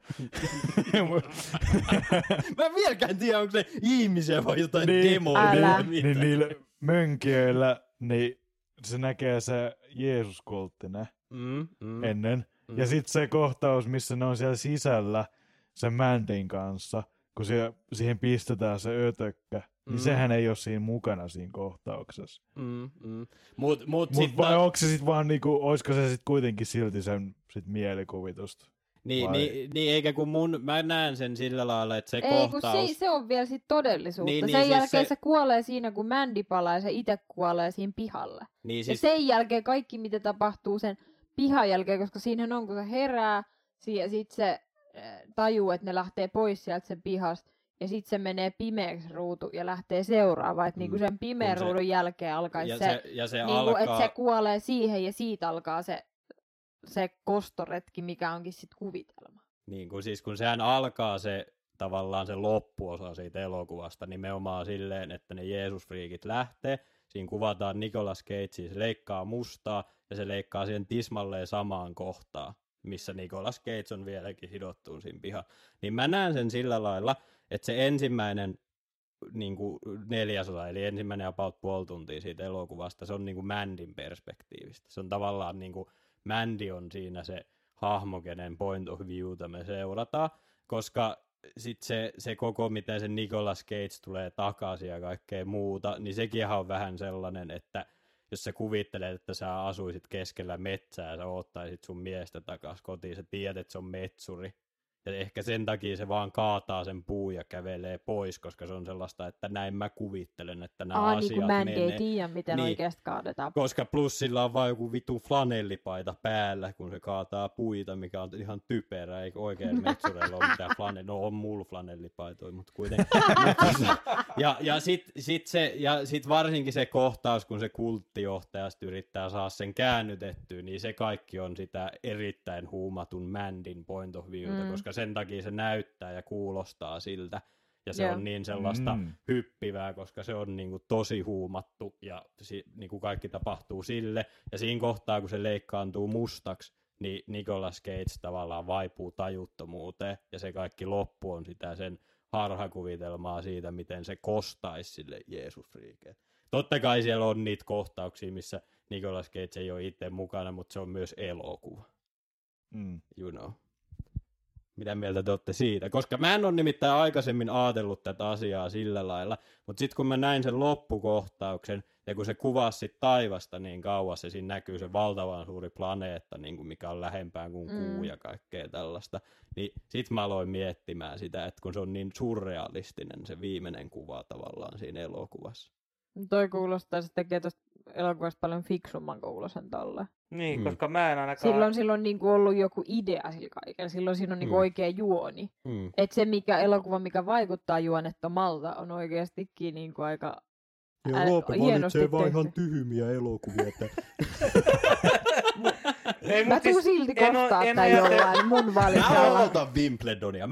Mä en vieläkään tiedä, onko se ihmisiä vai jotain demoja. Älä. Niin niillä mönkijöillä, niin se näkee se Jeesus-kulttinen ennen. Ja sitten se kohtaus, missä ne on siellä sisällä sen Mandin kanssa, kun siihen pistetään se ötökkä, niin sehän ei ole siinä mukana siinä kohtauksessa. Mut Vai onko se sitten vaan niinku, olisiko se sitten kuitenkin silti sen sit mielikuvitusta? Niin, eikä kun mä näen sen sillä lailla, että se Ei, kohtaus... kun se on vielä sit todellisuutta. Niin, sen siis jälkeen se kuolee siinä, kun Mandy palaa ja se itse kuolee siinä pihalle. Niin, Ja siis... sen jälkeen kaikki, mitä tapahtuu sen pihan jälkeen, koska siinä on, kun se herää, ja sitten se tajuu, että ne lähtee pois sieltä sen pihasta, ja sitten se menee pimeäksi ruutu ja lähtee seuraavaan. Että niinku sen pimeän ruudun jälkeen alkaisi se niinku, alkaa... että se kuolee siihen, ja siitä alkaa se kostoretki, mikä onkin sitten kuvitelma. Niin, kun sehän alkaa se tavallaan se loppuosa siitä elokuvasta nimenomaan silleen, että ne Jeesus-friikit lähtee. Siinä kuvataan Nicolas Cage, se leikkaa mustaa ja se leikkaa siihen tismalleen samaan kohtaan, missä Nicolas Cage on vieläkin sidottu siinä pihaan. Niin mä näen sen sillä lailla, että se ensimmäinen niin kuin 4/4, eli ensimmäinen about puoli tuntia siitä elokuvasta, se on niin kuin Mandyn perspektiivistä. Se on tavallaan niin kuin Mandy on siinä se hahmo, kenen point of viewta me seurataan, koska sitten se koko, miten se Nicolas Cage tulee takaisin ja kaikkea muuta, niin sekin on vähän sellainen, että jos sä kuvittelet, että sä asuisit keskellä metsää ja sä oottaisit sun miestä takaisin kotiin, sä tiedät, että se on metsuri, Ja ehkä sen takia se vaan kaataa sen puun ja kävelee pois, koska se on sellaista, että näin mä kuvittelen, että nämä asiat niin kuin Mandy ei menee. tiedä, miten Niin. oikeasti kaadetaan. Koska plus sillä on vaan joku vitu flanellipaita päällä, kun se kaataa puita, mikä on ihan typerä, eikä oikein metsureilla ole mitään flanelli. No on mulla flanellipaitoja, mutta kuitenkin. ja sit varsinkin se kohtaus, kun se kulttijohtaja yrittää saada sen käännytettyä, niin se kaikki on sitä erittäin huumatun Mandyn point of viewta, koska sen takia se näyttää ja kuulostaa siltä. Ja se on niin sellaista hyppivää, koska se on niinku tosi huumattu ja niinku kaikki tapahtuu sille. Ja siinä kohtaa, kun se leikkaantuu mustaksi, niin Nicolas Cage tavallaan vaipuu tajuttomuuteen. Ja se kaikki loppu on sitä sen harhakuvitelmaa siitä, miten se kostaisi sille Jeesus-friikeille. Totta kai siellä on niitä kohtauksia, missä Nicolas Cage ei ole itse mukana, mutta se on myös elokuva. You know. Mitä mieltä te olette siitä? Koska mä en ole nimittäin aikaisemmin ajatellut tätä asiaa sillä lailla, mutta sitten kun mä näin sen loppukohtauksen, ja kun se kuvasi sit taivasta niin kauas, ja siinä näkyy se valtavan suuri planeetta, niin kuin mikä on lähempään kuin kuu ja kaikkea tällaista, niin sit mä aloin miettimään sitä, että kun se on niin surrealistinen se viimeinen kuva tavallaan siinä elokuvassa. Toi kuulostaa, se tekee tuosta elokuvasta paljon fiksumman kuulosen tolle. Niin, koska mä en ainakaan... Silloin niinku ollut joku idea sillä kaikella. Silloin siinä on niinku oikea juoni. Että se elokuva, mikä vaikuttaa juonettomalta, on oikeastikin niinku aika hienosti tehty. vaan ihan tyhmiä elokuvia. Mä tuun silti kohtaa tai jollain mun valitsella. Mä ootan Wimbledonia.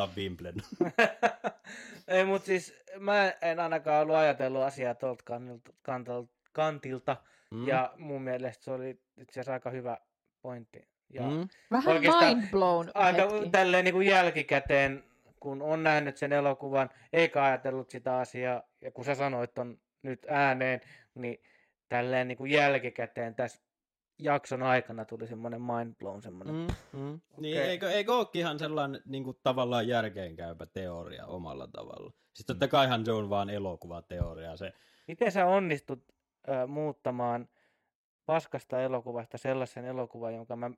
Ei, mutta siis mä en ainakaan ollut ajatellut asiaa tuolta kantilta. Ja mun mielestä se oli itse asiassa aika hyvä pointti. Ja vähän mind blown aika hetki. tälleen niin kuin jälkikäteen, kun on nähnyt sen elokuvan, eikä ajatellut sitä asiaa, ja kun sä sanoit ton nyt ääneen, niin tälleen niin kuin jälkikäteen tässä jakson aikana tuli semmoinen mind blown semmoinen. Niin, eikö olekin ihan sellainen niin kuin, tavallaan järkeenkäypä teoria omalla tavalla? Siis totta kaihan se on vaan elokuvateoria se. Miten sä onnistut muuttamaan paskasta elokuvasta sellaisen elokuvan,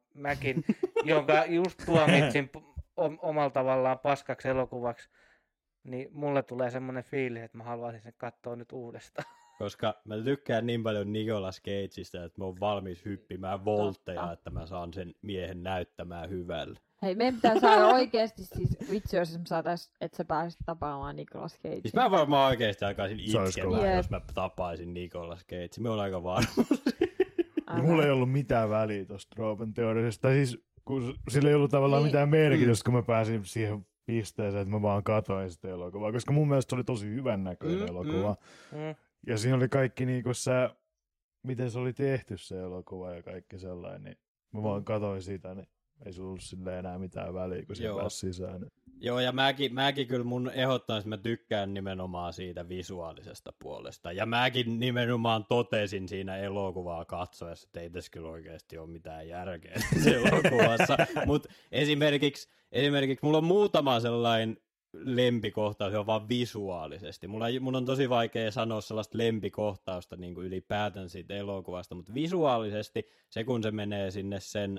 jonka just tuomitsin omalla tavallaan paskaksi elokuvaksi, niin mulle tulee semmoinen fiilis, että mä haluaisin sen katsoa nyt uudestaan. Koska mä tykkään niin paljon Nicolas Cageista, että mä oon valmis hyppimään voltteja, että mä saan sen miehen näyttämään hyvälle. Hei, meidän pitää saada oikeesti siis vitsi, jos me saatais, että sä pääsit tapaamaan Nicolas Cage. Siis mä varmaan oikeesti alkaisin itkemään, jos mä tapaisin Nicolas Cage. Me on aika varma. Mulla ei ollut mitään väliä tosta Tropen teoriasta. Siis, kun sillä ei ollut tavallaan mitään merkitystä, kun mä pääsin siihen pisteeseen, että mä vaan katoin sitä elokuvaa. Koska mun mielestä se oli tosi hyvän näköinen elokuva. Ja siinä oli kaikki niinku miten se oli tehty se elokuva ja kaikki sellainen. Niin mä vaan katoin sitä, niin ei se ollut silleen enää mitään väliä, kun se pääsi sisään. Joo, ja mäkin kyllä mun ehdottomasti mä tykkään nimenomaan siitä visuaalisesta puolesta. Ja mäkin nimenomaan totesin siinä elokuvaa katsoessa, että ei tässä kyllä oikeasti ole mitään järkeä tässä elokuvassa. Mutta esimerkiksi mulla on muutama sellainen lempikohtaus, se on vaan visuaalisesti. Mun on tosi vaikea sanoa sellaista lempikohtausta niin kuin ylipäätään siitä elokuvasta, mutta visuaalisesti se, kun se menee sinne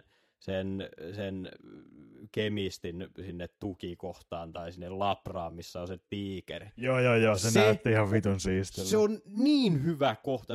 sen kemistin sinne tukikohtaan tai sinne labraan, missä on se tiikeri. Joo, se näytti ihan vitun siisteltä. Se on niin hyvä kohta.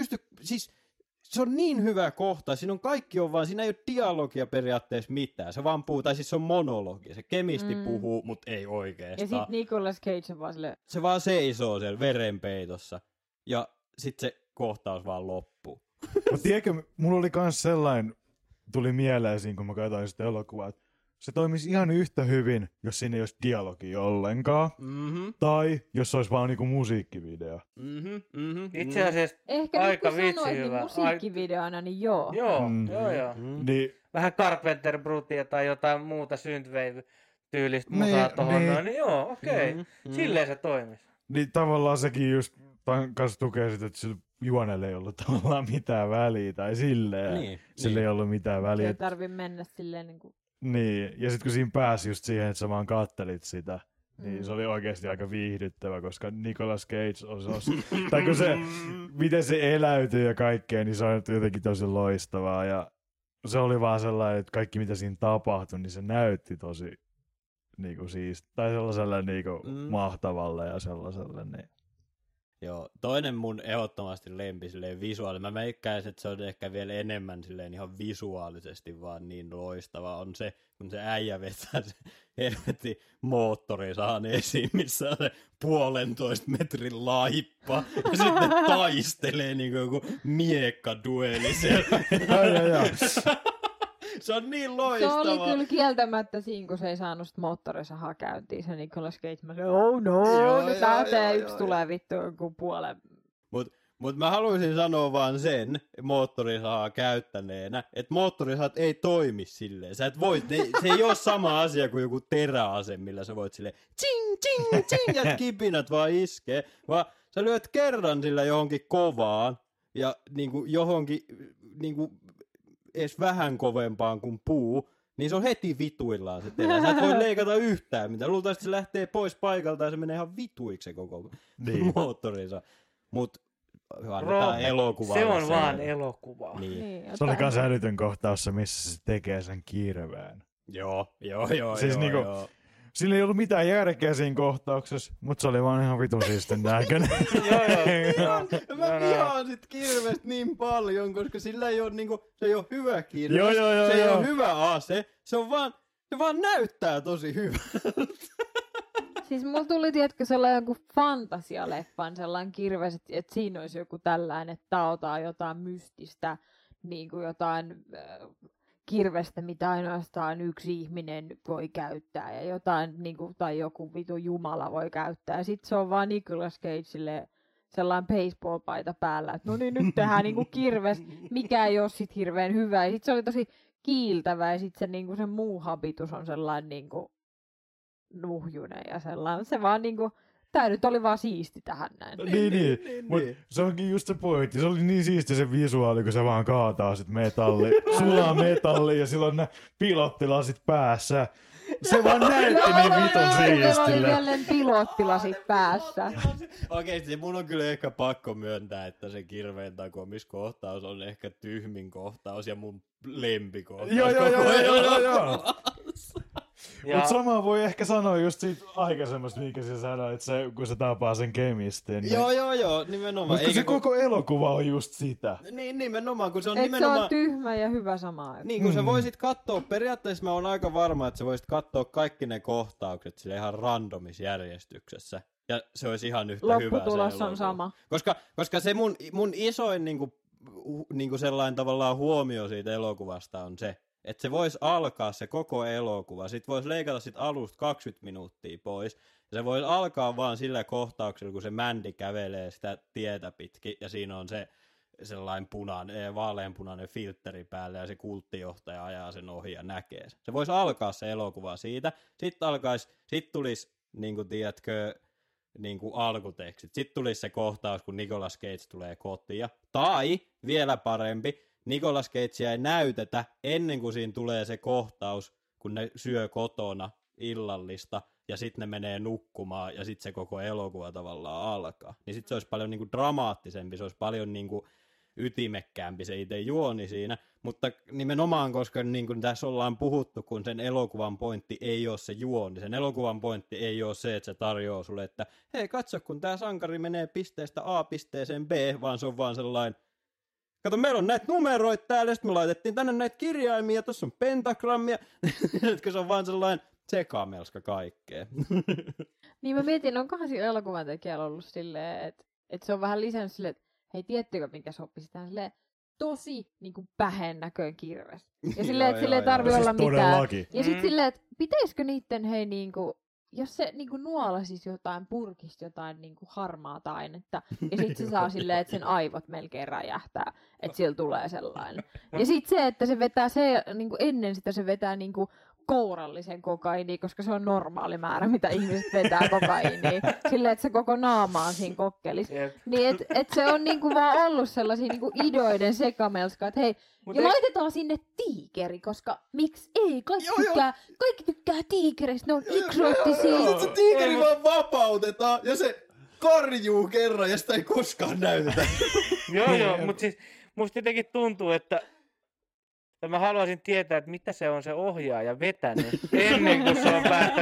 Se on niin hyvä kohta. Siinä on kaikki on vaan, siinä ei ole dialogia periaatteessa mitään. Se vaan puhuu, tai siis se on monologi. Se kemisti puhuu, mutta ei oikeastaan. Ja sit Nicolas Cage on vaan silleen... Se vaan seisoo siellä verenpeitossa. Ja sit se kohtaus vaan loppuu. Mutta tiedätkö, mulla oli kans sellainen, tuli mieleen siinä, kun mä katsoin sitä elokuvaa, että se toimisi ihan yhtä hyvin, jos siinä ei olisi dialogia ollenkaan. Tai jos se olisi vaan niinku musiikkivideo. Itse asiassa ehkä aika nyt kun sanoit vitsi hyvä. musiikkivideona, niin joo. Joo. Niin, Vähän Carpenter Brutia tai jotain muuta synthwave-tyylistä musaa tohon noin, niin joo, okei. Silleen se toimisi. niin tavallaan sekin just kanssa tukee sitä, että sillä juonelle ei ollut tavallaan mitään väliä, tai silleen. Sillä ei ollut mitään väliä. Ei tarvi mennä silleen niin kuin... Niin, ja sitten kun siinä pääsi just siihen, että sä vaan kattelit sitä, niin se oli oikeasti aika viihdyttävä, koska Nicolas Cage tai kun se, miten se eläytyy ja kaikkea, niin se on jotenkin tosi loistavaa, ja se oli vaan sellainen, että kaikki mitä siinä tapahtui, niin se näytti tosi niinku tai sellaiselle niinku mahtavalle ja sellaiselle. Niin. Joo, toinen mun ehdottomasti lempi silleen visuaali. Mä meikkäisin, että se on ehkä vielä enemmän silleen ihan visuaalisesti vaan niin loistava. On se, kun se äijä vetää se helvetin moottorisaan esiin, missä on se 1,5 metrin laippa. Ja sitten taistelee niin kuin joku miekkadueli siellä. Se on niin loistava. Se oli kyllä kieltämättä siinä, kun se ei saanut sitä moottorisahaa käyntiin. Se Nicolas Cage, mä sanoin, oh no, nyt lähtee yksi tulee vittu joku puolen. Mut mä haluaisin sanoa vaan sen moottorisahaa käyttäneenä, että moottorisahat ei toimi silleen. Sä et voi, se ei ole sama asia kuin joku teräase, millä sä voit silleen ching, ching, ching, ja kipinät vaan iskee. Vaan sä lyöt kerran sillä johonkin kovaan ja niinku johonkin niinku edes vähän kovempaan kuin puu, niin se on heti vituillaan se terä. Sä et voi leikata yhtään mitään. Luultavasti se lähtee pois paikalta ja se menee ihan vituiksi se koko moottorinsa. Mut se on vaan elokuvaa. Niin, se oli kans älytön kohtaus, missä se tekee sen kirveen. Joo. Siis joo. Sillä ei ollut mitään järkeä siinä kohtauksessa, mutta se oli vaan ihan vitun siisten näköinen. Joo. Mä vihaan sit kirvestä niin paljon, koska sillä ei ole niinku, se ei ole hyvä kirves. Se ei ole hyvä ase. Se vaan näyttää tosi hyvältä. Siis mulla tuli, tiedätkö, sellainen joku fantasialeffan, sellainen kirves, että siinä olisi joku tällainen, että taotaan jotain mystistä, niin kuin jotain kirvestä, mitä ainoastaan yksi ihminen voi käyttää, ja jotain, niin kuin, tai joku vitu jumala voi käyttää. Ja sit se on vaan Nicolas Cagelle sellainen baseball-paita päällä, että no niin, nyt tehdään niin kuin kirves, mikä ei ole sit hirveän hyvä. Ja sit se oli tosi kiiltävä, ja sit se, niin kuin, se muu habitus on sellainen niin kuin nuhjunen ja sellainen. Se vaan niinku, tää nyt oli vaan siisti tähän näin. Niin. Mut se onkin just se pointti. Se oli niin siisti se visuaali, kun se vaan kaataa sit sulaa metalli ja silloin ne pilottilasit päässä. Se vaan näytti niin vitun siistille. Se oli vielä pilottilasit päässä. Oikeesti mun on kyllä ehkä pakko myöntää, että se kirveen takomiskohtaus on ehkä tyhmin kohtaus ja mun lempikohtaus. Joo. Mutta sama voi ehkä sanoa just siitä aikaisemmasta, mikä sä sanoit, se, kun se tapaa sen kemistin. Niin... Joo, nimenomaan. Mutta se koko elokuva on just sitä. Niin, nimenomaan, kun se on et nimenomaan... se on tyhmä ja hyvä sama aika. Niin, kun sä voisit katsoa, periaatteessa mä oon aika varma, että sä voisit katsoa kaikki ne kohtaukset sille ihan randomisjärjestyksessä. Ja se olisi ihan yhtä hyvä se lopputulos on sama. Koska se mun isoin niinku sellainen tavallaan huomio siitä elokuvasta on se, että se voisi alkaa se koko elokuva, sit voisi leikata sit alusta 20 minuuttia pois, ja se voisi alkaa vaan sillä kohtauksella, kun se Mandy kävelee sitä tietä pitkin, ja siinä on se sellainen vaaleanpunainen filtteri päällä, ja se kulttijohtaja ajaa sen ohi ja näkee sen. Se voisi alkaa se elokuva siitä, sit tulisi, niinku tiedätkö, niinku alkutekstit, sit tulisi se kohtaus, kun Nicolas Cage tulee kotiin, tai vielä parempi, Nicolas Cagea ei näytetä ennen kuin siinä tulee se kohtaus, kun ne syö kotona illallista ja sitten ne menee nukkumaan ja sitten se koko elokuva tavallaan alkaa. Niin sitten se olisi paljon niinku dramaattisempi, se olisi paljon niinku ytimekkäämpi se itse juoni siinä, mutta nimenomaan koska niin kuin tässä ollaan puhuttu, kun sen elokuvan pointti ei ole se juoni, sen elokuvan pointti ei ole se, että se tarjoaa sulle, että hei katso, kun tämä sankari menee pisteestä A pisteeseen B, vaan se on vaan sellainen, kato, meillä on näitä numeroita täällä, sitten me laitettiin tänne näitä kirjaimia, tuossa on pentagrammia, että se on vaan sellainen sekamelska kaikkea. Niin mä mietin, onkohan siinä elokuvan tekijällä ollut silleen, että se on vähän lisännyt silleen, että hei, tiedättekö minkä sopisi tähän silleen tosi niinku pähen näköinen kirves. Ja silleen, että sille ei tarvi olla mitään. Todellakin. Ja sitten silleen, että pitäisikö niitten hei niinku, jos se niinku nuolasisi jotain purkista, jotain niinku harmaata ainetta, ja sitten se saa silleen, että sen aivot melkein räjähtää, että sillä tulee sellainen. Ja sitten se, että se vetää niinku ennen sitä se vetää niinku kourallisen kokainia, koska se on normaali määrä, mitä ihmiset vetää kokainia. Silleen, että se koko naama on siinä kokkelissa. Niin, että se on niinku vaan ollut sellaisia niinku idoiden sekamelska, että hei, ja laitetaan sinne tiikeri, koska miksi ei? Kaikki tykkää tiikereistä, ne on eksoottisia. Se tiikeri vaan vapautetaan ja se karjuu kerran ja sitä ei koskaan näytetä. Joo, mutta siis musta jotenkin tuntuu, että mä haluaisin tietää, että mitä se on se ohjaaja vetänyt ennen kuin se on päättänyt alkaa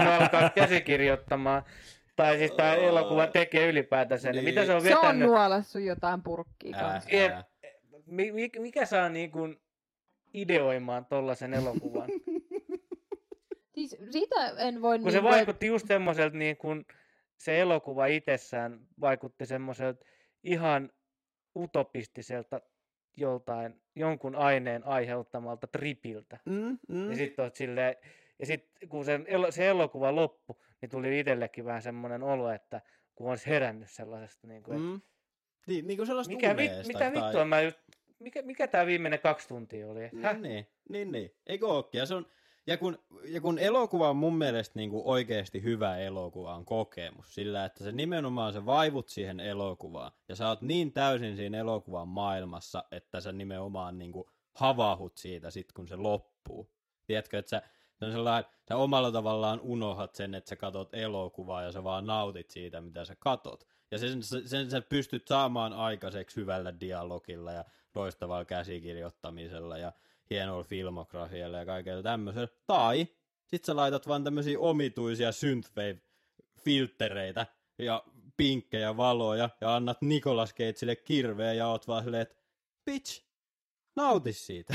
käsikirjoittamaan. Tai siis tämä elokuva tekee ylipäätänsä. Niin. Mitä se on Se on vetänyt? nuolassu jotain purkkia kanssa. Mikä saa niin kuin ideoimaan tollasen elokuvan? Siis sitä en voi... Kun se vaikutti just semmoiselta, niin kuin se elokuva itsessään vaikutti semmoiselta ihan utopistiselta jonkun aineen aiheuttamalta tripiltä. Ja sitten kun se elokuva loppui, niin tuli itsellekin vähän semmoinen olo, että kun olisi herännyt sellaisesta... Niin kuin, niin kuin sellaista mitä vittua mä just... Mikä tää viimeinen 2 tuntia oli? Niin. Eikö ookin? Ja kun elokuva on mun mielestä niin kuin oikeasti hyvä elokuva on kokemus, sillä että se nimenomaan sä vaivut siihen elokuvaan, ja sä oot niin täysin siinä elokuvan maailmassa, että sä nimenomaan niin kuin havahut siitä sit kun se loppuu. Tiedätkö, että sä omalla tavallaan unohat sen, että sä katot elokuvaa ja sä vaan nautit siitä, mitä sä katot. Ja sen sä pystyt saamaan aikaiseksi hyvällä dialogilla ja loistavalla käsikirjoittamisella ja hienolla filmografialla ja kaikella tämmöisellä. Tai sit sä laitat vaan tämmösiä omituisia synthwave-filttereitä ja pinkkejä valoja ja annat Nicolas Cagelle kirveen ja oot vaan silleen, että bitch, nauti siitä.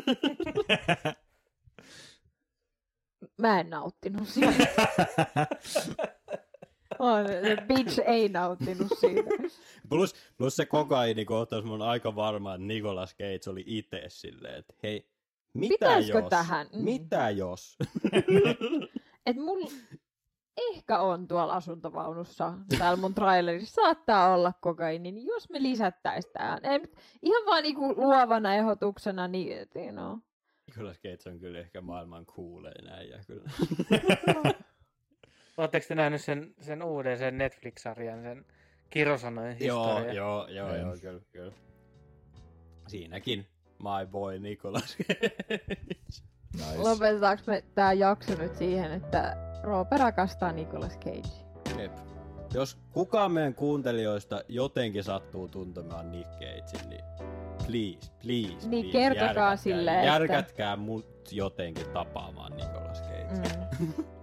Mä en nauttinut siitä. Bitch ei nauttinut siitä. Plus se kokainikohtaus, mä oon aika varma, että Nicolas Cage oli itse silleen, että hei, Pitäisikö jos? Tähän? Mitä jos? Et mulla ehkä on tuolla asuntovaunussa, täällä mun trailerissa saattaa olla kokaini, niin jos me lisättäis tähän. Ihan vaan niinku luovana ehdotuksena, niin Nicolas Cage on kyllä ehkä maailman coolin äijä kyllä. Oletteko te nähnyt sen uuden, sen Netflix-sarjan, sen kirosanojen historia? Joo, kyllä. Siinäkin my boy Nicolas Cage. Nice. Lopetetaanko me tää jakso nyt siihen, että Roope rakastaa Nicolas Cage? Jep. Jos kukaan meidän kuuntelijoista jotenkin sattuu tuntemaan Nick Cagein, niin please. Niin kertokaa silleen, järkätkää mut jotenkin tapaamaan Nicolas Cage.